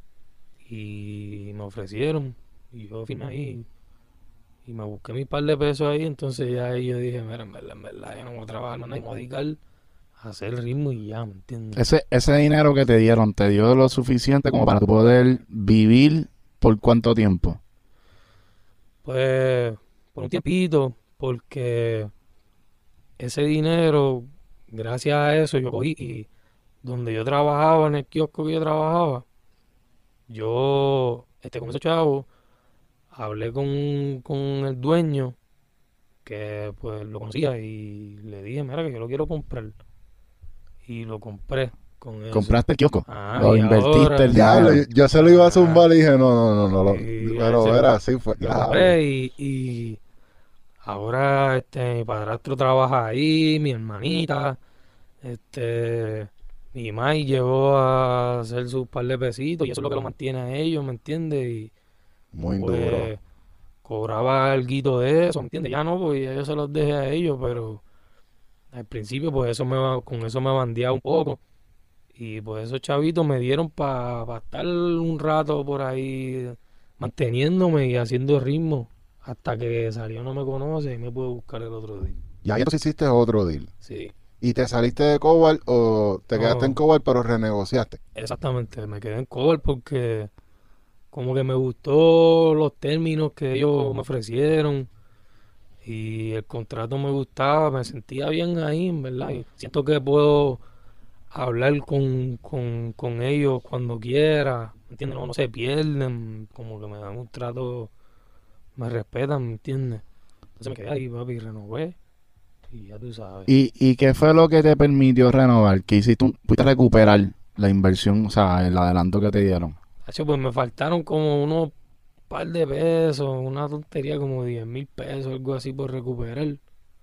[SPEAKER 1] y me ofrecieron. Y yo firmé ahí. Y me busqué mi par de pesos ahí, entonces ya ahí yo dije, mira, en verdad, yo no voy a trabajar, no hay que dedicar a hacer el ritmo y ya, ¿me entiendes?
[SPEAKER 2] Ese dinero que te dieron, ¿te dio lo suficiente como para tú poder vivir por cuánto tiempo?
[SPEAKER 1] Pues, por un tiempito, porque ese dinero, gracias a eso, yo cogí y donde yo trabajaba, en el kiosco que yo trabajaba, yo, con esos chavos, hablé con el dueño, que pues lo conocía, y le dije, mira, que yo lo quiero comprar. Y lo compré con eso.
[SPEAKER 2] ¿Compraste el kiosco?
[SPEAKER 1] Ah,
[SPEAKER 2] ¿O
[SPEAKER 1] y
[SPEAKER 2] invertiste
[SPEAKER 1] ahora,
[SPEAKER 2] el
[SPEAKER 3] Diablo,
[SPEAKER 2] dinero?
[SPEAKER 3] yo se lo iba a
[SPEAKER 1] ah,
[SPEAKER 3] zumbar y dije, no, no, no,
[SPEAKER 1] y a
[SPEAKER 3] pero
[SPEAKER 1] ese
[SPEAKER 3] era así, fue,
[SPEAKER 1] lo
[SPEAKER 3] diablo.
[SPEAKER 1] compré y ahora mi padrastro trabaja ahí, mi hermanita, este, mi mai llegó a hacer sus par de pesitos y eso es lo que lo mantiene a ellos, ¿me entiendes? Y
[SPEAKER 3] Muy duro.
[SPEAKER 1] pues cobraba alguito de eso, ¿me entiendes? Ya no, pues ya yo se los dejé a ellos, pero al principio pues con eso me bandeaba un poco. Y pues esos chavitos me dieron para estar un rato por ahí manteniéndome y haciendo ritmo hasta que salió No Me Conoce y me pude buscar el otro día.
[SPEAKER 3] Y ahí entonces hiciste otro deal.
[SPEAKER 1] Sí,
[SPEAKER 3] ¿Y te saliste de Cobalt o te quedaste en
[SPEAKER 1] no,
[SPEAKER 3] Cobalt pero renegociaste?
[SPEAKER 1] exactamente, me quedé en cover porque como que me gustó los términos que ellos me ofrecieron y el contrato me gustaba, me sentía bien ahí, en verdad. Y siento que puedo hablar con ellos cuando quiera, ¿me entiendes? No se pierden, como que me dan un trato, me respetan, ¿me entiendes? Entonces me quedé ahí, papi, renové y ya tú sabes.
[SPEAKER 2] ¿Y qué fue lo que te permitió renovar? ¿Qué hiciste? ¿Pudiste recuperar la inversión, o sea, el adelanto que te dieron?
[SPEAKER 1] Hacho, pues me faltaron como unos par de pesos, una tontería como 10.000 pesos, algo así por recuperar.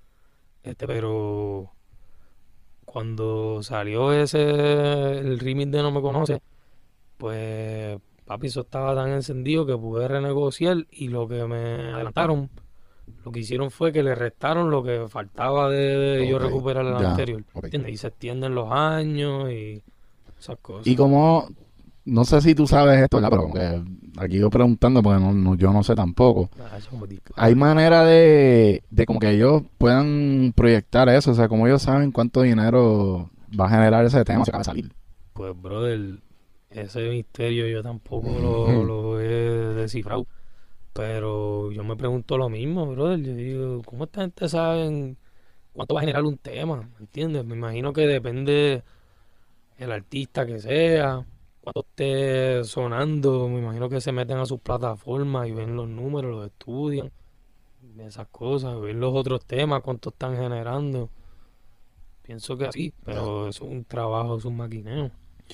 [SPEAKER 1] Pero cuando salió el remix de No Me Conoce, pues papi, eso estaba tan encendido que pude renegociar y lo que me adelantaron, lo que hicieron fue que le restaron lo que faltaba de yo
[SPEAKER 3] Ok,
[SPEAKER 1] recuperar el
[SPEAKER 2] Ya.
[SPEAKER 1] anterior.
[SPEAKER 3] ok.
[SPEAKER 1] ¿Entiendes? Y se extienden los años y esas
[SPEAKER 2] Y
[SPEAKER 1] cosas.
[SPEAKER 2] como, no sé si tú sabes esto, ¿verdad? Pero como que aquí yo preguntando porque yo no sé tampoco.
[SPEAKER 1] Ah, eso como
[SPEAKER 2] Hay manera de como que ellos puedan proyectar eso, o sea, como ellos saben cuánto dinero va a generar ese tema, se acaba de salir.
[SPEAKER 1] Pues, brother, ese misterio yo tampoco lo he descifrado. Pero yo me pregunto lo mismo, brother. Yo digo, ¿cómo esta gente sabe cuánto va a generar un tema? ¿Me entiendes? Me imagino que depende el artista que sea, cuánto esté sonando. Me imagino que se meten a sus plataformas y ven los números, los estudian, esas cosas, ven los otros temas, cuánto están generando. Pienso que así, pero es un trabajo, es un maquineo.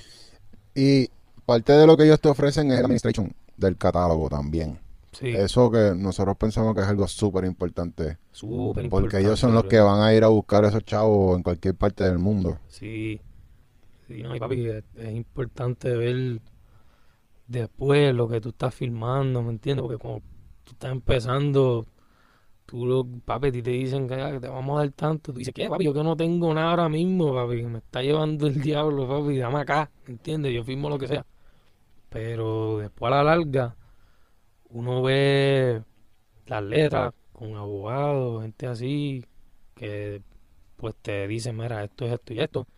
[SPEAKER 3] Y parte de lo que ellos te ofrecen es la administration del catálogo también.
[SPEAKER 1] Sí,
[SPEAKER 3] Eso que nosotros pensamos que es algo súper importante,
[SPEAKER 1] súper
[SPEAKER 3] porque ellos son
[SPEAKER 1] importante,
[SPEAKER 3] los
[SPEAKER 1] bro.
[SPEAKER 3] que van a ir a buscar a esos chavos en cualquier parte del mundo.
[SPEAKER 1] Sí, sí, no, y papi, es importante ver después lo que tú estás filmando, ¿me entiendes? Porque cuando tú estás empezando, papi, a ti te dicen que te vamos a dar tanto. Tú dices, ¿qué, papi? Yo que no tengo nada ahora mismo, papi, que me está llevando el diablo, papi, dame acá, ¿me entiendes? Yo filmo lo que sea. Pero después a la larga, uno ve las letras con abogados, gente así, que pues te dicen, mira, esto es esto y esto.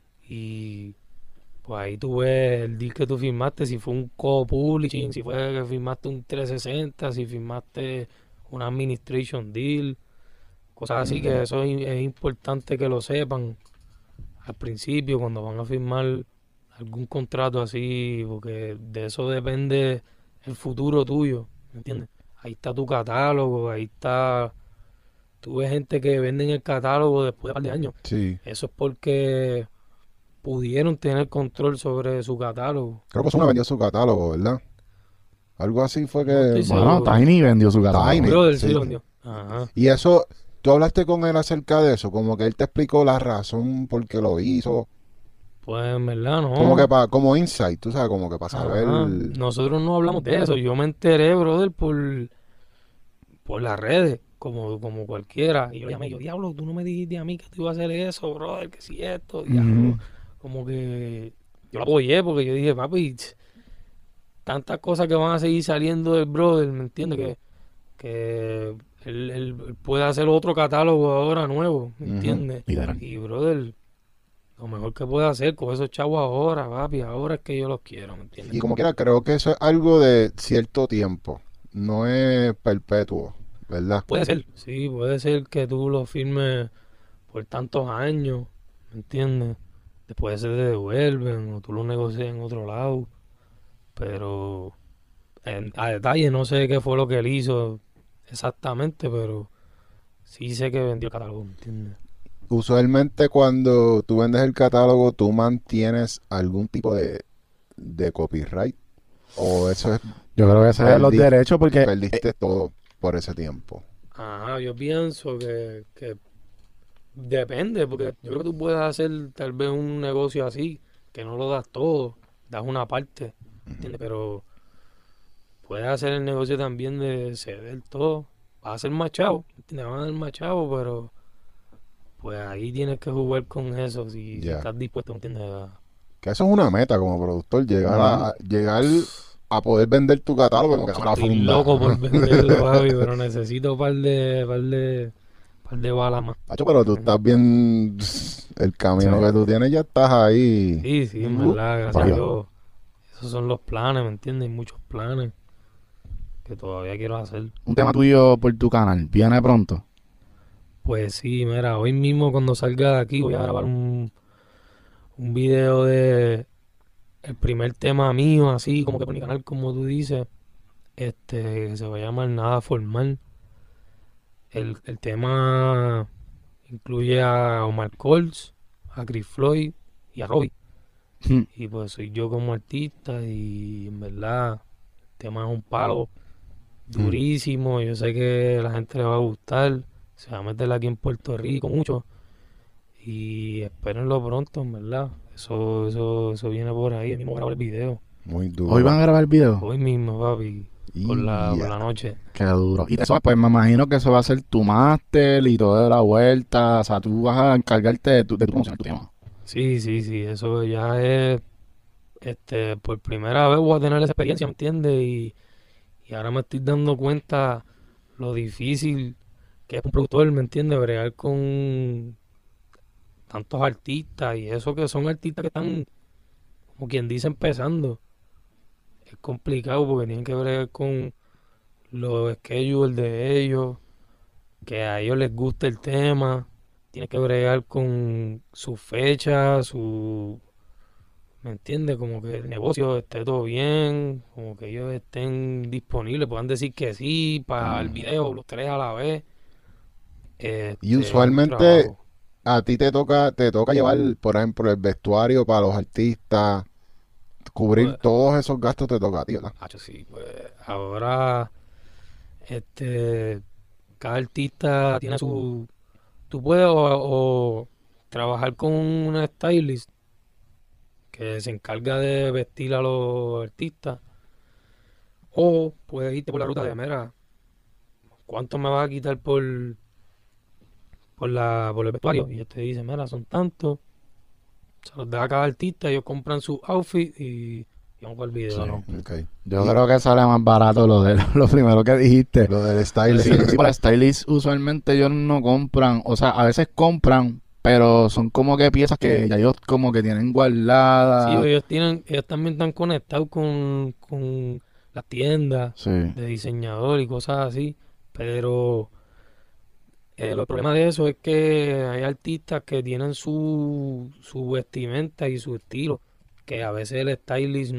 [SPEAKER 1] Y pues ahí tú ves el deal que tú firmaste, si fue un co-publishing, si fue que firmaste un 360, si firmaste un administration deal, cosas así que eso es importante que lo sepan al principio cuando van a firmar algún contrato así, porque de eso depende el futuro tuyo, ¿me entiendes? Ahí está tu catálogo, ahí está, tú ves gente que venden el catálogo después de un par de años.
[SPEAKER 3] Sí.
[SPEAKER 1] Eso es porque pudieron tener control sobre su catálogo.
[SPEAKER 3] Creo que Ozuna vendió su catálogo, ¿verdad? Algo así fue
[SPEAKER 1] No estoy
[SPEAKER 3] que...
[SPEAKER 2] Bueno,
[SPEAKER 1] seguro.
[SPEAKER 2] Tiny vendió su catálogo.
[SPEAKER 3] Tiny.
[SPEAKER 1] Brother, sí
[SPEAKER 3] Sí.
[SPEAKER 1] lo vendió. Ajá.
[SPEAKER 3] Y eso, tú hablaste con él acerca de eso, como que él te explicó la razón por qué lo hizo,
[SPEAKER 1] Pues en verdad no.
[SPEAKER 3] como que como insight, tú sabes, como que para saber...
[SPEAKER 1] Ajá. Nosotros no hablamos de eso. Yo me enteré, brother, por las redes, como cualquiera. Y yo le llamé, yo, diablo, tú no me dijiste a mí que tú ibas a hacer eso, brother, que si esto, diablo.
[SPEAKER 2] Ujú.
[SPEAKER 1] Como que yo lo apoyé porque yo dije, papi, tantas cosas que van a seguir saliendo del brother, ¿me entiendes? Que él puede hacer otro catálogo ahora nuevo, ¿me
[SPEAKER 3] Ujú.
[SPEAKER 1] entiendes?
[SPEAKER 2] Literal.
[SPEAKER 1] Y, brother, lo mejor que puede hacer con esos chavos ahora, papi, ahora es que yo los quiero, ¿me entiendes?
[SPEAKER 3] Y como quiera, creo que eso es algo de cierto tiempo, no es perpetuo, ¿verdad?
[SPEAKER 1] Puede ser, sí, puede ser que tú lo firmes por tantos años, ¿me entiendes? Después se te devuelven o tú lo negocies en otro lado, pero a detalle no sé qué fue lo que él hizo exactamente, pero sí sé que vendió el catálogo, ¿me entiendes?
[SPEAKER 3] Usualmente cuando tú vendes el catálogo, tú mantienes algún tipo de copyright, o eso es,
[SPEAKER 2] Yo creo que ese es los
[SPEAKER 3] Perdí-
[SPEAKER 2] derechos porque
[SPEAKER 3] perdiste todo por ese tiempo.
[SPEAKER 1] Ajá, yo pienso que depende, porque yo creo que tú puedes hacer tal vez un negocio así, que no lo das todo, das una parte, ¿entiendes? Pero puedes hacer el negocio también de ceder todo, vas a ser más chavo, ¿entiendes? Van a dar más chavo, pero pues ahí tienes que jugar con eso, si
[SPEAKER 3] Ya.
[SPEAKER 1] estás dispuesto, ¿entiendes?
[SPEAKER 3] Que eso es una meta como productor, llegar a poder vender tu catálogo como que es una
[SPEAKER 1] Estoy
[SPEAKER 3] funda.
[SPEAKER 1] loco por venderlo, papi, pero necesito un par de balas más.
[SPEAKER 3] Tacho, pero tú estás bien, el camino
[SPEAKER 2] Sí.
[SPEAKER 3] que tú tienes ya estás ahí.
[SPEAKER 1] Sí, sí, en verdad, gracias a Dios. Esos son los planes, ¿me entiendes? Hay muchos planes que todavía quiero hacer.
[SPEAKER 2] un tema tuyo por tu canal viene pronto.
[SPEAKER 1] Pues sí, mira, hoy mismo cuando salga de aquí voy a grabar un video de el primer tema mío, así como que por mi canal, como tú dices, que se va a llamar Nada Formal. El tema incluye a Omar Coles, a Chris Floyd y a Robbie. Y pues soy yo como artista y en verdad el tema es un palo durísimo. Yo sé que a la gente le va a gustar. Se va a meter aquí en Puerto Rico mucho. Y espérenlo pronto, en verdad. Eso viene por ahí. Hoy mismo grabo el video.
[SPEAKER 3] Muy duro.
[SPEAKER 2] Hoy van a grabar el video.
[SPEAKER 1] Hoy mismo, papi. Por la noche.
[SPEAKER 2] Qué duro. Y eso, pues me imagino que eso va a ser tu máster y toda la vuelta. O sea, tú vas a encargarte de tu promoción, tu tema.
[SPEAKER 1] Sí. Eso ya es. Por primera vez voy a tener esa experiencia, ¿me entiendes? Y ahora me estoy dando cuenta lo difícil que es un productor, ¿me entiendes? Bregar con tantos artistas y eso que son artistas que están, como quien dice, empezando. Es complicado porque tienen que bregar con los schedules de ellos, que a ellos les gusta el tema. Tienes que bregar con su fecha, ¿me entiendes? Como que el negocio esté todo bien, como que ellos estén disponibles, puedan decir que sí para el video, los tres a la vez.
[SPEAKER 3] Y
[SPEAKER 1] Es un
[SPEAKER 3] usualmente
[SPEAKER 1] trabajo.
[SPEAKER 3] a ti te toca llevar, por ejemplo, el vestuario para los artistas, cubrir
[SPEAKER 1] Pues,
[SPEAKER 3] todos esos gastos te toca a ti, ¿verdad?
[SPEAKER 1] hacho, sí, pues ahora, cada artista tiene su... Tú puedes o trabajar con una stylist que se encarga de vestir a los artistas, o puedes irte por la ruta de, mira, ¿cuánto me vas a quitar por el vestuario? Y ellos te dicen, mira, son tantos, se los da a cada artista, ellos compran su outfit y vamos para el video, ¿no?
[SPEAKER 3] Ok.
[SPEAKER 2] Yo creo que sale más barato lo de lo primero que dijiste.
[SPEAKER 3] Lo del style.
[SPEAKER 2] Sí, sí, para stylists usualmente ellos no compran, o sea, a veces compran, pero son como que piezas que ya ellos como que tienen
[SPEAKER 1] Sí,
[SPEAKER 2] guardadas.
[SPEAKER 1] ellos también están conectados con las tiendas
[SPEAKER 2] Sí,
[SPEAKER 1] de diseñador y cosas así, pero el problema de eso es que hay artistas que tienen su vestimenta y su estilo, que a veces el stylist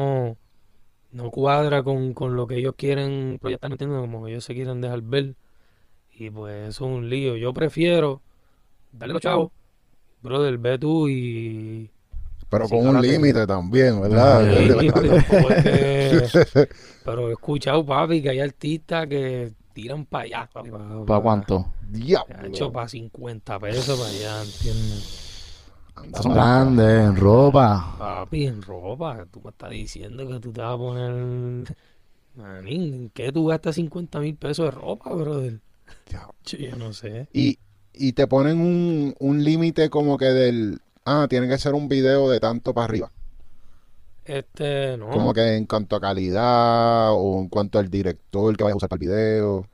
[SPEAKER 1] no cuadra con lo que ellos quieren proyectar, ¿me entiendes? Como que ellos se quieren dejar ver, y pues eso es un lío. Yo prefiero darle los chavos, brother, ve tú y...
[SPEAKER 3] Pero
[SPEAKER 1] Sí,
[SPEAKER 3] con un
[SPEAKER 1] jálate.
[SPEAKER 3] límite también, ¿verdad?
[SPEAKER 1] Sí, tampoco es que... Pero he escuchado, papi, que hay artistas que tiran para allá, papi,
[SPEAKER 2] ¿para cuánto?
[SPEAKER 3] Diablo.
[SPEAKER 1] hecho para 50 pesos para allá, ¿entiendes?
[SPEAKER 3] Anda
[SPEAKER 2] Son
[SPEAKER 3] para acá.
[SPEAKER 2] grandes, en ropa.
[SPEAKER 1] Papi, en ropa, tú me estás diciendo que tú te vas a poner... Manín, ¿en qué tú gastas 50,000 pesos de ropa, brother?
[SPEAKER 3] Diablo.
[SPEAKER 1] Yo no sé.
[SPEAKER 3] Y te ponen un límite como que del... Ah, tiene que ser un video de tanto para arriba.
[SPEAKER 1] No.
[SPEAKER 3] Como que en cuanto a calidad o en cuanto al director que vaya a usar para el video.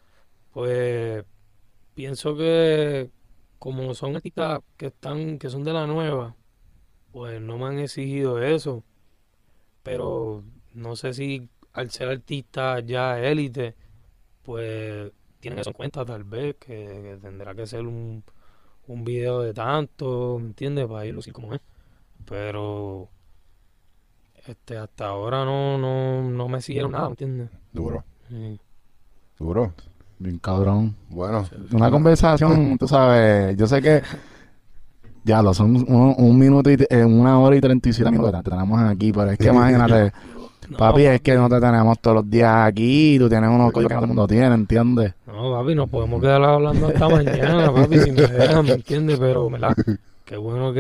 [SPEAKER 1] Pues pienso que como son artistas que son de la nueva, pues no me han exigido eso. Pero no sé si al ser artista ya élite, pues tienen eso en cuenta tal vez, que tendrá que ser un video de tanto, ¿me entiendes? Para ir lucir como es. Pero hasta ahora no me siguieron nada, ¿me entiendes?
[SPEAKER 3] Duro,
[SPEAKER 1] Sí.
[SPEAKER 3] duro.
[SPEAKER 2] Bien cabrón.
[SPEAKER 3] Bueno,
[SPEAKER 2] Una conversación, tú sabes, yo sé que ya lo son un minuto y 1 hora y 37 minutos que te tenemos aquí, pero es que imagínate,
[SPEAKER 1] No,
[SPEAKER 2] papi, es que no te tenemos todos los días aquí, tú tienes unos cosas que no todo el mundo tiene, ¿entiendes?
[SPEAKER 1] no, papi, nos podemos quedar hablando hasta mañana, papi, si me dejan, ¿me entiendes? Pero, ¿verdad? Qué bueno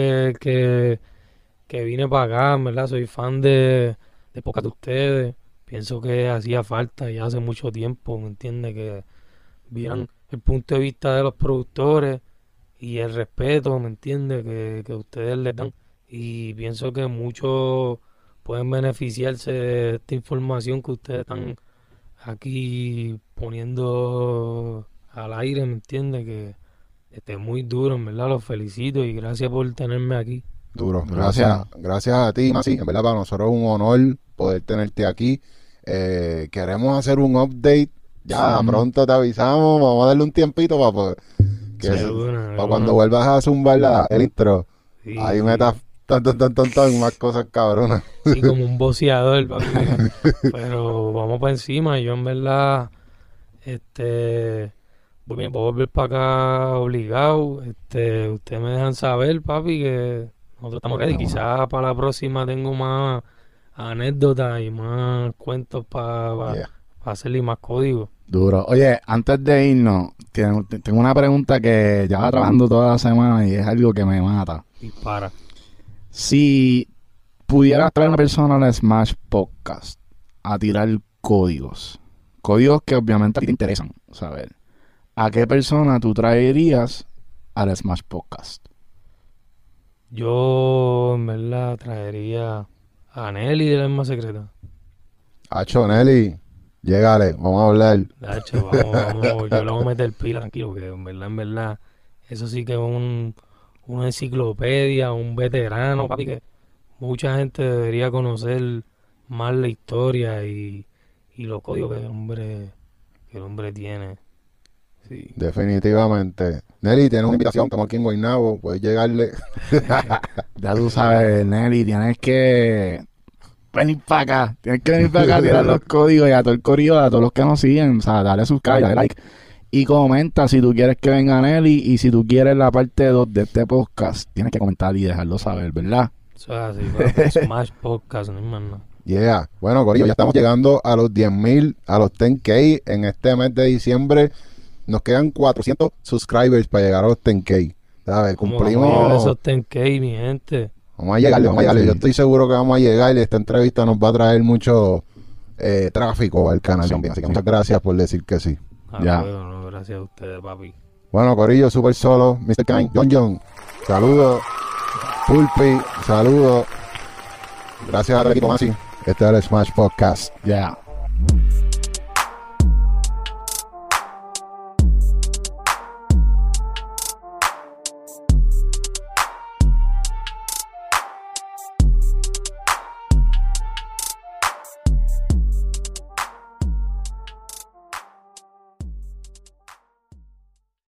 [SPEAKER 1] que vine para acá, ¿verdad? Soy fan de pocas de ustedes. Pienso que hacía falta ya hace mucho tiempo, ¿me entiendes? Que vieran el punto de vista de los productores y el respeto, ¿me entiendes? Que ustedes les dan. Y pienso que muchos pueden beneficiarse de esta información que ustedes están aquí poniendo al aire, ¿me entiendes? Que muy duro, en verdad, los felicito y gracias por tenerme aquí.
[SPEAKER 3] duro.
[SPEAKER 2] Gracias.
[SPEAKER 3] Gracias a ti, Masi. En verdad, para nosotros es un honor poder tenerte aquí. Queremos hacer un update. Ya
[SPEAKER 2] Sí.
[SPEAKER 3] pronto te avisamos. Vamos a darle un tiempito para poder, que
[SPEAKER 1] De
[SPEAKER 3] se-
[SPEAKER 1] una, de
[SPEAKER 3] para cuando
[SPEAKER 1] una.
[SPEAKER 3] vuelvas a zumbar el intro.
[SPEAKER 1] Sí,
[SPEAKER 3] Hay metas, más cosas cabronas.
[SPEAKER 1] sí, como un boceador, papi. Pero vamos para encima. Yo, en verdad, voy a volver para acá obligado. Ustedes me dejan saber, papi, que nosotros estamos ready. Quizás para la próxima tengo más anécdotas y más cuentos para
[SPEAKER 3] Yeah.
[SPEAKER 1] hacerle más código.
[SPEAKER 2] Duro. Oye, antes de irnos, tengo una pregunta que llevo trabajando toda la semana y es algo que me mata.
[SPEAKER 1] Dispara.
[SPEAKER 2] Si pudieras traer a una persona al Smash Podcast a tirar códigos que obviamente a ti te interesan saber, ¿a qué persona tú traerías al Smash Podcast?
[SPEAKER 1] Yo, en verdad, traería a Nelly del Alma Secreta.
[SPEAKER 3] Hacho, Nelly, llégale, vamos a hablar.
[SPEAKER 1] De hecho, vamos, yo le voy a meter pila, tranquilo, que en verdad, eso sí que es una enciclopedia, un veterano, papi, que mucha gente debería conocer más la historia y los códigos que el hombre tiene. Sí.
[SPEAKER 3] Definitivamente. Nelly, tienes una invitación, estamos aquí en Guaynabo, puedes llegarle.
[SPEAKER 2] Ya tú sabes, Nelly, tienes que venir para acá a tirar los códigos y a todo el corillo, a todos los que nos siguen, o sea, dale subscribe, dale like y comenta si tú quieres que venga Nelly y si tú quieres la parte 2 de este podcast, tienes que comentar y dejarlo saber, ¿verdad?
[SPEAKER 1] Eso es así, papi. Smash Podcast, no hay más nada.
[SPEAKER 3] Yeah. Bueno, corillo, ya estamos llegando a los 10,000, a los 10K en este mes de diciembre. Nos quedan 400 subscribers para llegar a los 10K. ¿Sabes?
[SPEAKER 1] Vamos a
[SPEAKER 3] Cumplimos.
[SPEAKER 1] llegar a esos 10K, mi gente.
[SPEAKER 3] Vamos a llegarle, vamos a llegarle.
[SPEAKER 2] Sí.
[SPEAKER 3] Yo estoy seguro que vamos a llegar y esta entrevista nos va a traer mucho tráfico al canal también. Así que muchas gracias por decir que sí.
[SPEAKER 2] Ya.
[SPEAKER 1] Bueno, gracias a ustedes, papi.
[SPEAKER 3] Bueno, corillo, super solo, Mr. Kine, John, saludos. Pulpi, saludos. Gracias a Ricky Tomasi. Este es el Smash Podcast.
[SPEAKER 2] Ya.